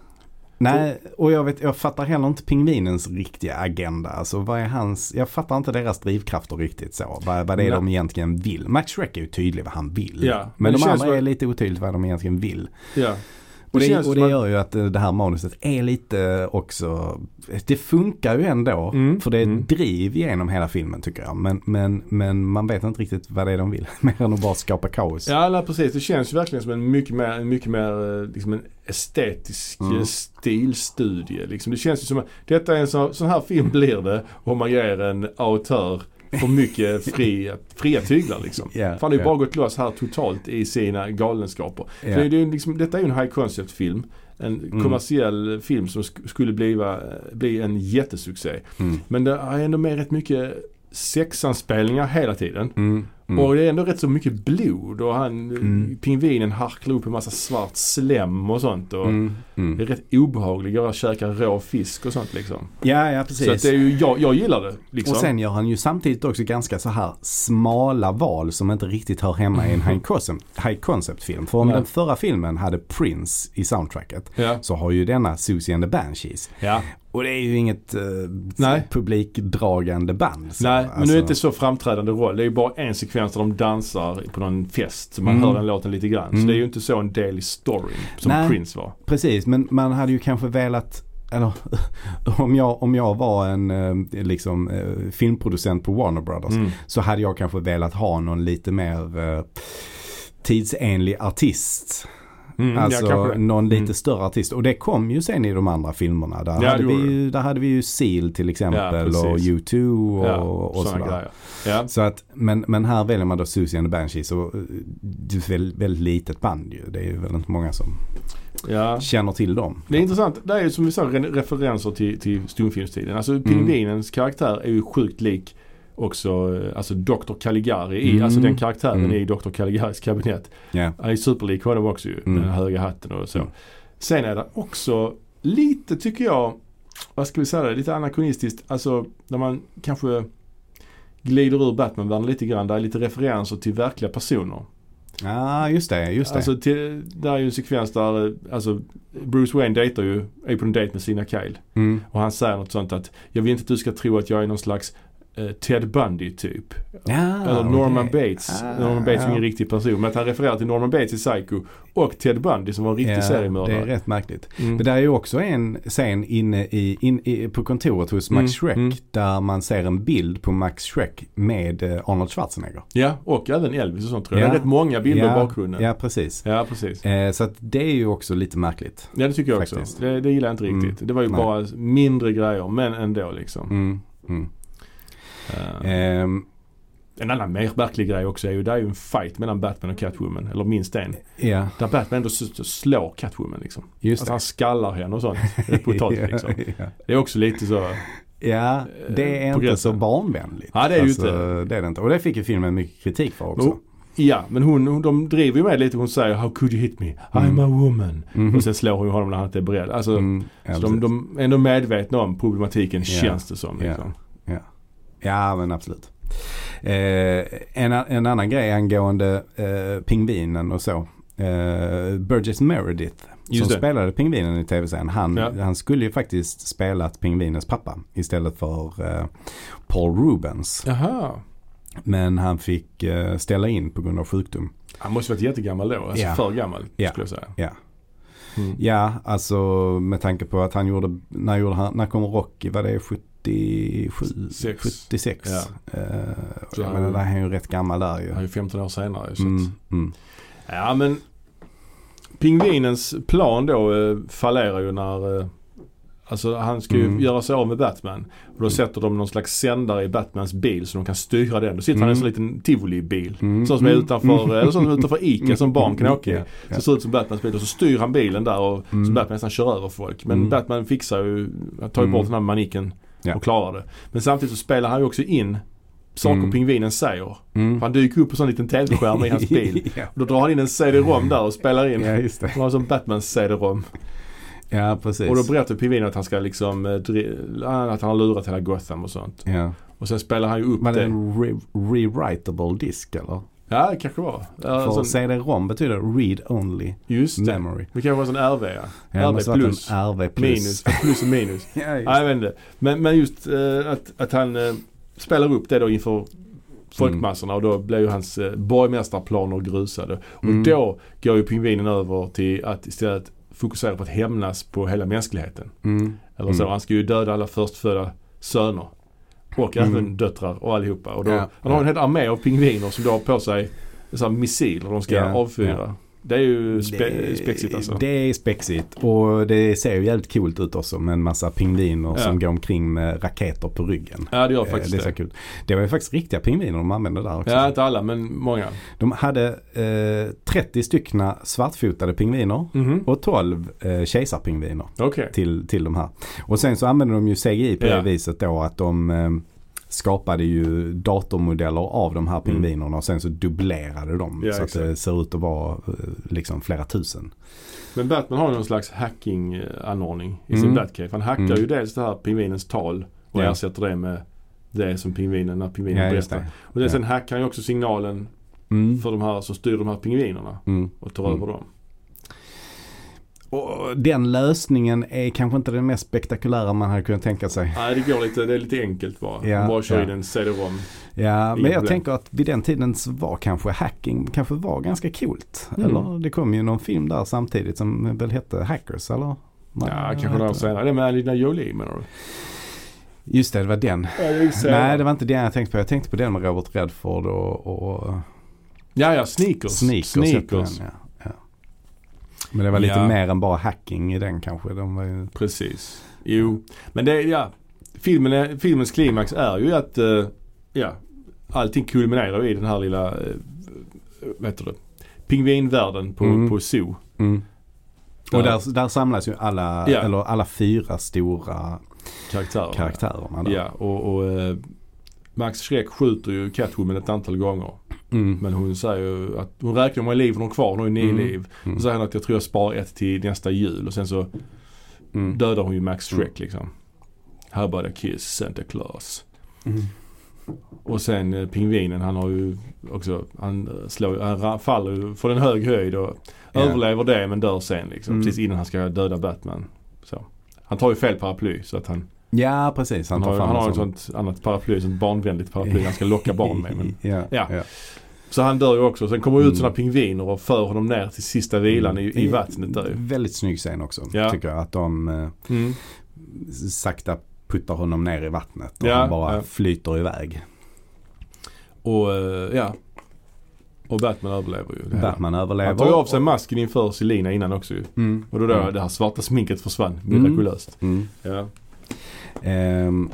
Nej, och jag vet, jag fattar heller inte Pingvinens riktiga agenda. Alltså vad är hans, jag fattar inte deras drivkrafter riktigt så. Vad, vad det är Nej. de egentligen vill. Max Schreck är ju tydlig vad han vill. Ja, men men de andra som... är lite otydligt vad de egentligen vill. Ja. Och det, det, och det man... gör ju att det här manuset är lite också, det funkar ju ändå, mm. för det är ett mm. driv genom hela filmen tycker jag. Men, men, men man vet inte riktigt vad det är de vill, mer än att bara skapa kaos. Ja, nej, precis. Det känns ju verkligen som en mycket mer, mycket mer liksom en estetisk mm. stilstudie. Liksom. Det känns ju som att detta är en sån, sån här film blir det om man ger en autör för mycket fria, fria tyglar liksom. Yeah, Fan, det är ju yeah. bara gått loss här totalt i sina galenskaper. Yeah. För det är liksom, detta är ju en high concept film. En mm. kommersiell film som sk- skulle bli, bli en jättesuccé. Mm. Men det är ändå med rätt mycket sexanspelningar hela tiden. Mm. Mm. Och det är ändå rätt så mycket blod och han, mm. pingvinen harklar upp en massa svart slem och sånt och mm. Mm. det är rätt obehagligt att käka rå fisk och sånt liksom. Ja, ja precis. Så att det är ju, jag, jag gillar det liksom. Och sen gör han ju samtidigt också ganska så här smala val som inte riktigt hör hemma i en high concept, high concept film. För om Nej. den förra filmen hade Prince i soundtracket ja. så har ju denna Susie and the Banshees. Ja. Och det är ju inget uh, publikdragande band. Så. Nej, men alltså. Nu är det inte så framträdande roll. Det är ju bara en sekvens där de dansar på någon fest. Så man mm. hör den låten lite grann. Mm. Så det är ju inte så en del i storyn som Nej, Prince var. Precis, men man hade ju kanske velat... Eller, om, jag, om jag var en liksom, filmproducent på Warner Brothers mm. så hade jag kanske velat ha någon lite mer uh, tidsenlig artist. Mm, alltså ja, någon lite mm. större artist. Och det kom ju sen i de andra filmerna. Där, ja, hade, vi ju, där hade vi ju Seal till exempel ja, och U två och, ja, och sådär. Ja. Så att, men, men här väljer man då Susie and the Banshees och det är ett väldigt, väldigt litet band ju. Det är ju väl inte många som ja. känner till dem. Det är intressant. Det är ju som vi sa referenser till, till stumfilmstiden. Alltså pingvinens mm. karaktär är ju sjukt lik också, alltså doktor Caligari i, mm. alltså den karaktären mm. i doktor Caligaris kabinett. Yeah. Han är superlik honom också ju, mm. den höga hatten och så. Mm. Sen är det också lite, tycker jag, vad ska vi säga, lite anakronistiskt, alltså när man kanske glider ur Batman-världen lite grann, där är lite referenser till verkliga personer. Ja, ah, just det, just det. Alltså till, där är ju en sekvens där, alltså Bruce Wayne dejtar ju, är på en dejt med Sina Kyle. Mm. Och han säger något sånt att jag vill inte att du ska tro att jag är någon slags Ted Bundy typ. Ja, eller Norman okay. Bates. Ah, Norman Bates är ja. ingen riktig person. Men att han refererar till Norman Bates i Psycho och Ted Bundy som var en riktig ja, seriemördare. Det är rätt märkligt. Mm. Det där är ju också en scen inne i, in, i, på kontoret hos Max mm. Schreck mm. där man ser en bild på Max Schreck med Arnold Schwarzenegger. Ja, och även Elvis och sånt tror jag. Ja. Det är rätt många bilder ja, i bakgrunden. Ja, precis. Ja, precis. Eh, så att det är ju också lite märkligt. Ja, det tycker jag faktiskt. också. Det, det gillar jag inte riktigt. Mm. Det var ju Nej. bara mindre grejer, men ändå liksom. Mm. Mm. Uh, um, en annan mer märklig grej också är ju, det är ju en fight mellan Batman och Catwoman, eller minst en. Yeah. Där Batman ändå slår Catwoman liksom. Just alltså han skallar henne och sånt. Brutalt liksom. yeah. Det är också lite så. Ja, det är inte så barnvänligt. Ja, det är ju alltså, inte. Det är det inte. Och det fick ju filmen mycket kritik för också. Oh. Ja, men hon, de driver ju med lite. Hon säger, how could you hit me? I'm mm. a woman. Mm. Och sen slår hon honom när han inte är beredd. Alltså, mm. ja, så de, de är ändå medvetna om problematiken, yeah. känns det som. Liksom. Yeah. Yeah. Ja, men absolut. Eh, en, en annan grej angående eh, pingvinen och så. Eh, Burgess Meredith Just som det. spelade pingvinen i tv-serien. Han, ja. han skulle ju faktiskt spelat pingvinens pappa istället för eh, Paul Rubens. Jaha. Men han fick eh, ställa in på grund av sjukdom. Han måste varit jättegammal då. Alltså ja. för gammal ja. skulle jag säga. Ja. Mm. Ja, alltså med tanke på att han gjorde, när, gjorde han, när kom Rocky, var det sjuttiosju, Sex. sjuttiosex. Ja. Uh, så jag menar, han är ju rätt gammal där ju. Han är ju femton år senare. Så mm, att, mm. Ja, men pingvinens plan då uh, fallerar ju när uh, alltså han ska ju mm. göra sig av med Batman. Och då sätter de någon slags sändare i Batmans bil så de kan styra den. Då sitter mm. han i en sån liten Tivoli-bil. Mm. Så som är utanför, mm. eller så som är utanför Ica som barn kan åka i. Så det ser ut som Batmans bil. Och så styr han bilen där och mm. så Batman nästan kör över folk. Men mm. Batman fixar ju, tar ju bort mm. den här maniken ja. och klarar det. Men samtidigt så spelar han ju också in saker mm. pingvinen säger. Mm. Han dyker upp på sån liten tv-skärm i hans bil. ja. Och då drar han in en C D-rom där och spelar in. Ja, just det. Han har som Batmans C D-rom. Ja, precis. Och då berättar pingvinen att han ska liksom att han har lurat hela Gotham och sånt. Ja. Och sen spelar han ju upp men det. Men en re- rewritable disk eller? Ja, det kanske var. För sån... C D-rom betyder read only just det. memory. Det kanske var sån R V, ja. ja R V plus. R V plus. Minus. Plus och minus. ja, just. ja, jag vet inte. Men, men just uh, att, att han uh, spelar upp det då inför folkmassorna mm. och då blir ju hans uh, borgmästarplaner grusade. Och mm. då går ju pingvinen över till att istället fokuserar på att hämnas på hela mänskligheten. Mm. Eller så, mm. han ska ju döda alla förstfödda söner. Och mm. även döttrar och allihopa. Och då, ja, han har en hel armé av pingviner som då har på sig så här missiler de ska ja, avfyra. Ja. Det är ju spe- det, spexigt alltså. Det är spexigt och det ser ju jävligt coolt ut också med en massa pingviner ja. som går omkring med raketer på ryggen. Ja, det gör faktiskt det. Är så kul. Det var ju faktiskt riktiga pingviner de använde där också. Ja, inte alla men många. De hade eh, trettio styckna svartfotade pingviner mm-hmm. och tolv eh, kejsarpingviner okay. till, till de här. Och sen så använde de ju C G I på ja. det viset då att de eh, skapade ju datormodeller av de här pingvinerna mm. och sen så dubblerade de ja, så exakt. Att det ser ut att vara liksom flera tusen. Men Batman har någon slags hacking-anordning i sin mm. Batcave. Han hackar mm. ju dels det här pingvinens tal och ja. ersätter det med det som pingvinen, när pingvinen ja, berättar. Det. Och det, ja. sen hackar han ju också signalen mm. för de här som styr de här pingvinerna mm. och tar mm. över dem. Och den lösningen är kanske inte den mest spektakulära man hade kunnat tänka sig. Nej, det går lite, det är lite enkelt bara. Ja, bara kör ja. i den C-rom. Ja, men jag problem. tänker att vid den tiden så var kanske hacking kanske var ganska coolt. Mm. Eller det kom ju någon film där samtidigt som väl hette Hackers, eller? Man, ja, kanske någon senare. Det är med Angelina Jolie, menar du? Just det, det var den. Ja, det Nej, det var inte den jag tänkte på. Jag tänkte på den med Robert Redford och... och ja, ja, Sneakers. Sneakers. Sneakers. Den, ja. Men det var lite ja. mer än bara hacking i den kanske. De var ju... Precis. Jo, men det ja, filmen är, filmens klimax är ju att uh, ja, allting kulminerar i den här lilla uh, vad heter det? Pingvinvärlden på mm. på zoo. Mm. Och där, där samlas ju alla ja. eller alla fyra stora karaktärer. karaktärerna där. Ja, och, och uh, Max Schreck skjuter ju Catwoman ett antal gånger. Mm. Men hon säger ju att hon räknar med liv, hon har kvar, hon har ju nio mm. liv. Mm. Och säger att jag tror jag sparar ett till nästa jul. Och sen så mm. dödar hon ju Max Schreck liksom. How about a kiss, Santa Claus? Mm. Och sen eh, pingvinen, han har ju också, han slår, han faller ju från en hög höjd och yeah. överlever det men dör sen liksom. Mm. Precis innan han ska döda Batman. Så. Han tar ju fel paraply så att han ja, precis. Han, han tar har, han har ett sånt annat paraply, sånt barnvänligt paraply han ska locka barn med. Men, ja, ja. ja. Så han dör ju också. Sen kommer ut mm. sådana pingviner och för honom ner till sista vilan i, i vattnet där. Väldigt snygg scen också, ja. tycker jag. Att de eh, mm. sakta puttar honom ner i vattnet och ja, han bara ja. flyter iväg. Och uh, ja. Och Batman överlever ju. Det Batman här. överlever. Han tar ju av sig masken inför Selina innan också ju. Mm. Och då, då mm. det här svarta sminket försvann. Mirakulöst. Mm. Ja. Um,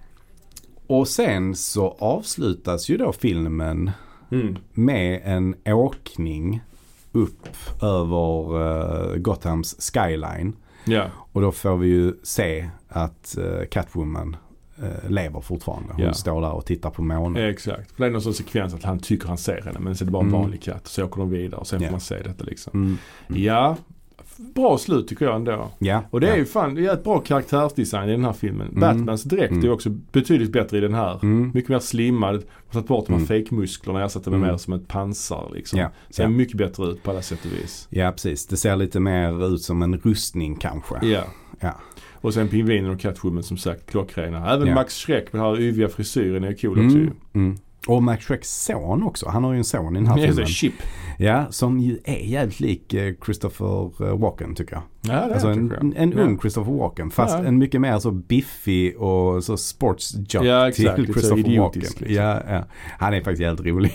och sen så avslutas ju då filmen mm. med en åkning upp över uh, Gothams skyline. Ja. Och då får vi ju se att uh, Catwoman uh, lever fortfarande. Hon ja. står där och tittar på månen. Exakt. För det är någon sån sekvens att han tycker han ser henne men så är det bara en mm. vanlig katt. Så åker de vidare och sen får yeah. man se detta liksom. Mm. Mm. Ja. Bra slut tycker jag ändå. Ja. Och det är ja. ju fan, det är ett bra karaktärsdesign i den här filmen. Mm. Batmans dräkt mm. är också betydligt bättre i den här. Mm. Mycket mer slimmad. Man har tagit bort de här Mm. fake-musklerna och ersatt det med Mm. mer som ett pansar liksom. Ja. Ser ja. mycket bättre ut på alla sätt och vis. Ja, precis. Det ser lite mer ut som en rustning kanske. Ja. Ja. Och sen pingvinen och Catwoman som sagt klockrena. Även ja. Max Schreck med den här yviga frisyren är cool mm. också ju. Mm. Och Max Schrecks son också. Han har ju en son i den här ja, filmen. Chip. Ja, som ju är jävligt lik Christopher Walken tycker jag. Ja, det är alltså en, jag. en ung ja. Christopher Walken. Fast ja. en mycket mer så biffig och så sportsjock ja, exakt. till Christopher Walken. Liksom. Ja, ja. Han är faktiskt jävligt rolig.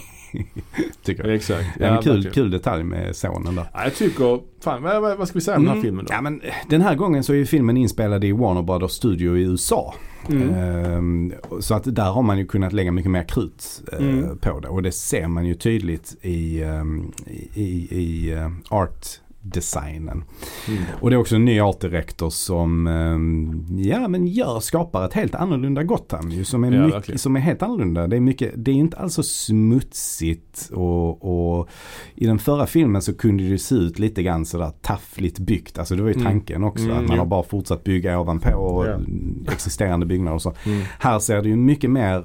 tycker jag. Exakt. Ja, en kul, kul detalj med sonen där. Ja, jag tycker, fan, vad, vad ska vi säga om mm. den här filmen då? Ja, men den här gången så är ju filmen inspelad i Warner Brothers Studio i U S A. Mm. Ehm, så att där har man ju kunnat lägga mycket mer krut eh, mm. på det. Och det ser man ju tydligt i, um, i, i uh, art designen. Mm. Och det är också en ny art director som um, ja, men gör, skapar ett helt annorlunda Gotham ju, som är, ja, mycket, som är helt annorlunda. Det är, mycket, det är inte alls så smutsigt och, och i den förra filmen så kunde det se ut lite grann sådär taffligt byggt. Alltså det var ju tanken mm. också mm, att man ja. har bara fortsatt bygga ovanpå och ja. existerande byggnader och så. Mm. Här ser det ju mycket mer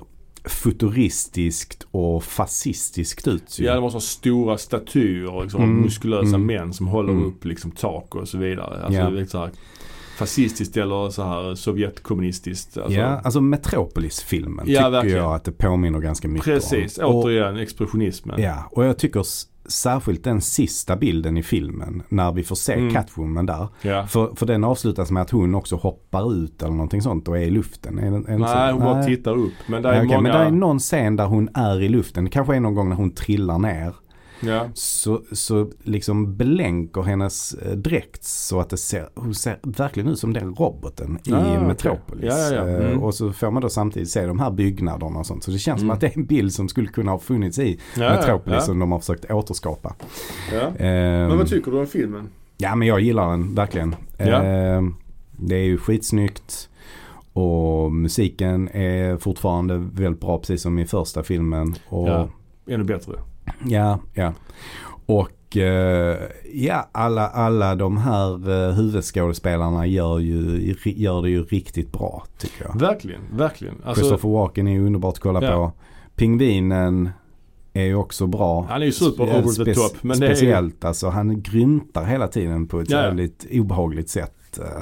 futuristiskt och fascistiskt ut. Ja, det måste vara stora statyer liksom, mm. muskulösa mm. män som håller mm. upp liksom, tak och så vidare. Alltså, ja. det är så här fascistiskt eller så här sovjetkommunistiskt. Alltså. Ja, alltså Metropolis-filmen ja, tycker verkligen. jag att det påminner ganska mycket Precis, om. återigen expressionismen. Ja, och jag tycker särskilt den sista bilden i filmen när vi får se mm. Catwoman där. Ja. För, för den avslutas med att hon också hoppar ut eller någonting sånt och är i luften. Är, är Nej, hon bara tittar upp. Men det är, okay, många... men det är någon scen där hon är i luften. Det kanske är någon gång när hon trillar ner. Ja. Så, så liksom blänker hennes dräkt så att det ser, hon ser verkligen ut som den roboten i ah, Metropolis. Okay. Ja, ja, ja. Mm. Och så får man då samtidigt se de här byggnaderna och sånt. Så det känns mm. som att det är en bild som skulle kunna ha funnits i ja, Metropolis ja. som de har försökt återskapa. Ja. Eh, men vad tycker du om filmen? Ja, men jag gillar den verkligen. Ja. Eh, det är ju skitsnyggt. Och musiken är fortfarande väldigt bra, precis som i första filmen. Och ja, ännu bättre. Ja, ja. Och eh, ja, alla, alla de här eh, huvudskådespelarna gör, ju, gör det ju riktigt bra, tycker jag. Verkligen, verkligen. Alltså, Christopher Walken är ju underbart att kolla ja. på. Pingvinen är ju också bra. Han är ju super over Spe- the top. Men speciellt, det är... alltså han gryntar hela tiden på ett ja. jävligt obehagligt sätt.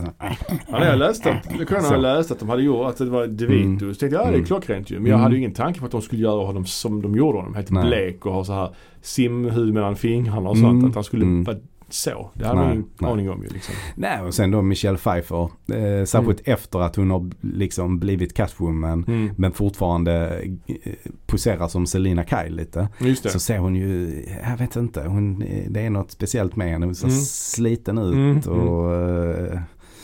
Ja, jag läste att, det kunde ha läst att de hade gjort att det var DeVito. Mm. Så tänkte jag, ja det är klockrent ju. Men jag mm. hade ju ingen tanke på att de skulle göra honom som de gjorde honom. Helt blek och ha så här simhud mellan fingrarna och sånt. Mm. Att han skulle mm. vara så. Det hade man ingen aning om ju liksom. Nej, och sen då Michelle Pfeiffer. Eh, särskilt mm. efter att hon har liksom blivit Catwoman. Mm. Men fortfarande eh, poserar som Selina Kyle lite. Just det. Så ser hon ju, jag vet inte. Hon, det är något speciellt med henne. Hon ser mm. sliten ut. Mm. Och, eh,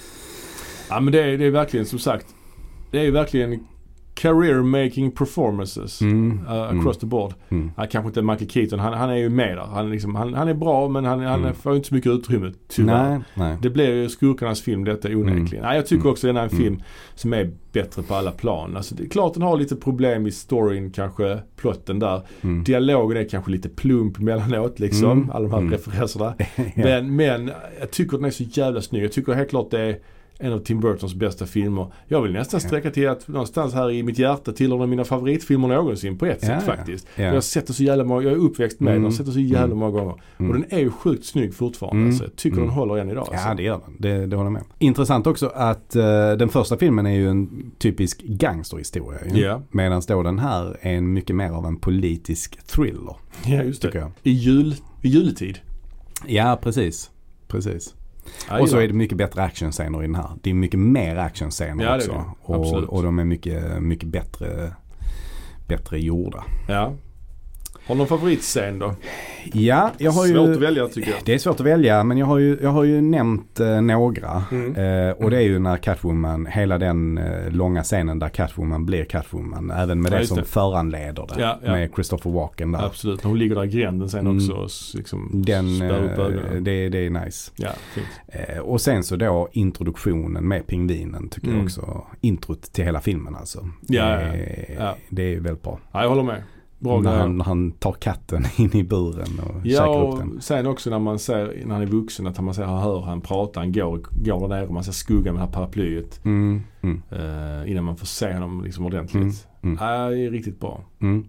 ja, men det är, det är verkligen som sagt. Det är ju verkligen career making performances mm. uh, across mm. the board. Mm. Uh, kanske inte Michael Keaton, han, han är ju med där. Han, liksom, han, han är bra, men han, han mm. får inte så mycket utrymme tyvärr. Nej, nej. Det blir ju skurkarnas film detta onekligen. Mm. Uh, jag tycker mm. också att den är en film mm. som är bättre på alla plan. Alltså, det är klart den har lite problem i storyn, kanske plotten där. Mm. Dialogen är kanske lite plump mellanåt liksom. Mm. Alla de här mm. referenserna. ja. men, men jag tycker att den är så jävla snygg. Jag tycker helt klart det är en av Tim Burtons bästa filmer. Jag vill nästan sträcka till att någonstans här i mitt hjärta tillhör mina favoritfilmer någonsin på ett ja, sätt faktiskt. Ja. Jag har sett det så jävla många, jag är uppväxt med mm. den, jag har sett det så jävla mm. många gånger. Mm. Och den är ju sjukt snygg fortfarande. Mm. Så jag tycker mm. den håller än idag. Ja, alltså. det gör den. Det, det håller jag med. Intressant också att uh, den första filmen är ju en typisk gangsterhistoria. Yeah. Medan då den här är en mycket mer av en politisk thriller. Ja, just det. Jag. I, jul, I juletid. Ja, precis. Precis. Aj, och så är det mycket bättre actionscener i den här. Det är mycket mer actionscener ja, också. Och, och de är mycket, mycket bättre, bättre gjorda. Ja. Har du någon favoritscen då? Ja, jag har svårt ju... att välja tycker jag. Det är svårt att välja, men jag har ju, jag har ju nämnt eh, några. Mm. Eh, och det är ju när Catwoman, hela den eh, långa scenen där Catwoman blir Catwoman. Även med ja, det som det. föranleder det. Ja, ja. Med Christopher Walken där. Absolut, hon ligger där i gränden sen också. Och liksom den, eh, det, det är nice. Ja, fint. Eh, och sen så då introduktionen med pingvinen tycker mm. jag också. Introt till hela filmen alltså. Ja, det, ja, ja. det är väldigt bra. Ja, jag håller med. Bra när han, han tar katten in i buren och ja, käkar upp den. Ja, sen också när man ser, när han är vuxen, att man ser, han hör han prata, han går, går där nere och man ser skuggan med det här paraplyet mm, mm. Uh, innan man får se honom liksom ordentligt. Mm, mm. Ja, det är riktigt bra. Mm.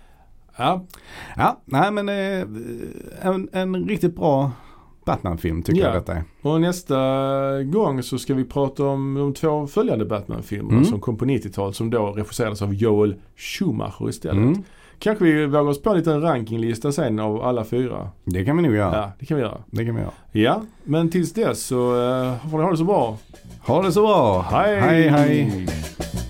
Ja. Ja, nej men eh, en, en riktigt bra Batman-film tycker ja. jag detta är. Och nästa gång så ska vi prata om de två följande Batman-filmerna mm. som kom på nittiotalet som då regisserades av Joel Schumacher istället. Mm. Kanske vi vågar oss på en liten rankinglista sen av alla fyra. Det kan vi nog göra. Ja, det kan vi göra. Det kan vi göra. Ja, men tills dess så uh, får ni ha det så bra. Ha det så bra. Hej, hej. hej.